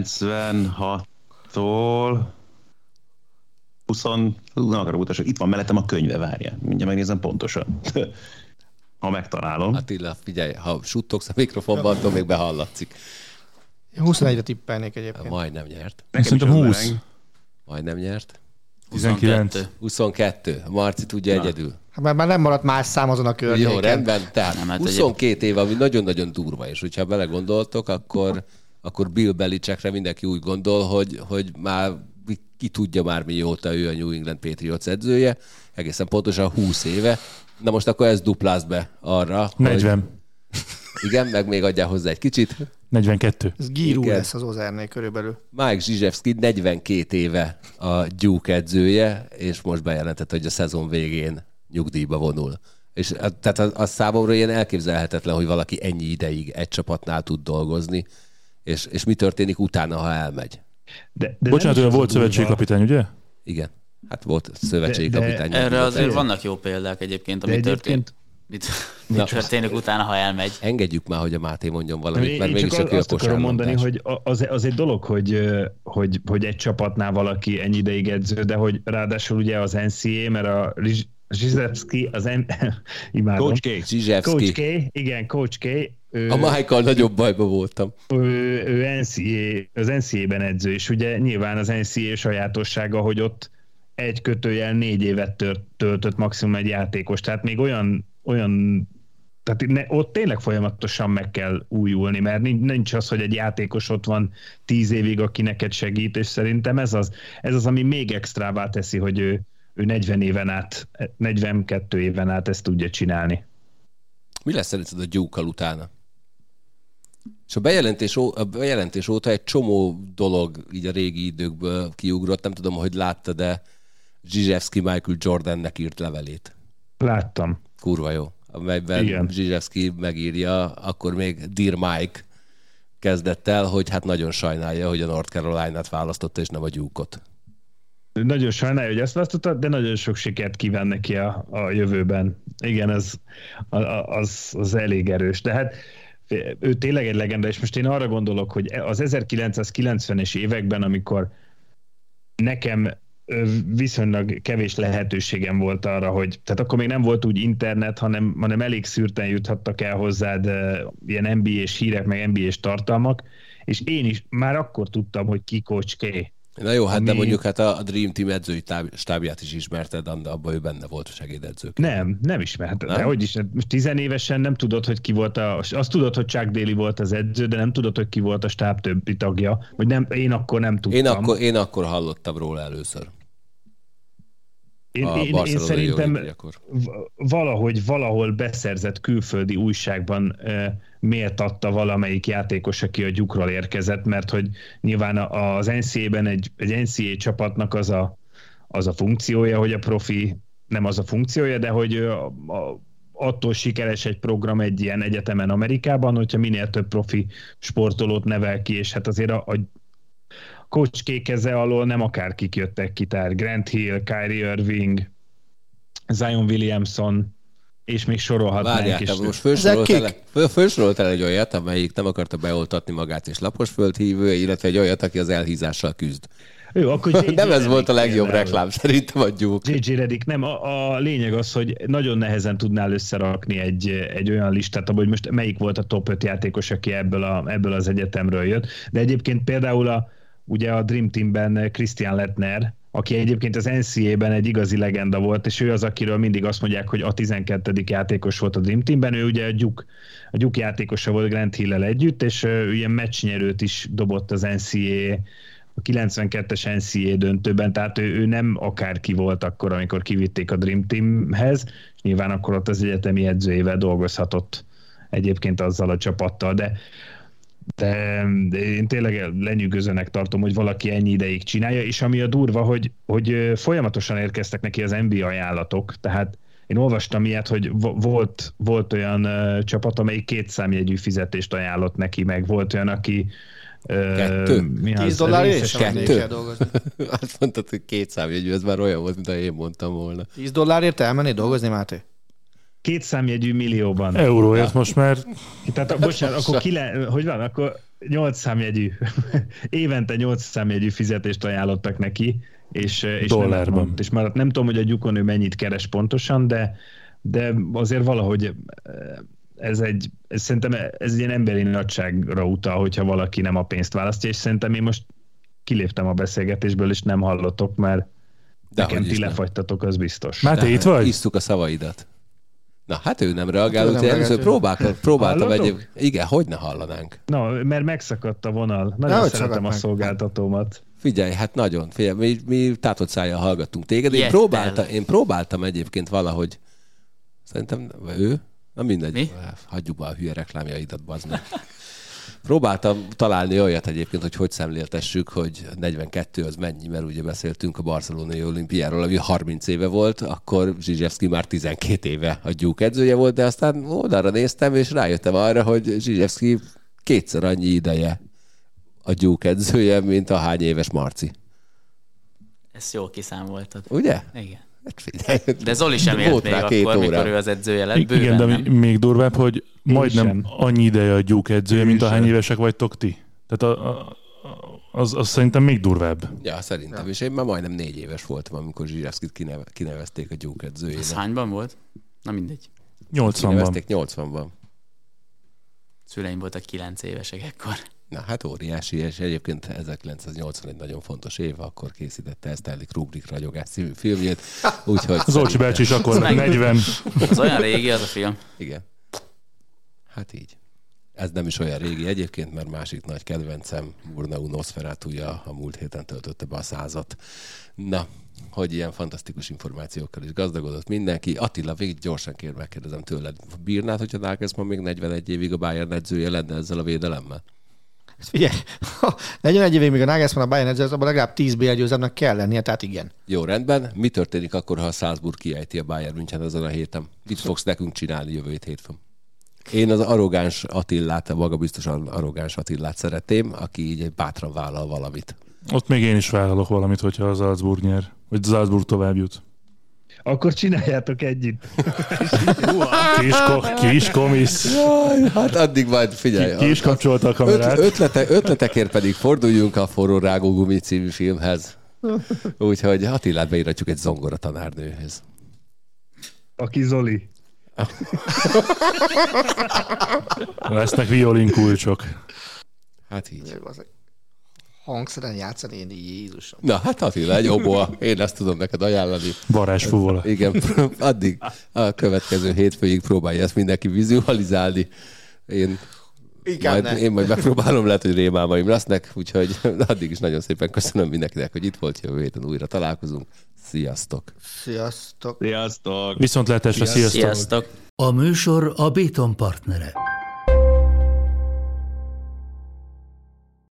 [SPEAKER 8] 96-tól 20... Nem akarok utasok. Itt van mellettem a könyve, várjál. Mindjárt megnézem pontosan. Ha megtalálom.
[SPEAKER 3] Attila, figyelj, ha suttogsz a mikrofonban, attól még behallatszik.
[SPEAKER 4] 21-re tippelnék egyébként.
[SPEAKER 3] Majdnem nyert.
[SPEAKER 5] Szerintem 20.
[SPEAKER 3] Majdnem nyert.
[SPEAKER 5] 19.
[SPEAKER 3] 22. Marci tudja egyedül.
[SPEAKER 4] Hát már nem maradt más szám azon a környéken.
[SPEAKER 3] Jó, rendben. Tehát
[SPEAKER 6] Nem, hát
[SPEAKER 3] 22 év, ami nagyon-nagyon durva, és hogyha belegondoltok, akkor Bill Belichickre mindenki úgy gondol, hogy már ki tudja már mióta ő a New England Patriots edzője, egészen pontosan 20 éve. Na most akkor ez duplázd be arra,
[SPEAKER 5] 40.
[SPEAKER 3] Hogy... Igen, meg még adjál hozzá egy kicsit.
[SPEAKER 5] 42.
[SPEAKER 4] Ez gírú lesz az Ozernél körülbelül.
[SPEAKER 3] Mike Krzyzewski 42 éve a Duke edzője, és most bejelentett, hogy a szezon végén nyugdíjba vonul. És tehát az számomra ilyen elképzelhetetlen, hogy valaki ennyi ideig egy csapatnál tud dolgozni, és mi történik utána, ha elmegy.
[SPEAKER 5] De bocsánat, ő volt szövetségkapitány, ugye?
[SPEAKER 3] Igen. Hát volt szövetségkapitány.
[SPEAKER 6] Erre azért vannak jó példák egyébként, ami történt. Mit történik utána, ha elmegy?
[SPEAKER 3] Engedjük már, hogy a Máté mondjon valamit, mert mégis
[SPEAKER 7] csak azt akarom mondani, hogy az egy dolog, hogy egy csapatnál valaki ennyi ideig edző, de hogy ráadásul ugye az NCAA, mert a Krzyzewski, imádom.
[SPEAKER 3] Coach K.
[SPEAKER 7] Igen, Coach K.
[SPEAKER 3] A Michael nagyobb bajba voltam.
[SPEAKER 7] Ő az NCAA-ben edző, és ugye nyilván az NCAA sajátossága, hogy ott 1/4 évet töltött maximum egy játékos, tehát még olyan tehát ott tényleg folyamatosan meg kell újulni, mert nincs az, hogy egy játékos ott van 10 évig, aki neked segít, és szerintem ez az, ami még extrává teszi, hogy ő 42 éven át ezt tudja csinálni.
[SPEAKER 3] Mi lesz szerinted a Duke-kal utána? És a bejelentés óta egy csomó dolog így a régi időkből kiugrott, nem tudom, hogy láttad, de Krzyzewski Michael Jordannek írt levelét.
[SPEAKER 7] Láttam.
[SPEAKER 3] Kurva jó. Amelyben Krzyzewski megírja, akkor még Dear Mike kezdett el, hogy hát nagyon sajnálja, hogy a North Carolina-t választotta, és nem a Duke-ot.
[SPEAKER 7] Nagyon sajnálja, hogy ezt választotta, de nagyon sok sikert kíván neki a jövőben. Igen, az elég erős. De hát ő tényleg egy legenda, és most én arra gondolok, hogy az 1990-es években, amikor nekem viszonylag kevés lehetőségem volt arra, hogy, tehát akkor még nem volt úgy internet, hanem elég szűrten juthattak el hozzád ilyen NBA-s hírek, meg NBA-s tartalmak, és én is már akkor tudtam, hogy ki Coach K.
[SPEAKER 3] Na jó, hát de mondjuk hát a Dream Team edzői stábját is ismerted, abban ő benne volt a segédedzők.
[SPEAKER 7] Nem ismerted. De hogy is, most 10 évesen nem tudod, hogy ki volt azt tudod, hogy Chuck Daly volt az edző, de nem tudod, hogy ki volt a stáb többi tagja. Vagy nem, én akkor nem tudtam.
[SPEAKER 3] Én akkor hallottam róla először.
[SPEAKER 7] Én szerintem valahol beszerzett külföldi újságban méltatta valamelyik játékos, aki a Duke-ról érkezett, mert hogy nyilván az NCAA-ben egy NCAA csapatnak az a funkciója, hogy a profi, nem az a funkciója, de hogy attól sikeres egy program egy ilyen egyetemen Amerikában, hogyha minél több profi sportolót nevel ki, és hát azért a Coach K keze alól nem akárkik jöttek ki, tehát Grant Hill, Kyrie Irving, Zion Williamson, és még sorolhatnánk.
[SPEAKER 3] Várjál, most felsoroltál egy olyat, amelyik nem akarta beoltatni magát, és laposföldhívő, illetve egy olyat, aki az elhízással küzd.
[SPEAKER 7] Jó, akkor
[SPEAKER 3] nem ez volt a legjobb reklám, szerintem a Duke.
[SPEAKER 7] JJ Redick, nem, a lényeg az, hogy nagyon nehezen tudnál összerakni egy olyan listát, abban, hogy most melyik volt a top 5 játékos, aki ebből az egyetemről jött. De egyébként például ugye a Dream Teamben Christian Lettner, aki egyébként az NCAA-ben egy igazi legenda volt, és ő az, akiről mindig azt mondják, hogy a 12. játékos volt a Dream Teamben, ő ugye a Duke játékosa volt Grant Hill-lel együtt, és ő ilyen meccsnyerőt is dobott az NCAA, a 92-es NCAA döntőben, tehát ő nem akárki volt akkor, amikor kivitték a Dream Teamhez, és nyilván akkor ott az egyetemi edzőjével dolgozhatott egyébként azzal a csapattal, de én tényleg lenyűgözőnek tartom, hogy valaki ennyi ideig csinálja, és ami a durva, hogy folyamatosan érkeztek neki az NBA ajánlatok, tehát én olvastam ilyet, hogy volt olyan csapat, amelyik 2 számjegyű fizetést ajánlott neki, meg volt olyan, aki
[SPEAKER 4] $10 és kell dolgozni.
[SPEAKER 3] Azt mondtad, hogy 2 számjegyű, ez már olyan volt, mint én mondtam volna.
[SPEAKER 4] $10 elmenni dolgozni, Máté?
[SPEAKER 7] 2 számjegyű millióban.
[SPEAKER 5] Euróért most már.
[SPEAKER 7] Tehát bocsánat, akkor hogy van? Akkor 8 számjegyű. Évente 8 számjegyű fizetést ajánlottak neki, és
[SPEAKER 5] dollárban.
[SPEAKER 7] És már nem tudom, hogy a Duke-on ő mennyit keres pontosan, de azért valahogy szerintem ez egy ilyen emberi nagyságra utal, hogyha valaki nem a pénzt választja, és szerintem én most kiléptem a beszélgetésből, és nem hallotok, mert nekem ti lefagytatok, az biztos.
[SPEAKER 5] Máté, itt vagy?
[SPEAKER 3] Isztuk a szavaidat. Na, hát ő nem reagál, úgyhogy először próbáltam egyébként. Igen, hogy ne hallanánk.
[SPEAKER 7] Na, mert megszakadt a vonal. Nagyon szeretem a szolgáltatómat.
[SPEAKER 3] Figyelj, hát nagyon. Figyelj, mi tátott szájjal hallgattunk téged. Én próbáltam egyébként valahogy, szerintem ő, na mindegy, mi? Hagyjuk be a hülye reklámjaidat, bazd meg. Próbáltam találni olyat egyébként, hogy szemléltessük, hogy 42 az mennyi, mert ugye beszéltünk a barcelonai olimpiáról, ami 30 éve volt, akkor Zsizsevszki már 12 éve a Duke edzője volt, de aztán oldalra néztem, és rájöttem arra, hogy Zsizsevszki kétszer annyi ideje a Duke edzője, mint a hány éves Marci.
[SPEAKER 6] Ezt jól kiszámoltad.
[SPEAKER 3] Ugye?
[SPEAKER 6] Igen.
[SPEAKER 3] Hát figyelj,
[SPEAKER 6] de Zoli sem élt még akkor, mikor ő az edzője lett.
[SPEAKER 5] Igen, de még durvább, hogy majdnem annyi ideje a Duke edzője, mint ahány évesek vagytok ti. Tehát az szerintem még durvább.
[SPEAKER 3] Ja, szerintem. És én már majdnem 4 éves voltam, amikor Zsizsevszkit kinevezték a Duke edzőjének.
[SPEAKER 6] Az hányban volt? Na mindegy.
[SPEAKER 5] 80-ban.
[SPEAKER 3] Kinevezték 80-ban.
[SPEAKER 6] Szüleim voltak 9 évesek ekkor.
[SPEAKER 3] Na hát óriási, és egyébként 1981 nagyon fontos év, akkor készítette Stanley Kubrick Ragyogás című filmjét. Úgyhogy
[SPEAKER 5] Zolcsi bácsi is akkor 40.
[SPEAKER 6] Az olyan régi az a film.
[SPEAKER 3] Igen. Hát így. Ez nem is olyan régi egyébként, mert másik nagy kedvencem, Murnau Nosferatuja a múlt héten töltötte be a 100-at. Na, hogy ilyen fantasztikus információkkal is gazdagodott mindenki. Attila, végig gyorsan megkérdezem tőled. Bírnád, hogyha Nagelsmann még 41 évig a Bayern edzője lenne ezzel a védelemmel?
[SPEAKER 4] Figyelj, 41 évig még a Nagelsmann a Bayern edző, abban legalább 10 BL győzelmnek kell lennie, tehát igen.
[SPEAKER 3] Jó, rendben. Mi történik akkor, ha a Salzburg kiejti a Bayern München ezen a héten? Mit fogsz nekünk csinálni jövő hétfőn? Én az arrogáns Attilát, a magabiztosan arrogáns Attilát szeretném, aki így bátran vállal valamit.
[SPEAKER 5] Ott még én is vállalok valamit, hogyha a Salzburg nyer, vagy Salzburg tovább jut.
[SPEAKER 7] Akkor csináljátok együtt.
[SPEAKER 5] Kis komisz.
[SPEAKER 3] Hát addig majd figyelj.
[SPEAKER 5] Ki is kapcsolta a kamerát.
[SPEAKER 3] Ötletekért pedig forduljunk a Forró Rágógumi című filmhez. Úgyhogy Attilát beíratjuk egy zongora tanárnőhöz.
[SPEAKER 7] Aki Zoli.
[SPEAKER 5] Lesznek violinkulcsok.
[SPEAKER 3] Hát így.
[SPEAKER 4] Hangszeren játszani én, Jézusom.
[SPEAKER 3] Na, hát Attila, egy oboa. Én ezt tudom neked ajánlani.
[SPEAKER 5] Varázsfúvola.
[SPEAKER 3] Igen, addig a következő hétfőig próbálja ezt mindenki vizualizálni. Én majd megpróbálom, lehet, hogy rémálmaim lesznek, úgyhogy addig is nagyon szépen köszönöm mindenkinek, hogy itt volt, jövő héten újra találkozunk. Sziasztok!
[SPEAKER 4] Sziasztok!
[SPEAKER 8] Sziasztok!
[SPEAKER 5] Viszontlátásra, sziasztok!
[SPEAKER 6] Sziasztok!
[SPEAKER 1] A műsor a Béton partnere.